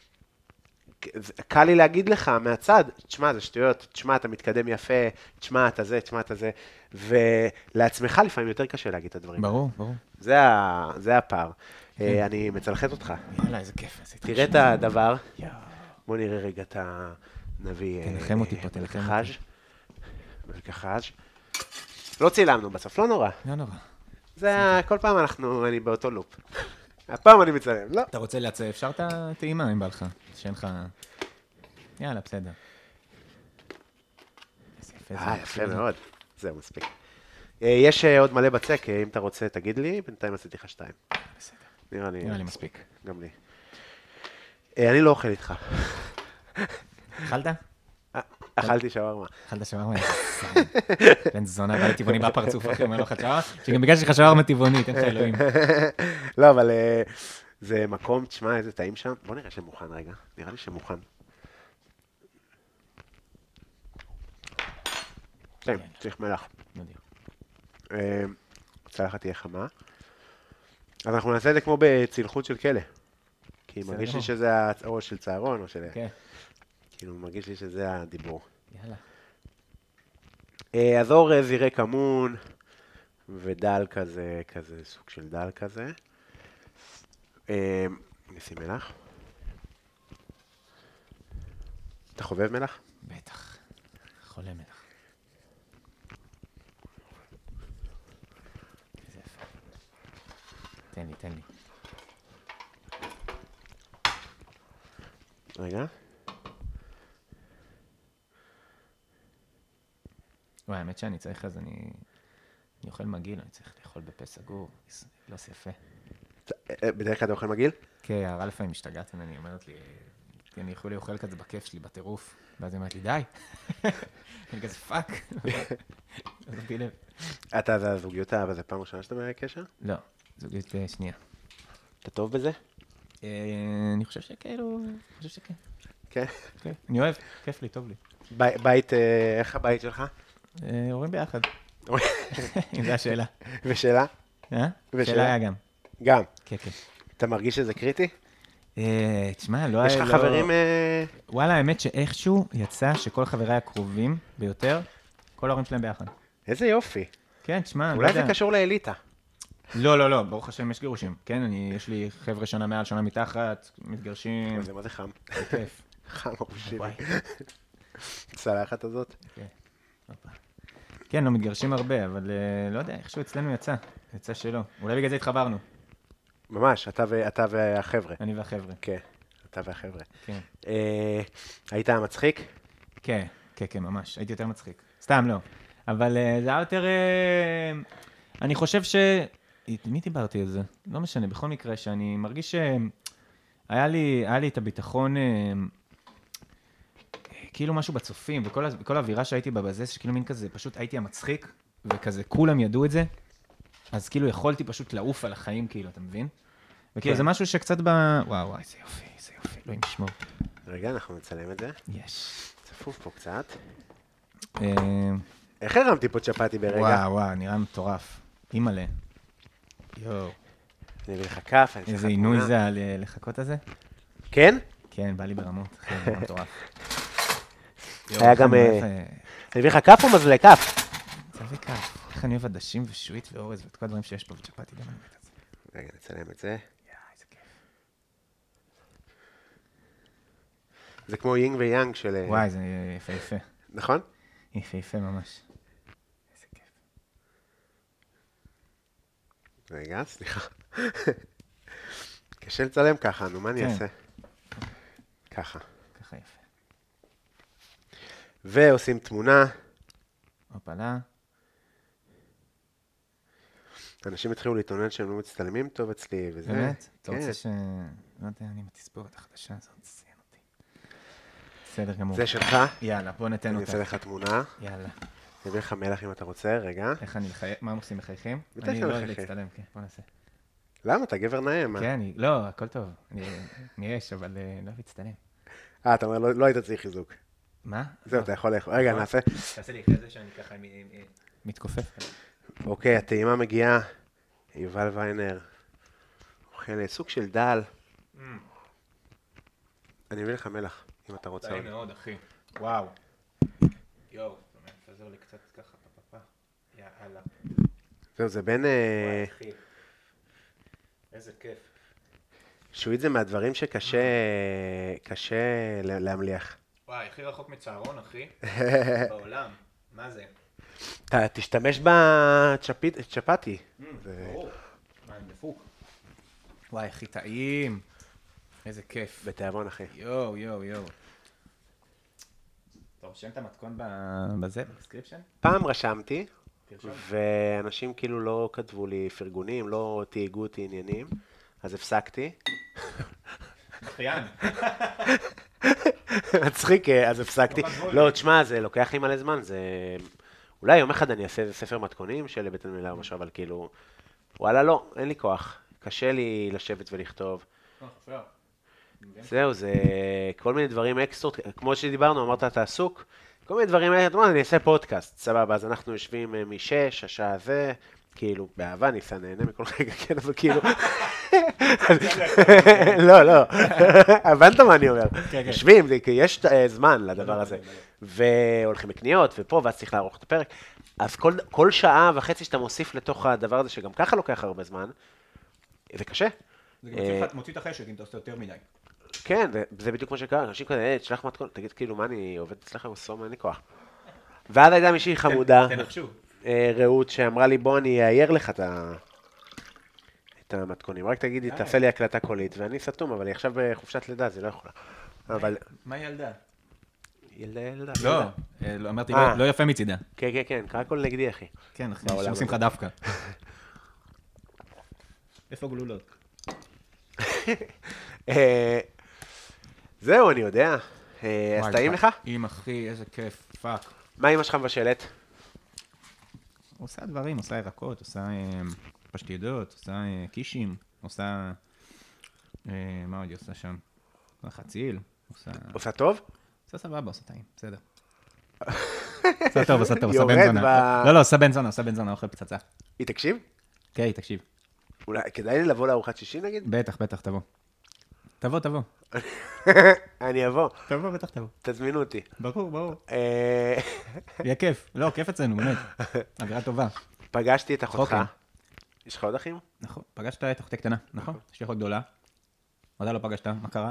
קל לי להגיד לך מהצד, תשמע, זה שטויות, תשמע, אתה מתקדם יפה, תשמע, אתה זה, תשמע, אתה זה, ולעצמך לפעמים יותר קשה להגיד את הדברים. ברור, ברור. זה, ה... זה הפער. אני מצלחת אותך. יאללה, איזה כיף. תראה את הדבר. בוא נראה רגע את הנביא. תנחם אותי פה, תנחם אותי. מלקחז'. לא צילמנו בסוף, לא נורא. לא נורא. זה, כל פעם אנחנו, אני באותו לופ. הפעם אני מצלם, לא. אתה רוצה להצא, אפשר את הטעימה אם בא לך, שאין לך... יאללה, בסדר. אה, יפה מאוד. זהו, מספיק. יש עוד מלא בצק, אם אתה רוצה, תגיד לי, בינתיים עשיתי לך שתיים. בסדר. נראה לי... נראה לי מספיק. גם לי. אני לא אוכל איתך. אכלת? אכלתי שווארמה. אכלת שווארמה? בן זונה, ואני טבעוני בפרצוף, אחי, אומר לך שווארמה, שגם בגלל שלך שווארמה טבעונית, אין לך אלוהים. לא, אבל זה מקום, תשמע, איזה טעים שם. בוא נראה שמוכן רגע. נראה לי שמוכן. כן, צריך מלח. מדהים. הצלחת תהיה חמה. אז אנחנו נעשה את זה כמו בצלחות של כלא. כי מרגיש לי שזה או של צהרון או של... כן. כאילו, מרגיש לי שזה הדיבור. יאללה. אז אורז, יראה כמון, ודל כזה, כזה, סוג של דל כזה. נשים מלח. אתה חובב מלח? בטח. חולה מלח. איזה יפה. תן לי, תן לי. רגע. וואי, האמת שאני צריך אז אני... אני אוכל מגעיל, אני צריך לאכול בפה סגור. לא עושה יפה. בדרך כלל אתה אוכל מגעיל? כן, הרע לפעמים משתגעת ממני, היא אומרת לי, אני יכול לאכול כזה בכיף שלי, בטירוף. ואז היא אומרת לי, די. אני כזה פאק. לא נביא לב. אתה, זה הזוגיות האהבה, זה פעם ראשונה שאתה בקשר? לא, זוגיות שנייה. אתה טוב בזה? אני חושב שכאילו, אני חושב שכן. כן? כן, אני אוהב, כיף לי, טוב לי. בית, איך הבית שלך? הורים ביחד. אם זו השאלה. ושאלה? אה? שאלה היה גם. גם? כן, כן. אתה מרגיש שזה קריטי? תשמע, לא היה... יש לך חברים... וואלה, האמת שאיכשהו יצא שכל חבריי הקרובים ביותר, כל ההורים שלהם ביחד. איזה יופי. כן, תשמע, אני לא יודע. אולי זה קשור לאליטה. לא, לא, לא, ברוך השם יש גירושים. כן, אני, יש לי חבר'ה שנה מעל, שנה מתחת, מתגרשים. זה מה זה חם. זה כיף. חם ארושי. צלחת הזאת? כן. כן, לא מתגרשים הרבה, אבל לא יודע, איכשהו אצלנו יצא. יצא שלא. אולי בגלל זה התחברנו. ממש, אתה והחבר'ה. אני והחבר'ה. כן, אתה והחבר'ה. כן. היית מצחיק? כן, כן, כן, ממש. הייתי יותר מצחיק. סתם לא. אבל זה היה יותר... אני חושב ש... מי דיברתי על זה? לא משנה, בכל מקרה שאני מרגיש שהיה לי, היה לי את הביטחון, כאילו משהו בצופים, וכל, וכל האווירה שהייתי בה בזה, שכאילו מין כזה, פשוט הייתי המצחיק, וכזה כולם ידעו את זה, אז כאילו יכולתי פשוט לעוף על החיים, כאילו, אתה מבין? וכאילו זה משהו שקצת ב... וואו, וואי, זה יופי, זה יופי, לא ימשמור. רגע, אנחנו נצלם את זה. יש. צפוף פה קצת. איך הרמתי פה צ'פטי ברגע? וואו, וואו, נראה מטורף. אימא'לה. יואו. אני אביא לך כף, אני איזה עינוי זה על לחכות הזה? כן? כן, בא לי ברמות, אחי, זה מטורף. היה גם... אני אביא לך כף או מזלה כף? תביא כף. איך אני אוהב עדשים ושועית ואורז ואת כל הדברים שיש פה בצ'פטי, גם אני מת את זה. רגע, נצלם את זה. יאה, איזה כיף. זה כמו יינג ויאנג של... וואי, זה יפה יפה. נכון? יפה יפה ממש. איזה כיף. רגע, סליחה. קשה לצלם ככה, נו, מה אני אעשה? ככה. ככה יפה. ועושים תמונה. הופלה. אנשים התחילו להתעונן שהם לא מצטלמים טוב אצלי, וזה... באמת? אתה רוצה ש... לא יודע, אני עם התספורת החדשה הזאת, ציין אותי. בסדר גמור. זה שלך? יאללה, בוא ניתן אותה. אני אעשה לך תמונה. יאללה. אני אביא לך מלח אם אתה רוצה, רגע. איך אני לחייך? מה הם עושים מחייכים? בטח אני לא אוהב מחייכים. להצטלם, כן, בוא נעשה. למה? אתה גבר נאה, מה? כן, אני... לא, הכל טוב. אני יש, אבל לא אוהב להצטלם. אה, אתה אומר, לא היית צריך חיזוק. מה? זהו, אתה יכול לאכול. רגע, נעשה. תעשה לי אחרי זה שאני ככה מתכופף. אוקיי, הטעימה מגיעה. יובל ויינר. אוכל סוג של דל. אני אביא לך מלח, אם אתה רוצה. טעים מאוד, אחי. וואו. יואו, אתה מפזר לי קצת ככה, פפפפה. יאללה. זהו, זה בין... וואי, אחי. איזה כיף. שועית זה מהדברים שקשה קשה להמליח. וואי, הכי רחוק מצהרון, אחי. בעולם. מה זה? אתה תשתמש בצ'פטי. ברור. מה, עם דפוק. וואי, הכי טעים. איזה כיף. בתיאבון, אחי. יואו, יואו, יואו. אתה רושם את המתכון בזה, בדסקריפשן? פעם רשמתי, ואנשים כאילו לא כתבו לי פרגונים, לא תהיגו אותי עניינים, אז הפסקתי. מחיין. מצחיק, אז הפסקתי. לא, תשמע, זה לוקח לי מלא זמן, זה... אולי יום אחד אני אעשה איזה ספר מתכונים של בטן מלאה או משהו, אבל כאילו... וואלה, לא, אין לי כוח. קשה לי לשבת ולכתוב. זהו, זה כל מיני דברים אקסטרות, כמו שדיברנו, אמרת, אתה עסוק, כל מיני דברים, אתה אומר, אני אעשה פודקאסט, סבבה, אז אנחנו יושבים משש, השעה הזה, כאילו, באהבה, ניסה, נהנה מכל רגע, כן, אבל כאילו... לא, לא, הבנת מה אני אומר? יושבים, יש זמן לדבר הזה, והולכים לקניות, ופה, ואז צריך לערוך את הפרק, אז כל שעה וחצי שאתה מוסיף לתוך הדבר הזה, שגם ככה לוקח הרבה זמן, זה קשה. זה גם מוציא את החשק אם אתה עושה יותר מדי. כן, זה בדיוק מה שקרה, אנשים כזה, אה, תשלח מתכון, תגיד כאילו, מה אני עובד אצלך בסום, אין לי כוח. ואז הייתה מישהי חמודה, רעות, שאמרה לי, בוא אני אעייר לך את המתכונים, רק תגידי, תעשה לי הקלטה קולית, ואני סתום, אבל היא עכשיו בחופשת לידה, זה לא יכולה. מה ילדה? ילדה, ילדה. לא, אמרתי, לא יפה מצידה. כן, כן, כן, קרא כל נגדי, אחי. כן, אחי, שעושים לך דווקא. איפה גלולות? זהו, אני יודע. אז טעים לך? עם אחי, איזה כיף, פאק. מה אמא שלך מבשלת? עושה דברים, עושה ירקות, עושה פשטידות, עושה קישים, עושה... מה עוד היא עושה שם? חציל, עושה... עושה טוב? עושה סבבה, עושה טעים, בסדר. עושה טוב, עושה טוב, עושה בן זונה. לא, לא, עושה בן זונה, עושה בן זונה, אוכל פצצה. היא תקשיב? כן, היא תקשיב. אולי, כדאי לי לבוא לארוחת שישי נגיד? בטח, בטח, תבוא. תבוא, תבוא. אני אבוא. תבוא, בטח תבוא. תזמינו אותי. ברור, ברור. יהיה כיף. לא, כיף אצלנו, באמת. אווירה טובה. פגשתי את אחותך. יש לך עוד אחים? נכון, פגשת את אחותי קטנה, נכון? יש לי אחות גדולה. מתי לא פגשת? מה קרה?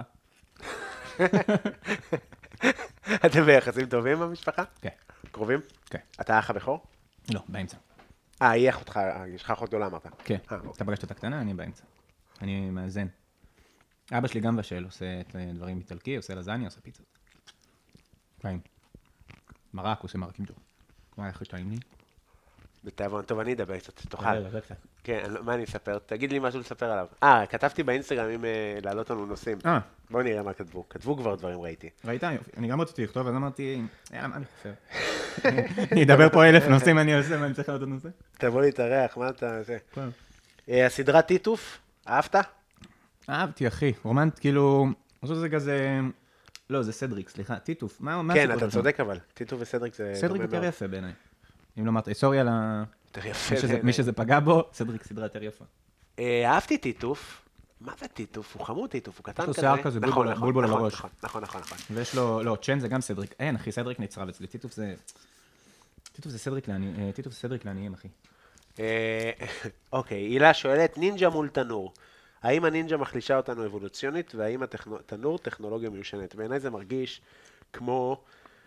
אתם ביחסים טובים במשפחה? כן. קרובים? כן. אתה האח הבכור? לא, באמצע. אה, היא אחותך, יש לך אחות גדולה אמרת. כן, אתה פגשת את הקטנה, אני באמצע. אני מאזן. אבא שלי גם בשל, עושה דברים איטלקי, עושה לזניה, עושה פיצות. טעים. מרק, עושה מרקים טוב. מה, איך שטעים לי? בתיאבון, טוב, אני אדבר קצת, תאכל. דבר קצת. כן, מה אני אספר? תגיד לי משהו לספר עליו. אה, כתבתי באינסטגרם אם לעלות לנו נושאים. אה. בואו נראה מה כתבו. כתבו כבר דברים, ראיתי. ראית? אני גם רציתי לכתוב, אז אמרתי, יאללה, מה אני חופר? אני אדבר פה אלף נושאים, אני עושה, מה אני צריך לעוד עוד נושא? תבוא להתארח, מה אתה עושה? הסדרה טיטוף, אהבת? אהבתי, אחי. רומנט, כאילו, אני חושב שזה כזה... לא, זה סדריק, סליחה, טיטוף. מה הסיפור? כן, אתה צודק אבל. טיטוף וסדריק זה... סדריק יותר יפה בעיניי. אם לא אמרת, סורי על ה... יותר יפה. מי שזה פגע בו, סדריק סדרה יותר יפה. אהבתי טיטוף. מה זה טיטוף? הוא חמוד טיטוף, הוא קטן כזה. יש לו שיער כזה, בולבול על הראש. נכון, נכון, נכון. ויש לו, לא, צ'ן זה גם סדריק. אין, אחי, סדריק נצרב אצלי. טיטוף זה... טיטוף זה סדריק לעניים, טיטוף זה סדריק לעניים, אחי. אוקיי, הילה שואלת, נינג'ה מול תנור. האם הנינג'ה מחלישה אותנו אבולוציונית, והאם התנור טכנולוגיה מיושנת? בעיניי זה מרגיש כמו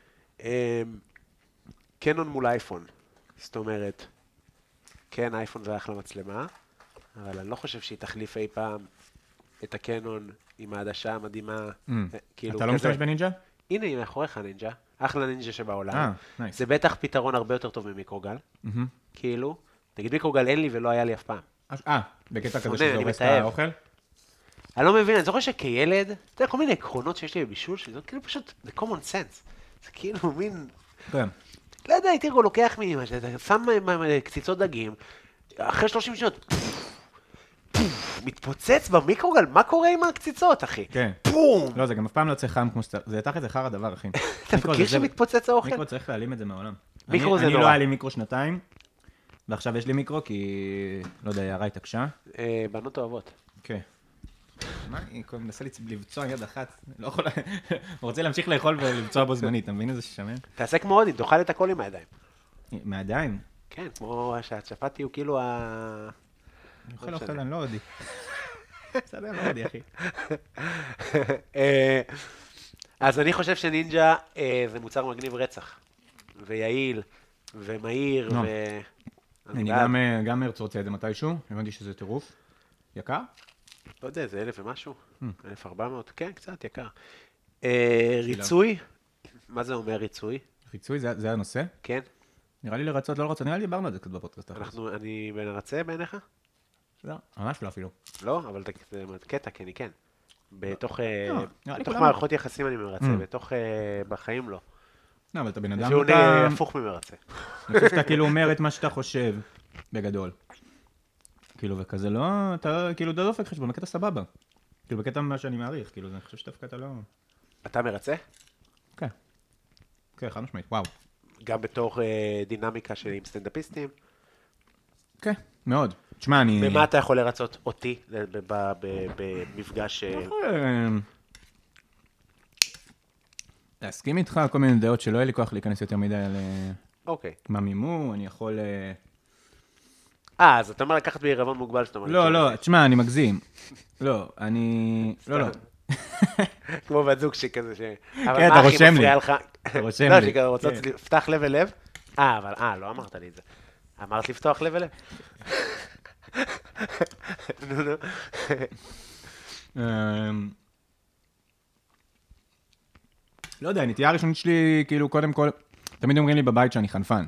קנון מול אייפון. זאת אומרת, כן, אייפון זה אחלה מצלמה, אבל אני לא חושב שהיא תחליף אי פעם את הקנון עם העדשה המדהימה. אתה לא משתמש בנינג'ה? הנה, היא מאחוריך נינג'ה. אחלה נינג'ה שבעולם. אה, נייס. זה בטח פתרון הרבה יותר טוב ממיקרוגל. כאילו, נגיד מיקרוגל אין לי ולא היה לי אף פעם. אה, בקטע כזה שזה הורס את האוכל? אני לא מבין, אני זוכר שכילד, אתה יודע, כל מיני עקרונות שיש לי בבישול שלי, זה כאילו פשוט, זה common sense. זה כאילו מין... כן. לא יודע, הייתי לוקח מאמא שלי, אתה שם קציצות דגים, אחרי שלושים שניות, מתפוצץ במיקרוגל, מה קורה עם הקציצות, אחי? כן. פום! לא, זה גם אף פעם לא צריך חם כמו שאתה... זה תחת זה חר הדבר, אחי. אתה מכיר שמתפוצץ האוכל? מיקרו צריך להעלים את זה מהעולם. מיקרו זה אני נורא. לא היה לי מיקרו שנתיים, ועכשיו יש לי מיקרו כי... לא יודע, יערה התעקשה. בנות אוהבות. כן. מה, אני מנסה לבצוע יד אחת, לא יכול... הוא רוצה להמשיך לאכול ולבצוע בו זמנית, אתה מבין איזה ששמן? תעשה כמו הודי, תאכל את הכל עם הידיים. מהידיים? כן, כמו שהצ'פטי הוא כאילו ה... אני אוכל אוכל, אני לא הודי. בסדר מאוד, אחי. אז אני חושב שנינג'ה זה מוצר מגניב רצח, ויעיל, ומהיר, ו... אני גם ארצה רוצה את זה מתישהו, הבנתי שזה טירוף. יקר? לא יודע, זה אלף ומשהו, אלף ארבע מאות, כן, קצת יקר. ריצוי? מה זה אומר ריצוי? ריצוי זה הנושא? כן. נראה לי לרצות, לא לרצות, נראה לי דיברנו על זה קצת בפודקאסט. אני מרצה בעיניך? לא, ממש לא אפילו. לא, אבל זה קטע, כן, אני כן. בתוך מערכות יחסים אני מרצה, בתוך בחיים לא. לא, אבל אתה בן אדם... שהוא נהיה הפוך ממרצה. אני חושב שאתה כאילו אומר את מה שאתה חושב, בגדול. כאילו, וכזה לא, אתה כאילו די דופק חשבון, בקטע סבבה. כאילו, בקטע מה שאני מעריך, כאילו, אני חושב שדווקא אתה לא... אתה מרצה? כן. כן, חד משמעית, וואו. גם בתוך דינמיקה של עם סטנדאפיסטים? כן, מאוד. תשמע, אני... במה אתה יכול לרצות אותי במפגש... להסכים איתך כל מיני דעות שלא יהיה לי כוח להיכנס יותר מדי על... אוקיי. מה מימו, אני יכול... אה, אז אתה אומר לקחת בעירבון מוגבל שאתה אומר... לא, לא, תשמע, אני מגזים. לא, אני... לא, לא. כמו בת זוג שכזה ש... כן, אתה רושם לי. אתה רושם לי. לא, שכזה רוצה לפתח לב ולב. אה, אבל אה, לא אמרת לי את זה. אמרת לפתוח לב ולב. נו, נו. לא יודע, הנטייה הראשונית שלי, כאילו, קודם כל, תמיד אומרים לי בבית שאני חנפן.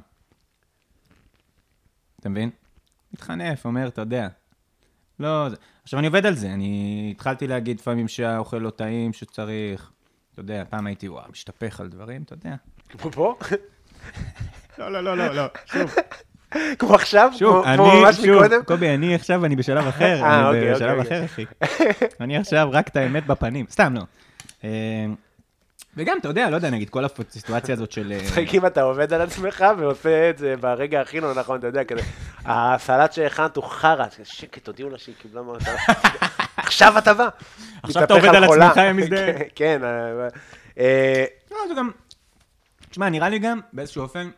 אתה מבין? מתחנף, אומר, אתה יודע. לא, עכשיו אני עובד על זה, אני התחלתי להגיד לפעמים שהאוכל לא טעים, שצריך, אתה יודע, פעם הייתי, וואו, משתפך על דברים, אתה יודע. כמו פה? לא, לא, לא, לא, לא, שוב. כמו עכשיו? שוב, אני, שוב, קובי, אני עכשיו, אני בשלב אחר, אני בשלב אחר, אחי. אני עכשיו רק את האמת בפנים, סתם לא. וגם, אתה יודע, לא יודע, נגיד, כל הסיטואציה הזאת של... צחק אם אתה עובד על עצמך ועושה את זה ברגע הכי לא נכון, אתה יודע, כזה, הסלט שהכנת הוא חרא, שקט, תודיעו לה שהיא קיבלה מה... עכשיו אתה בא. עכשיו אתה עובד על עצמך, הם מזדהה. כן. לא, זה גם... תשמע, נראה לי גם, באיזשהו אופן,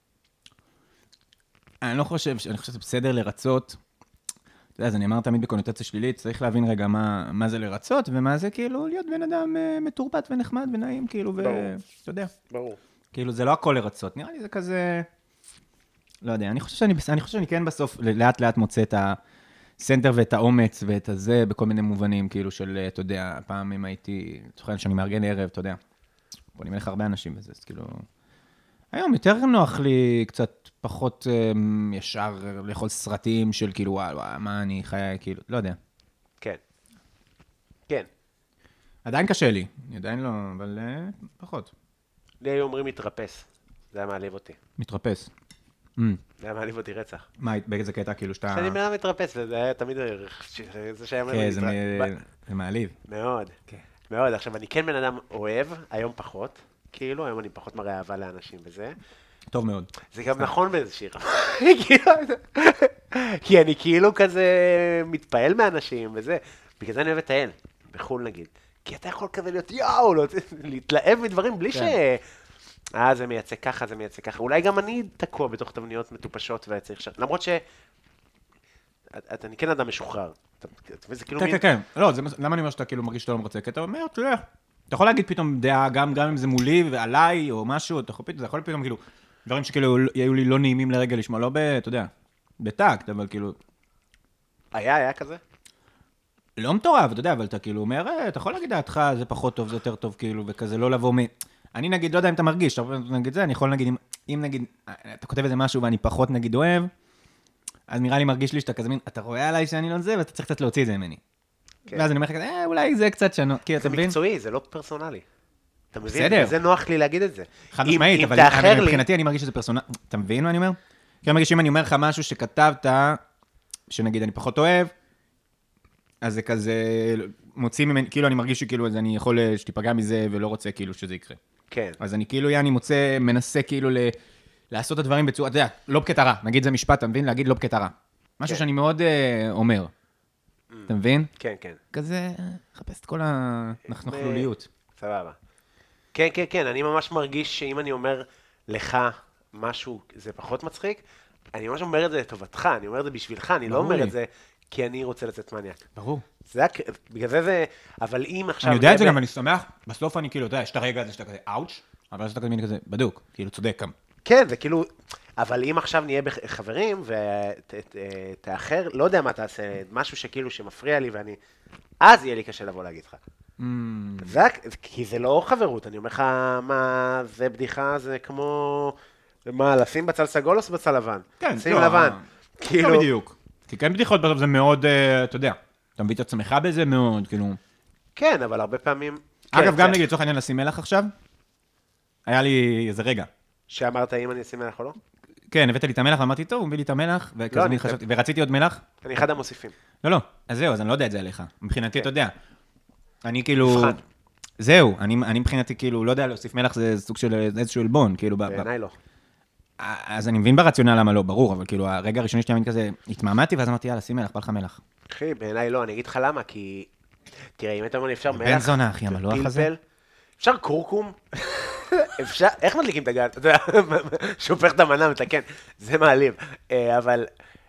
אני לא חושב, אני חושב שזה בסדר לרצות, אתה יודע, אז אני אמר תמיד בקונוטציה שלילית, צריך להבין רגע מה, מה זה לרצות, ומה זה כאילו להיות בן אדם מתורבת ונחמד ונעים, כאילו, ואתה יודע. ברור. כאילו, זה לא הכל לרצות, נראה לי זה כזה, לא יודע, אני חושב שאני, אני חושב שאני כן בסוף לאט לאט מוצא את הסנטר ואת האומץ ואת הזה, בכל מיני מובנים, כאילו, של, אתה יודע, פעם אם הייתי, זוכר שאני מארגן ערב, אתה יודע, בונים לך הרבה אנשים וזה, אז כאילו, היום יותר נוח לי קצת פחות ישר לאכול סרטים של כאילו, וואו, מה אני חיי, כאילו, לא יודע. כן. כן. עדיין קשה לי, עדיין לא, אבל פחות. לי היו אומרים מתרפס, זה היה מעליב אותי. מתרפס. זה היה מעליב אותי רצח. מה, באיזה קטע כאילו שאתה... שאני מנה מתרפס, וזה היה תמיד, זה שהיה כן, זה מעליב. מאוד, מאוד. עכשיו, אני כן בן אדם אוהב, היום פחות. כאילו, היום אני פחות מראה אהבה לאנשים וזה. טוב מאוד. זה גם נכון באיזה שיר. כי אני כאילו כזה מתפעל מאנשים וזה. בגלל זה אני אוהב את האל, בחול נגיד. כי אתה יכול כזה להיות יאו, להתלהב מדברים בלי ש... אה, זה מייצא ככה, זה מייצא ככה. אולי גם אני תקוע בתוך תבניות מטופשות והצריך שם. למרות ש... אני כן אדם משוחרר. כן, כן, כן. לא, למה אני אומר שאתה כאילו מרגיש שאתה לא מרצה? כי אתה אומר, תלך. אתה יכול להגיד פתאום דעה, גם, גם אם זה מולי ועליי או משהו, אתה יכול פתאום, זה יכול פתאום כאילו, דברים שכאילו יהיו לי לא נעימים לרגע לשמוע, לא ב, אתה יודע, בטקט, אבל כאילו... היה, היה כזה? לא מטורף, אתה יודע, אבל אתה כאילו אומר, אתה יכול להגיד דעתך, זה פחות טוב, זה יותר טוב, כאילו, וכזה לא לבוא מ... אני נגיד, לא יודע אם אתה מרגיש, אתה נגיד זה, אני יכול להגיד, אם, אם נגיד, אתה כותב איזה משהו ואני פחות נגיד אוהב, אז נראה לי מרגיש לי שאתה כזה מין, אתה רואה עליי שאני לא זה, ואתה צריך קצת להוציא את זה ממני. ואז אני אומר לך כזה, אה, אולי זה קצת שנו, כי אתה מבין? זה מקצועי, זה לא פרסונלי. אתה מבין? זה נוח לי להגיד את זה. חד משמעית, אבל מבחינתי אני מרגיש שזה פרסונלי. אתה מבין מה אני אומר? כי אני מרגיש שאם אני אומר לך משהו שכתבת, שנגיד אני פחות אוהב, אז זה כזה מוציא ממני, כאילו אני מרגיש שכאילו אני יכול שתיפגע מזה ולא רוצה כאילו שזה יקרה. כן. אז אני כאילו, אני מוצא, מנסה כאילו לעשות את הדברים בצורה, אתה יודע, לא בקטע רע, נגיד זה משפט, אתה מבין? להגיד לא בקטע רע. משהו שאני מאוד אומר. אתה מבין? כן, כן. כזה, חפש את כל הנכלוליות. סבבה. כן, כן, כן, אני ממש מרגיש שאם אני אומר לך משהו, זה פחות מצחיק, אני ממש אומר את זה לטובתך, אני אומר את זה בשבילך, אני לא אומר את זה כי אני רוצה לצאת מניאק. ברור. זה, בגלל זה זה, אבל אם עכשיו... אני יודע את זה גם, אני שמח, בסוף אני כאילו, אתה יודע, יש את הרגע הזה שאתה כזה, אאוץ', אבל שאתה כזה כזה, בדוק, כאילו צודק גם. כן, זה כאילו, אבל אם עכשיו נהיה חברים, ותאחר, לא יודע מה תעשה, משהו שכאילו שמפריע לי, ואני, אז יהיה לי קשה לבוא להגיד לך. זה, כי זה לא חברות, אני אומר לך, מה, זה בדיחה, זה כמו, מה, לשים בצל סגול או בצל לבן? כן, שים לבן. כאילו... לא בדיוק. כי כן בדיחות בסוף זה מאוד, אתה יודע, אתה מביא את עצמך בזה מאוד, כאילו... כן, אבל הרבה פעמים... אגב, גם נגיד, לצורך העניין לשים מלח עכשיו, היה לי איזה רגע. שאמרת אם אני אשים מלח או לא? כן, הבאת לי את המלח, ואמרתי, טוב, הוא מביא לי את המלח, ורציתי עוד מלח. אני אחד המוסיפים. לא, לא, אז זהו, אז אני לא יודע את זה עליך. מבחינתי, אתה יודע, אני כאילו... זהו, אני מבחינתי כאילו, לא יודע, להוסיף מלח זה סוג של איזשהו אלבון, כאילו... בעיניי לא. אז אני מבין ברציונל למה לא, ברור, אבל כאילו, הרגע הראשוני שלי אני כזה, התמהמהתי, ואז אמרתי, יאללה, שים מלח, בא לך מלח. אחי, בעיניי לא, אני אגיד לך למה, כי... תראה, אם אתה אומר לי, אפשר מלח... בן זונה, אחי, המלוח הזה. אפשר קורקום, אפשר... איך מדליקים את הגן? אתה יודע, שופך את המנה, מתקן. זה מעליב. אבל...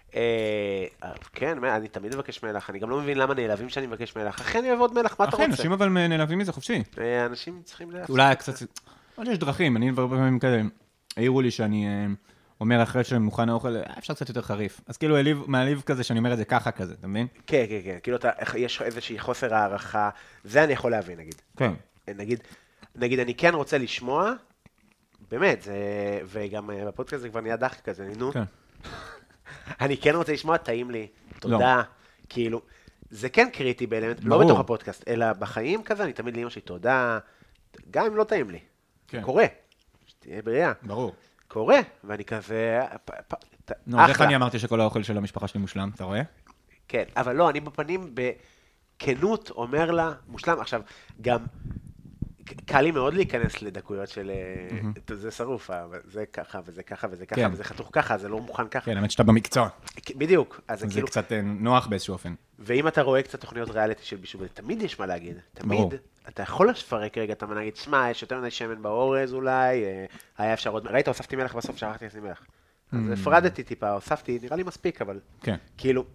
כן, אני תמיד מבקש מלח, אני גם לא מבין למה נעלבים שאני מבקש מלח. אחי, אני אוהב עוד מלח, מה אתה רוצה? אחי, אנשים אבל נעלבים מזה חופשי. אנשים צריכים להפסיק. אולי קצת... יש דרכים, אני הרבה פעמים כאלה... העירו לי שאני אומר אחרי שמוכן האוכל, אפשר קצת יותר חריף. אז כאילו מעליב כזה שאני אומר את זה ככה כזה, אתה מבין? כן, כן, כן. כאילו יש איזושהי חוסר הערכה, זה אני יכול להבין, נגיד. כן. נגיד, נגיד, אני כן רוצה לשמוע, באמת, זה, וגם בפודקאסט זה כבר נהיה דחק כזה, נו. כן. אני כן רוצה לשמוע, טעים לי, תודה, כאילו, זה כן קריטי באלמנט, לא בתוך הפודקאסט, אלא בחיים כזה, אני תמיד לאמא שלי תודה, גם אם לא טעים לי. כן. קורה. תהיה בריאה. ברור. קורה, ואני כזה... נו, אז איך אני אמרתי שכל האוכל של המשפחה שלי מושלם, אתה רואה? כן, אבל לא, אני בפנים בכנות אומר לה, מושלם. עכשיו, גם קל לי מאוד להיכנס לדקויות של... זה שרוף, זה ככה, וזה ככה, וזה ככה, וזה חתוך ככה, זה לא מוכן ככה. כן, האמת שאתה במקצוע. בדיוק. זה קצת נוח באיזשהו אופן. ואם אתה רואה קצת תוכניות ריאליטי של בישול, תמיד יש מה להגיד. תמיד. אתה יכול לפרק רגע, אתה נגיד, שמע, יש יותר מדי שמן באורז אולי, היה אפשר עוד... ראית, הוספתי מלח בסוף, שכחתי לשים מלח. אז הפרדתי טיפה, הוספתי, נראה לי מספיק, אבל... כן. כאילו...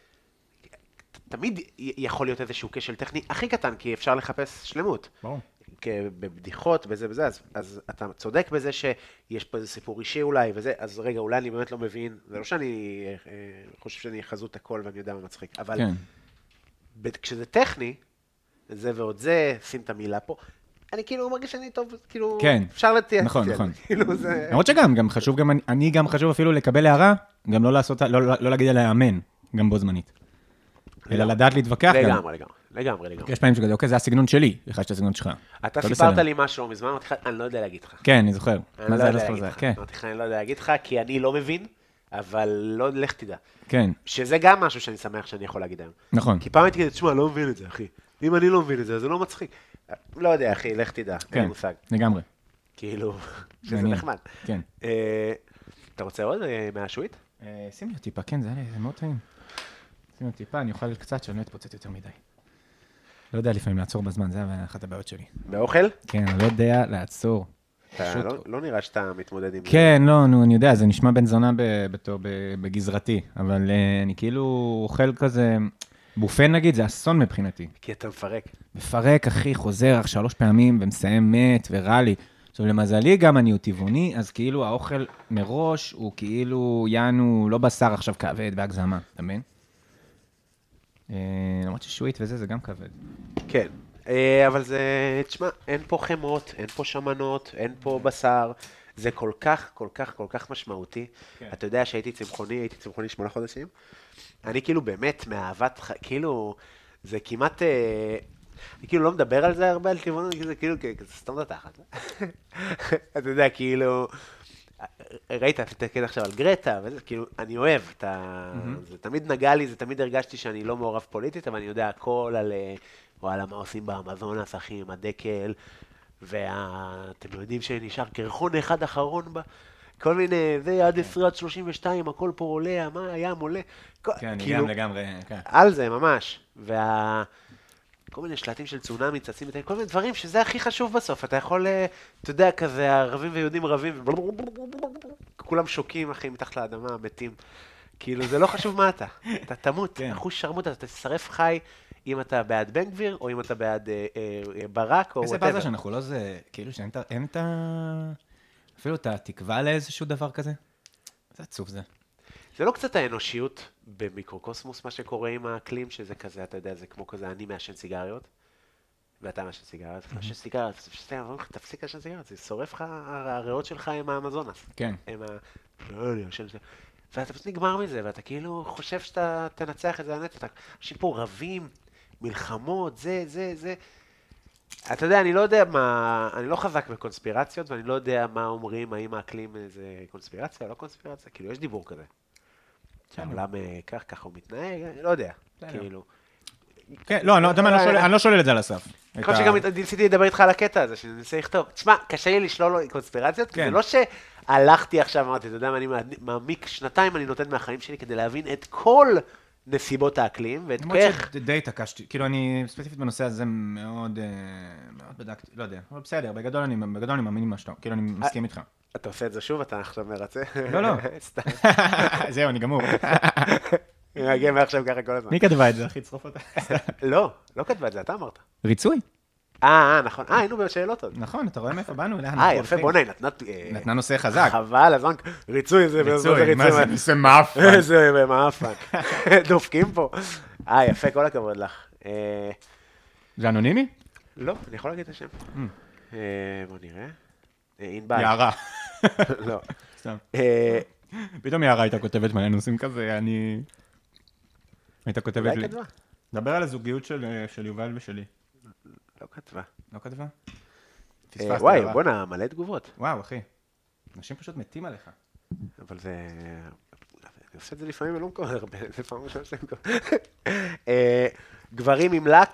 תמיד יכול להיות איזשהו כשל טכני הכי קטן, כי אפשר לחפש שלמות. ברור. בבדיחות, בזה וזה, אז, אז אתה צודק בזה שיש פה איזה סיפור אישי אולי, וזה, אז רגע, אולי אני באמת לא מבין, זה לא שאני אה, חושב שאני חזות הכל ואני יודע מה מצחיק, אבל כן. ב- כשזה טכני, זה ועוד זה, שים את המילה פה, אני כאילו מרגיש שאני טוב, כאילו, כן. אפשר לתיאר. נכון, נכון. כאילו זה... למרות שגם, גם חשוב, גם, אני, אני גם חשוב אפילו לקבל הערה, גם לא לעשות, לא, לא, לא להגיד עליה אמן, גם בו זמנית. אלא לדעת להתווכח גם. לגמרי, לגמרי, לגמרי, לגמרי. יש פעמים שכזה, אוקיי, זה הסגנון שלי, לך יש את הסגנון שלך. אתה סיפרת לי משהו מזמן, אמרתי לך, אני לא יודע להגיד לך. כן, אני זוכר. אני לא יודע להגיד לך. אמרתי לך, אני לא יודע להגיד לך, כי אני לא מבין, אבל לא, לך תדע. כן. שזה גם משהו שאני שמח שאני יכול להגיד היום. נכון. כי פעם הייתי כזה, תשמע, לא מבין את זה, אחי. אם אני לא מבין את זה, זה לא מצחיק. לא יודע, אחי, לך תדע, אין לי מושג. לגמרי. כאילו, שזה נחמד. כן. אתה רוצה עוד מהשווית? שים לי טיפה, כן, זה מאוד טעים. שים לי טיפה, אני אוכל קצת שאני לא אתפוצץ יותר מדי. לא יודע לפעמים לעצור בזמן, זה אחת הבעיות שלי. באוכל? כן, אני לא יודע לעצור. לא נראה שאתה מתמודד עם זה. כן, לא, נו, אני יודע, זה נשמע בן זונה בגזרתי, אבל אני כאילו אוכל כזה, בופן נגיד, זה אסון מבחינתי. כי אתה מפרק. מפרק, אחי, חוזר שלוש פעמים ומסיים מת ורע לי. עכשיו, למזלי גם אני הוא טבעוני, אז כאילו האוכל מראש הוא כאילו יענו לא בשר עכשיו כבד בהגזמה, אתה מבין? למרות ששווית וזה, זה גם כבד. כן, אבל זה, תשמע, אין פה חמות, אין פה שמנות, אין פה בשר, זה כל כך, כל כך, כל כך משמעותי. אתה יודע שהייתי צמחוני, הייתי צמחוני שמונה חודשים, אני כאילו באמת מאהבת, כאילו, זה כמעט, אני כאילו לא מדבר על זה הרבה על טבעונות, כי זה כאילו, זה סתם לתחת. אתה יודע, כאילו, ראית, תתקד עכשיו על גרטה, וזה, כאילו, אני אוהב את ה... זה תמיד נגע לי, זה תמיד הרגשתי שאני לא מעורב פוליטית, אבל אני יודע הכל על, וואלה, מה עושים באמזונס, אחי, עם הדקל, ואתם יודעים שנשאר קרחון אחד אחרון בה, כל מיני, זה עד עשרים עד שלושים ושתיים, הכל פה עולה, מה היה עולה. כן, אני גם לגמרי, כן. על זה, ממש. וה... כל מיני שלטים של צונאמי, צצים, כל מיני דברים שזה הכי חשוב בסוף. אתה יכול, אתה יודע, כזה, ערבים ויהודים רבים, כולם שוקים, אחי, מתחת לאדמה, מתים. כאילו, זה לא חשוב מה אתה. אתה תמות, אחוש שרמוט, אתה תשרף חי אם אתה בעד בן גביר, או אם אתה בעד ברק, או איזה whatever. באזה שאנחנו לא זה, כאילו שאין את ה... אפילו את התקווה לאיזשהו דבר כזה. זה עצוב זה. זה לא קצת האנושיות במיקרוקוסמוס, מה שקורה עם האקלים, שזה כזה, אתה יודע, זה כמו כזה, אני מעשן סיגריות, ואתה מעשן סיגריות, אתה מעשן סיגריות, תפסיק לעשן סיגריות, זה שורף לך, הריאות שלך עם האמזונס. כן. עם ה... לא, אני מעשן סיגריות. ואתה פשוט נגמר מזה, ואתה כאילו חושב שאתה תנצח את זה לנצח. אנשים פה רבים, מלחמות, זה, זה, זה. אתה יודע, אני לא יודע מה, אני לא חזק בקונספירציות, ואני לא יודע מה אומרים, האם האקלים זה קונספירציה או לא קונספירציה, כאילו, יש דיבור כזה. שהעולם כך, ככה הוא מתנהג, אני לא יודע, כאילו. כן, לא, אני לא שולל את זה על הסף. אני חושב שגם ניסיתי לדבר איתך על הקטע הזה, שאני מנסה לכתוב. תשמע, קשה לי לשלול קונספירציות, כי זה לא שהלכתי עכשיו, אמרתי, אתה יודע מה, אני מעמיק שנתיים, אני נותן מהחיים שלי כדי להבין את כל נסיבות האקלים, ואת למרות כך... שדי התעקשתי, כאילו אני ספציפית בנושא הזה מאוד, מאוד בדקתי, לא יודע, אבל בסדר, בגדול אני מאמין מה שאתה, כאילו אני מסכים איתך. אתה עושה את זה שוב, אתה עכשיו מרצה? לא, לא. זהו, אני גמור. אני מגיע מעכשיו ככה כל הזמן. מי כתבה את זה, אחי, צרוף אותה? לא, לא כתבה את זה, אתה אמרת. ריצוי. אה, נכון. אה, היינו בשאלות עוד. נכון, אתה רואה מאיפה באנו? אה, יפה, בוא נהי, נתנה... נתנה נושא חזק. חבל, הזמן, ריצוי זה... ריצוי, מה זה? נושא מאפן. זה מאפן. דופקים פה. אה, יפה, כל הכבוד לך. זה אנונימי? לא, אני יכול להגיד את השם. בוא נראה. ענבל. יערה. לא. סתם. פתאום יערה הייתה כותבת מלא נושאים כזה, אני... הייתה כותבת לי. אולי כתבה. דבר על הזוגיות של יובל ושלי. לא כתבה. לא כתבה? וואי, בוא נה, מלא תגובות. וואו, אחי. אנשים פשוט מתים עליך. אבל זה... אני עושה את זה לפעמים, אני לא מקווה הרבה, זה פעם ראשונה שאני מקווה. גברים עם לק,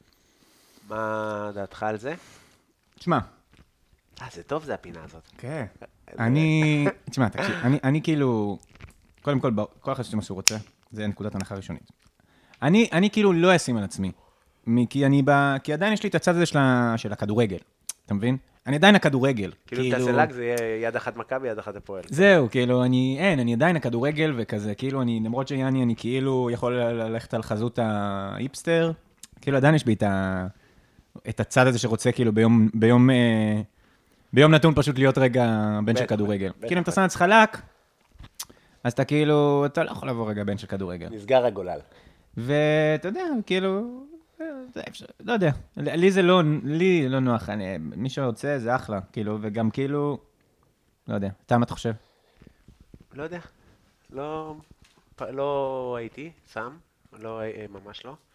מה דעתך על זה? תשמע. אה, זה טוב, זה הפינה הזאת. כן. אני... תשמע, תקשיב, אני כאילו... קודם כל, כל אחד שמה שהוא רוצה, זה נקודת הנחה ראשונית. אני, אני כאילו לא אשים על עצמי, כי אני בא, כי עדיין יש לי את הצד הזה של הכדורגל, אתה מבין? אני עדיין הכדורגל. כאילו, תעשה לק, זה יהיה יד אחת מכבי, יד אחת הפועל. זהו, כאילו, אני, אין, אני עדיין הכדורגל וכזה, כאילו, אני, למרות שאני, אני כאילו יכול ללכת על חזות האיפסטר, כאילו, עדיין יש בי את ה, את הצד הזה שרוצה, כאילו, ביום, ביום, ביום נתון פשוט להיות רגע בן של כדורגל. כאילו, אם אתה שם את חלק, אז אתה כאילו, אתה לא יכול לבוא רגע בן של כדורגל. נסגר הגולל. ואתה יודע, כאילו, לא יודע, לי זה לא, לי לא נוח, מי שרוצה זה אחלה, כאילו, וגם כאילו, לא יודע, אתה מה אתה חושב? לא יודע, לא, לא הייתי, שם, לא, ממש לא.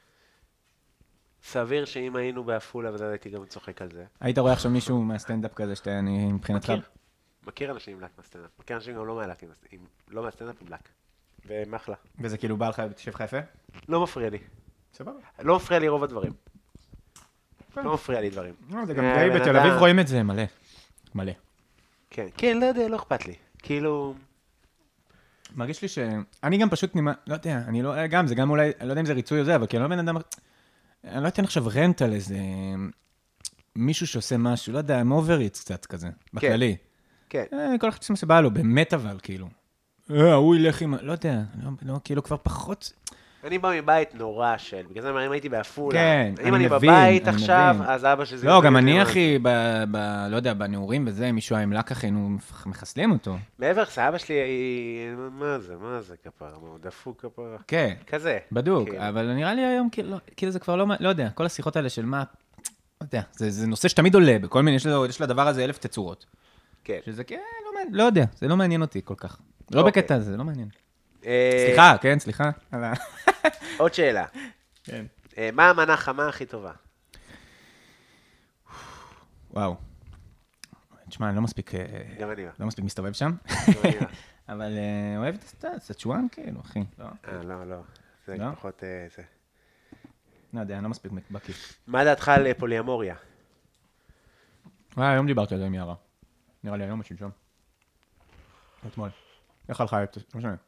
סביר שאם היינו באפולה, וזה הייתי גם צוחק על זה. היית רואה עכשיו מישהו מהסטנדאפ כזה, שאתה, אני מבחינתך... מכיר, מכיר אנשים עם לק מהסטנדאפ, מכיר אנשים גם לא מהלק, לא מהסטנדאפ עם לק, ומחלה. וזה כאילו בא לך, תשב לך יפה? לא מפריע לי. סבבה. לא מפריע לי רוב הדברים. לא מפריע לי דברים. זה גם די, בתל אביב רואים את זה מלא. מלא. כן, כן, לא יודע, לא אכפת לי. כאילו... מרגיש לי ש... אני גם פשוט נמא... לא יודע, אני לא... גם, זה גם אולי... אני לא יודע אם זה ריצוי או זה, אבל כי אני לא בן אדם... אני לא אתן עכשיו רנט על איזה... מישהו שעושה משהו, לא יודע, הם אובריץ קצת כזה, בכללי. כן. כל אחד שעושה בא לו, באמת אבל, כאילו. אה, הוא ילך עם... לא יודע, לא, כאילו כבר פחות... אני בא מבית נורא של, בגלל זה אם הייתי באפולה, כן, אם אני בבית עכשיו, אז אבא שזה... לא, גם אני אחי, לא יודע, בנעורים וזה, מישהו עם לק אחי, נו, מחסלים אותו. מעבר לזה, אבא שלי, מה זה, מה זה כפרה, מה הוא דפוק כפרה? כן. כזה. בדוק, אבל נראה לי היום, כאילו זה כבר לא, לא יודע, כל השיחות האלה של מה, לא יודע, זה נושא שתמיד עולה, בכל מיני, יש לדבר הזה אלף תצורות. כן. שזה כן, לא יודע, זה לא מעניין אותי כל כך. לא בקטע הזה, זה לא מעניין. סליחה, כן, סליחה. עוד שאלה. כן. מה המנה חמה הכי טובה? וואו. תשמע, אני לא מספיק... גם אני. לא מספיק מסתובב שם. אבל אוהב את הסצ'ואן, כאילו, אחי. אה, לא, לא. זה פחות... זה. לא יודע, אני לא מספיק בקי. מה דעתך על פוליאמוריה? וואי, היום דיברתי על זה עם יערה. נראה לי היום, משלשום. אתמול. איך הלכה? לא משנה.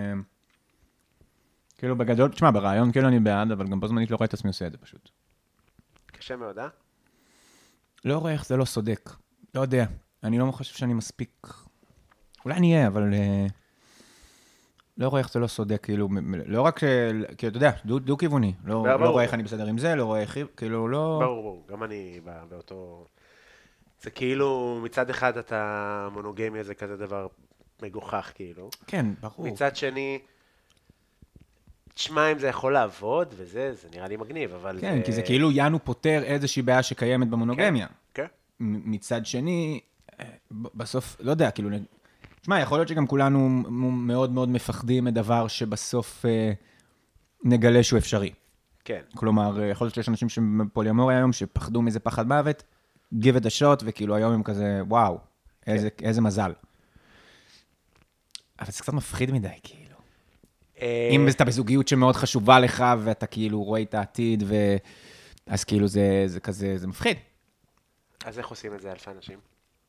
כאילו בגדול, תשמע, ברעיון כאילו אני בעד, אבל גם בזמנית לא רואה את עצמי עושה את זה פשוט. קשה מאוד, אה? לא רואה איך זה לא סודק. לא יודע. אני לא חושב שאני מספיק... אולי אני אהיה, אבל... לא רואה איך זה לא סודה, כאילו, לא רק, כי אתה יודע, דו-כיווני, לא רואה איך אני בסדר עם זה, לא רואה איך, כאילו, לא... ברור, ברור, גם אני באותו... זה כאילו, מצד אחד אתה מונוגמיה, זה כזה דבר מגוחך, כאילו. כן, ברור. מצד שני, תשמע אם זה יכול לעבוד, וזה, זה נראה לי מגניב, אבל... כן, כי זה כאילו יאנו פותר איזושהי בעיה שקיימת במונוגמיה. כן. מצד שני, בסוף, לא יודע, כאילו... תשמע, יכול להיות שגם כולנו מאוד מאוד מפחדים מדבר שבסוף נגלה שהוא אפשרי. כן. כלומר, יכול להיות שיש אנשים שפוליאמוריה היום, שפחדו מזה פחד מוות, give it a shot, וכאילו היום הם כזה, וואו, איזה, איזה מזל. אבל זה קצת מפחיד מדי, כאילו. אם אתה בזוגיות שמאוד חשובה לך, ואתה כאילו רואה את העתיד, ו... אז כאילו זה, זה כזה, זה מפחיד. אז איך עושים את זה אלפי אנשים?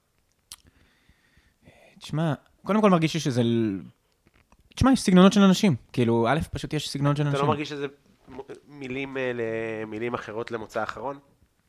תשמע, קודם כל מרגיש לי שזה... תשמע, יש סגנונות של אנשים. כאילו, א', פשוט יש סגנונות של אנשים. אתה לא מרגיש שזה מילים, מילים אחרות למוצא האחרון?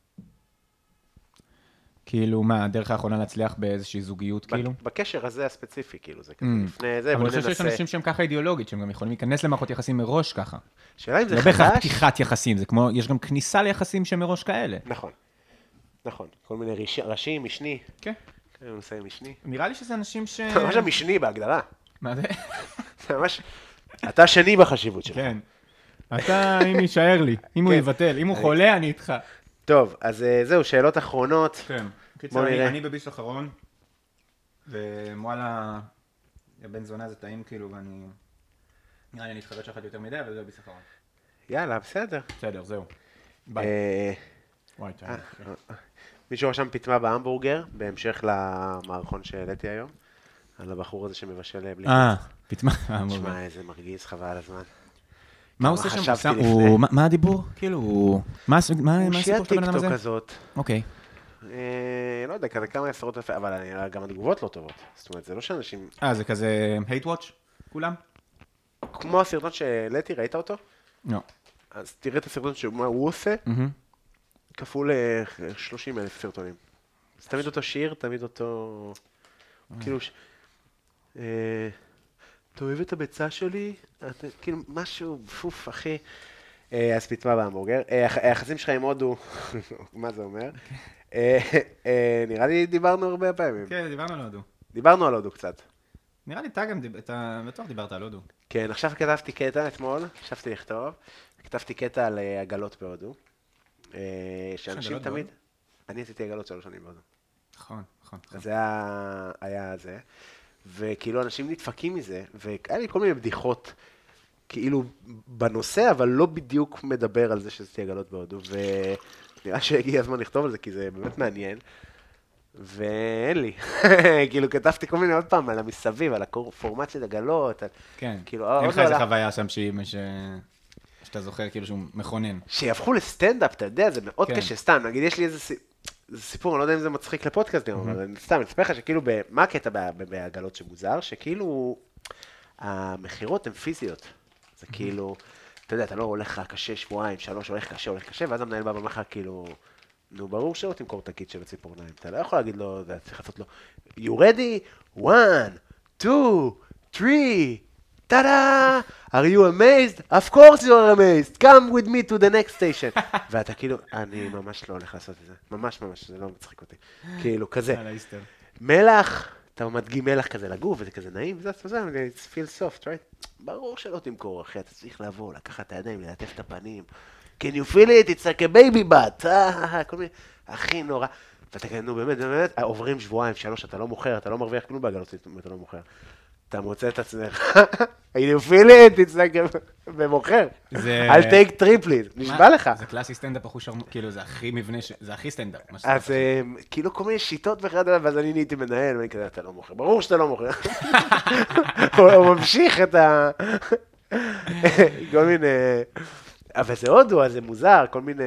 כאילו, מה, הדרך האחרונה להצליח באיזושהי זוגיות, כאילו? בקשר הזה הספציפי, כאילו, זה כזה לפני זה, אבל אני חושב שיש אנשים שהם ככה אידיאולוגית, שהם גם יכולים להיכנס למערכות יחסים מראש ככה. שאלה אם זה חדש? חדש? לא בהכרח פתיחת יחסים, זה כמו, יש גם כניסה ליחסים שהם מראש כאלה. נכון, נכון. כל מיני ראשים, משני. כן. כן, הוא מסיים משני. נראה לי שזה אנשים ש... ממש המשני בהגדרה. מה זה? זה ממש... אתה שני בחשיבות שלך. כן. אתה, אם יישאר לי, אם הוא יבטל, אם הוא חולה, אני איתך. טוב, אז זהו, שאלות אחרונות. כן. קיצר, אני, אני בביס אחרון, ומואלה, הבן זונה זה טעים כאילו, ואני... נראה לי אני אתחרט שחד יותר מדי, אבל זה בביס אחרון. יאללה, בסדר. בסדר, זהו. ביי. וואי, טעים. מישהו רשם פטמה בהמבורגר, בהמשך למערכון שהעליתי היום, על הבחור הזה שמבשל בלי... אה, פטמה בהמבורגר. תשמע, איזה מרגיז, חבל על הזמן. מה הוא עושה שם? מה הדיבור? כאילו, מה הסיפור של הבן אדם הזה? טיקטוק כזאת. אוקיי. לא יודע, כזה כמה עשרות אלפי, אבל גם התגובות לא טובות. זאת אומרת, זה לא שאנשים... אה, זה כזה hate watch? כולם? כמו הסרטון שהעליתי, ראית אותו? לא. אז תראה את הסרטון שמה הוא עושה, כפול שלושים אלף סרטונים. אז תמיד אותו שיר, תמיד אותו... כאילו... אתה אוהב את הביצה שלי? כאילו, משהו, פוף, אחי. אז פטמה בהמבורגר. היחסים שלך עם הודו, מה זה אומר? נראה לי דיברנו הרבה פעמים. כן, דיברנו על הודו. דיברנו על הודו קצת. נראה לי אתה גם, אתה בטוח דיברת על הודו. כן, עכשיו כתבתי קטע אתמול, חשבתי לכתוב, כתבתי קטע על עגלות בהודו. שאנשים תמיד... אני עשיתי עגלות שלוש שנים בהודו. נכון, נכון. אז זה היה זה. וכאילו אנשים נדפקים מזה, והיה לי כל מיני בדיחות, כאילו בנושא, אבל לא בדיוק מדבר על זה שעשיתי עגלות בהודו, ונראה שהגיע הזמן לכתוב על זה, כי זה באמת מעניין, ואין לי. כאילו כתבתי כל מיני עוד פעם על המסביב, על הפורמציה עגלות, כן, כאילו, אין לך איזה חוויה שם שאתה זוכר כאילו שהוא מכונן. שיהפכו לסטנדאפ, אתה יודע, זה מאוד קשה, סתם, נגיד יש לי איזה... זה סיפור, אני לא יודע אם זה מצחיק לפודקאסטים, אבל סתם, אני אספר לך שכאילו, מה הקטע בעגלות שמוזר? שכאילו, המחירות הן פיזיות. זה כאילו, אתה יודע, אתה לא הולך לך קשה שבועיים, שלוש, הולך קשה, הולך קשה, ואז המנהל בא ואומר לך, כאילו, נו, ברור שלא תמכור את הקיט של הציפורניים. אתה לא יכול להגיד לו, אתה צריך לעשות לו, you ready? one, two, three, טאדה! Are you amazed? Of course you are amazed. Come with me to the next station. ואתה כאילו, אני ממש לא הולך לעשות את זה. ממש ממש, זה לא מצחיק אותי. כאילו, כזה. מלח, אתה מדגים מלח כזה לגוף, וזה כזה נעים, וזה, וזה, it feels soft, right? ברור שלא תמכור, אחי, אתה צריך לבוא, לקחת את הידיים, ללטף את הפנים. Can you feel it? It's like a baby butt. כל מיני, הכי נורא. ואתה כאילו, נו, באמת, באמת, עוברים שבועיים, שלוש, אתה לא מוכר, אתה לא מרוויח כלום בעגלות, אתה לא מוכר. אתה מוצא את עצמך, you feel it, it's like, ומוכר. I'll take three please, נשבע לך. זה קלאסי סטנדאפ, כאילו זה הכי מבנה, זה הכי סטנדאפ. אז כאילו כל מיני שיטות בכלל, ואז אני נהייתי מנהל, ואני כזה, אתה לא מוכר, ברור שאתה לא מוכר. הוא ממשיך את ה... כל מיני... אבל זה הודו, אז זה מוזר, כל מיני...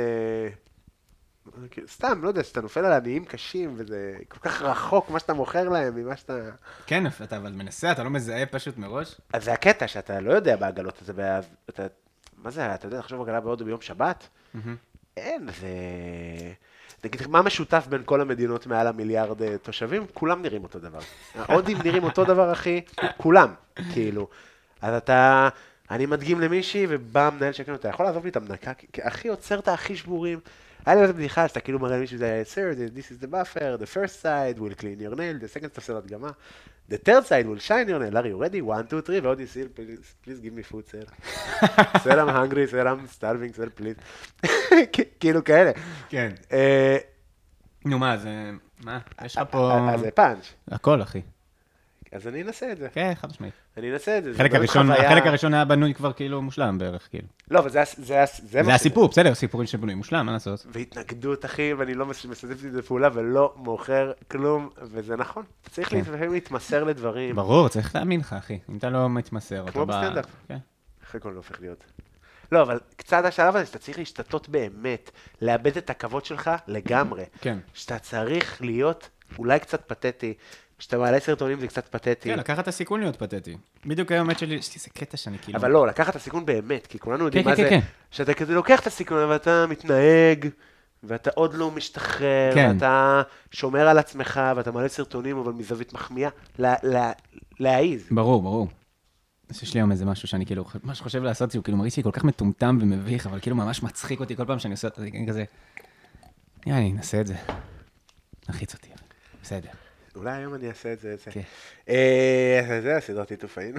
סתם, לא יודע, שאתה נופל על עניים קשים, וזה כל כך רחוק מה שאתה מוכר להם, ממה שאתה... כן, אתה אבל מנסה, אתה לא מזהה פשוט מראש? אז זה הקטע, שאתה לא יודע בעגלות, אתה... מה זה, אתה יודע, תחשוב עגלה בהודו ביום שבת? אין, זה... נגיד, מה משותף בין כל המדינות מעל המיליארד תושבים? כולם נראים אותו דבר. ההודים נראים אותו דבר, אחי, כולם, כאילו. אז אתה, אני מדגים למישהי, ובא המנהל שקנו, אתה יכול לעזוב לי את המנקה, כי אחי עוצר את הכי שבורים. היה לי איזה בדיחה, שאתה כאילו מראה למישהו, זה, Sir, this is the buffer, the first side will clean your nail, the second stuff של הדגמה, the third side will shine your nail, are you ready? one, two, three, ועוד יסיל, please, please give me food, sir. sir, I'm hungry, sir, I'm starving, sir, please. כאילו כאלה. כן. נו, מה, זה... מה? יש לך פה... אז זה פאנץ'. הכל, אחי. אז אני אנסה את זה. כן, חד משמעית. אני אנסה את זה. החלק הראשון היה בנוי כבר כאילו מושלם בערך, כאילו. לא, אבל זה זה הסיפור, בסדר, סיפורים שבנוי מושלם, מה לעשות? והתנגדות, אחי, ואני לא מסתפת את זה פעולה, ולא מוכר כלום, וזה נכון. צריך לפעמים להתמסר לדברים. ברור, צריך להאמין לך, אחי. אם אתה לא מתמסר, כמו בסטנדאפ. אחרי כל לא הופך להיות. לא, אבל קצת השלב הזה, שאתה צריך להשתתות באמת, לאבד את הכבוד שלך לגמרי. כן. שאתה צריך להיות אולי קצת פתטי, כשאתה מעלה סרטונים זה קצת פתטי. כן, לקחת את הסיכון להיות פתטי. בדיוק היום שלי, יש לי איזה קטע שאני כאילו... אבל לא, לקחת את הסיכון באמת, כי כולנו יודעים מה זה, שאתה כזה לוקח את הסיכון, אבל אתה מתנהג, ואתה עוד לא משתחרר, ואתה שומר על עצמך, ואתה מעלה סרטונים, אבל מזווית מחמיאה, להעיז. ברור, ברור. יש לי היום איזה משהו שאני כאילו, מה שחושב לעשות זה, הוא כאילו מרגיש לי כל כך מטומטם ומביך, אבל כאילו ממש מצחיק אותי כל פעם שאני עושה את זה, כזה, יאללה, אני אנסה את זה. נחליץ אותי, בסדר. אולי היום אני אעשה את זה, זה. כן. זה הסדרת ליטוף היינו.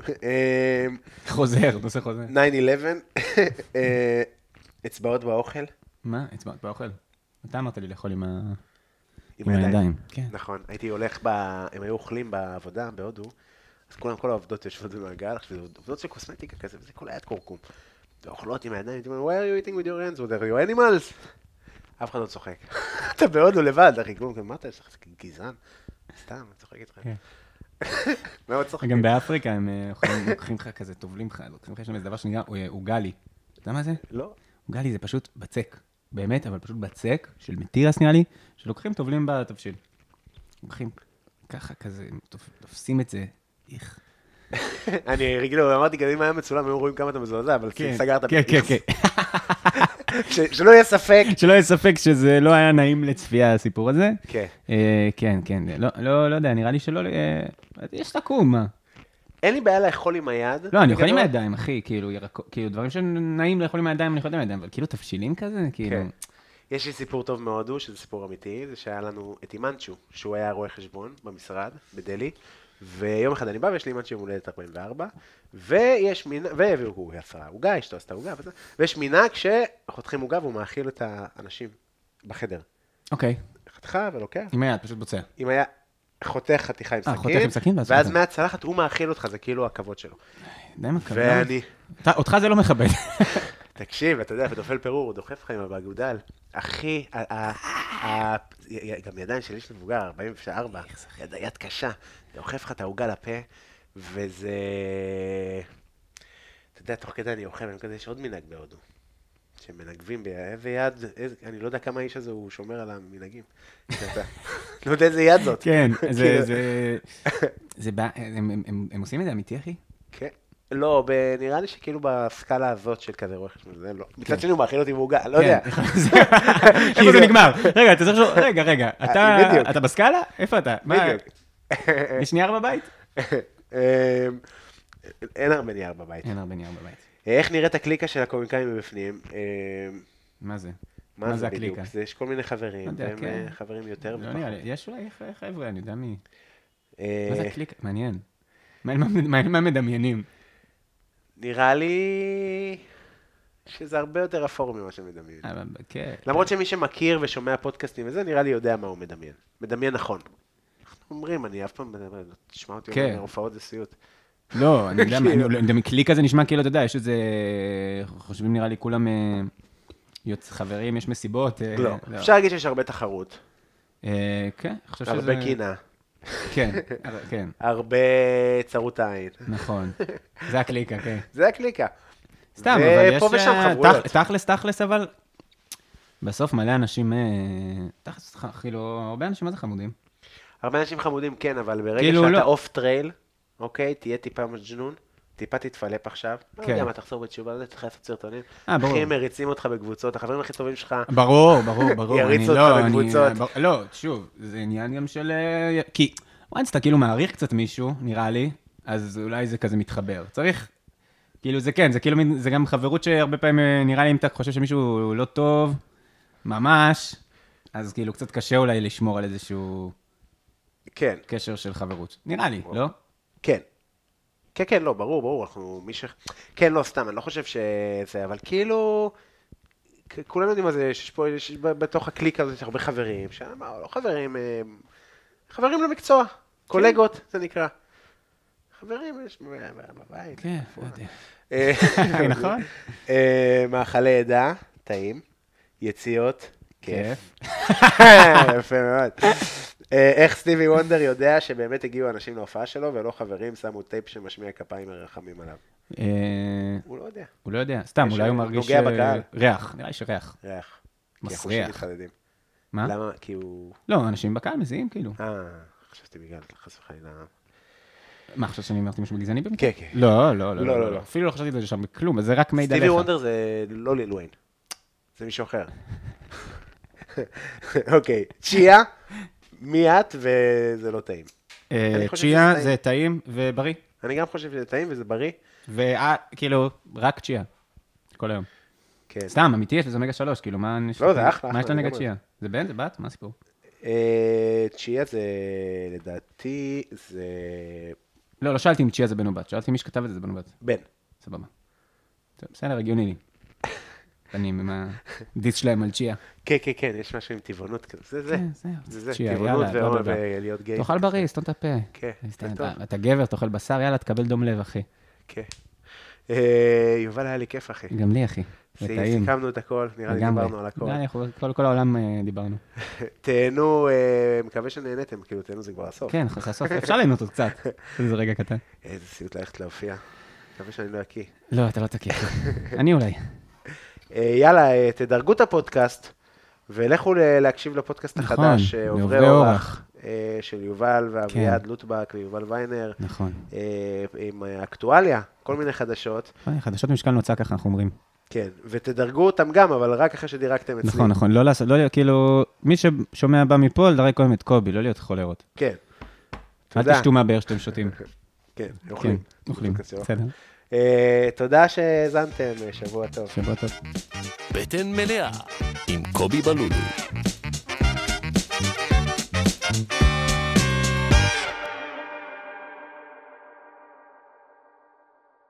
חוזר, נושא חוזר. נין אלבן, אצבעות באוכל. מה? אצבעות באוכל? אתה אמרת לי לאכול עם הידיים. נכון, הייתי הולך, הם היו אוכלים בעבודה בהודו, אז כולם, כל העובדות יושבות במעגל, עכשיו, זה עובדות של קוסמטיקה כזה, וזה כל היד קורקום. ואוכלות עם הידיים, הייתי אומר, why are you eating with your hands? What are you animals? אף אחד לא צוחק. אתה בהודו לבד, אחי, כלום, מה אתה, יש לך גזען? סתם, אני צוחק איתך. מאוד צוחק. גם באפריקה הם לוקחים לך כזה, טובלים לך, לוקחים לך, יש להם איזה דבר שנקרא אוגלי. אתה יודע מה זה? לא. אוגלי זה פשוט בצק. באמת, אבל פשוט בצק, של מתירס נראה לי, שלוקחים, טובלים בתבשיל. לוקחים ככה כזה, תופסים את זה, איך. אני רגיל, אמרתי, כזה אם היה מצולם, היו רואים כמה אתה מזועזע, אבל סגרת. כן, כן, כן. שלא יהיה ספק. שלא יהיה ספק שזה לא היה נעים לצפייה, הסיפור הזה. כן. כן, כן. לא יודע, נראה לי שלא... יש תקום, מה? אין לי בעיה לאכול עם היד. לא, אני אוכל עם הידיים, אחי. כאילו, דברים שנעים לאכול עם הידיים, אני אוכל עם הידיים, אבל כאילו תבשילים כזה, כאילו... יש לי סיפור טוב מאוד, שזה סיפור אמיתי, זה שהיה לנו את אימנצ'ו, שהוא היה רואה חשבון במשרד, בדלי, ויום אחד אני בא ויש לי אימנצ'ו יום הולדת ארבעים וארבע, ויש מנהג, והוא עשה עוגה, אשתו עשתה עוגה, ויש מנהג שחותכים עוגה והוא מאכיל את האנשים בחדר. אוקיי. חתיכה ולוקח. עם היד, פשוט בוצע. עם היד, חותך חתיכה עם סכין, חותך עם סכין, ואז מהצלחת הוא מאכיל אותך, זה כאילו הכבוד שלו. די מכבד. ואני... אותך זה לא מכבד. תקשיב, אתה יודע, ודופל פירור, הוא דוחף לך עם הבגודל. אחי, גם ידיים שלי יש מבוגר, ארבעים וארבע, יד קשה, דוחף לך את העוגה לפה, וזה... אתה יודע, תוך כדי אני אוכל, אני כזה, יש עוד מנהג בהודו, שמנגבים באיזה יד, אני לא יודע כמה האיש הזה הוא שומר על המנהגים. לא יודע איזה יד זאת. כן, זה... הם עושים את זה אמיתי, אחי? כן. לא, נראה לי שכאילו בסקאלה הזאת של כזה רואה חשבון, זה לא. מצד שני הוא מאכיל אותי בעוגה, לא יודע. איפה זה נגמר? רגע, אתה צריך לשאול, רגע, רגע, אתה בסקאלה? איפה אתה? בדיוק. יש נייר בבית? אין הרבה נייר בבית. אין הרבה נייר בבית. איך נראית הקליקה של הקומיקאים מבפנים? מה זה? מה זה הקליקה? יש כל מיני חברים, והם חברים יותר ופחות. יש אולי חבר'ה, אני יודע מי. מה זה הקליקה? מעניין. מה מדמיינים? נראה לי שזה הרבה יותר אפור ממה שמדמיין. למרות שמי שמכיר ושומע פודקאסטים וזה, נראה לי יודע מה הוא מדמיין. מדמיין נכון. אנחנו אומרים, אני אף פעם תשמע אותי אומר, הופעות זה סיוט. לא, אני יודע, קליק הזה נשמע כאילו, אתה יודע, יש איזה, חושבים נראה לי כולם חברים, יש מסיבות. לא, אפשר להגיד שיש הרבה תחרות. כן, הרבה קינה. כן, כן. הרבה צרות העין. נכון, זה הקליקה, כן. זה הקליקה. סתם, אבל יש... ופה ושם חברויות. תכלס, תכלס, אבל בסוף מלא אנשים, תכלס, כאילו, הרבה אנשים מה זה חמודים? הרבה אנשים חמודים, כן, אבל ברגע שאתה אוף טרייל, אוקיי, תהיה טיפה מג'נון, טיפה תתפלפ עכשיו, לא יודע מה, תחזור בתשובה, לא צריך לעשות סרטונים. אחי, מריצים אותך בקבוצות, החברים הכי טובים שלך, ברור, ברור, ברור. יריצו אותך בקבוצות. לא, שוב, זה עניין גם של... כי, וואנס, אתה כאילו מעריך קצת מישהו, נראה לי, אז אולי זה כזה מתחבר. צריך, כאילו זה כן, זה כאילו, זה גם חברות שהרבה פעמים נראה לי אם אתה חושב שמישהו לא טוב, ממש, אז כאילו קצת קשה אולי לשמור על איזשהו כן. קשר של חברות. נראה לי, לא? כן. כן, כן, לא, ברור, ברור, אנחנו מי ש... כן, לא, סתם, אני לא חושב שזה, אבל כאילו, כולם יודעים מה זה, שיש פה, יש בתוך הקליק הזה, יש הרבה חברים, שם, לא חברים, חברים למקצוע, קולגות, זה נקרא. חברים, יש בבית. כן, לא יודע. נכון? מאכלי עדה, טעים, יציאות, כיף. יפה מאוד. איך סטיבי וונדר יודע שבאמת הגיעו אנשים להופעה שלו, ולא חברים שמו טייפ שמשמיע כפיים מרחמים עליו? הוא לא יודע. הוא לא יודע, סתם, אולי הוא מרגיש ריח, נראה לי שריח. ריח. מסריח. מה? למה? כי הוא... לא, אנשים בקהל מזיעים כאילו. אה, חשבתי בגלל, חס וחלילה. מה, חשבת שאני אמרתי משהו בגזעני באמת? כן, כן. לא, לא, לא, לא. אפילו לא חשבתי את זה שם בכלום, זה רק מידע לך. סטיבי וונדר זה לא ליל וויין. זה מישהו אחר. אוקיי, צ'יה, מי את וזה לא טעים. צ'יה זה טעים ובריא. אני גם חושב שזה טעים וזה בריא. וכאילו, רק צ'יה. כל היום. סתם, אמיתי יש לזה אומגה שלוש, כאילו, מה יש לא, זה אחלה. מה יש לנגד צ'יה? זה בן? זה בת? מה הסיפור? צ'יה זה, לדעתי, זה... לא, לא שאלתי אם צ'יה זה בן או בת. שאלתי מי שכתב את זה, זה בן או בת. בן. סבבה. בסדר, הגיוני לי. אני עם הדיס שלהם על צ'יה. כן, כן, כן, יש משהו עם טבעונות כזה. זה זה. זה זה. צ'יה, טבעונות יאללה, ולהיות גיי. תאכל בריא, סתום את הפה. כן, זה טוב. אתה גבר, תאכל בשר, יאללה, תקבל דום לב, אחי. כן. יובל, היה לי כיף, אחי. גם לי, אחי. סיכמנו את הכל, נראה לי דיברנו על הכל. נראה לי, כל העולם דיברנו. תהנו, מקווה שנהנתם, כאילו תהנו זה כבר הסוף. כן, הסוף, אפשר ליהנות עוד קצת. איזה רגע קטן. איזה סיוט ללכת להופיע. מקווה שאני לא אקיא. לא, אתה לא תקיא. אני אולי. יאללה, תדרגו את הפודקאסט, ולכו להקשיב לפודקאסט החדש, עוברי אורח, של יובל ואביעד לוטבק ויובל ויינר. נכון. עם אקטואליה, כל מיני חדשות. חדשות משקל נוצא, ככה אנחנו אומרים. כן, ותדרגו אותם גם, אבל רק אחרי שדירקתם אצלי. נכון, נכון, לא לעשות, לא להיות, כאילו, מי ששומע בא מפה, לדרג קודם את קובי, לא להיות חולרות. כן. אל תשתו מהבאר שאתם שותים. כן, אוכלים. אוכלים, בסדר. תודה שהזנתם, שבוע טוב. שבוע טוב. בטן מלאה עם קובי בלולו.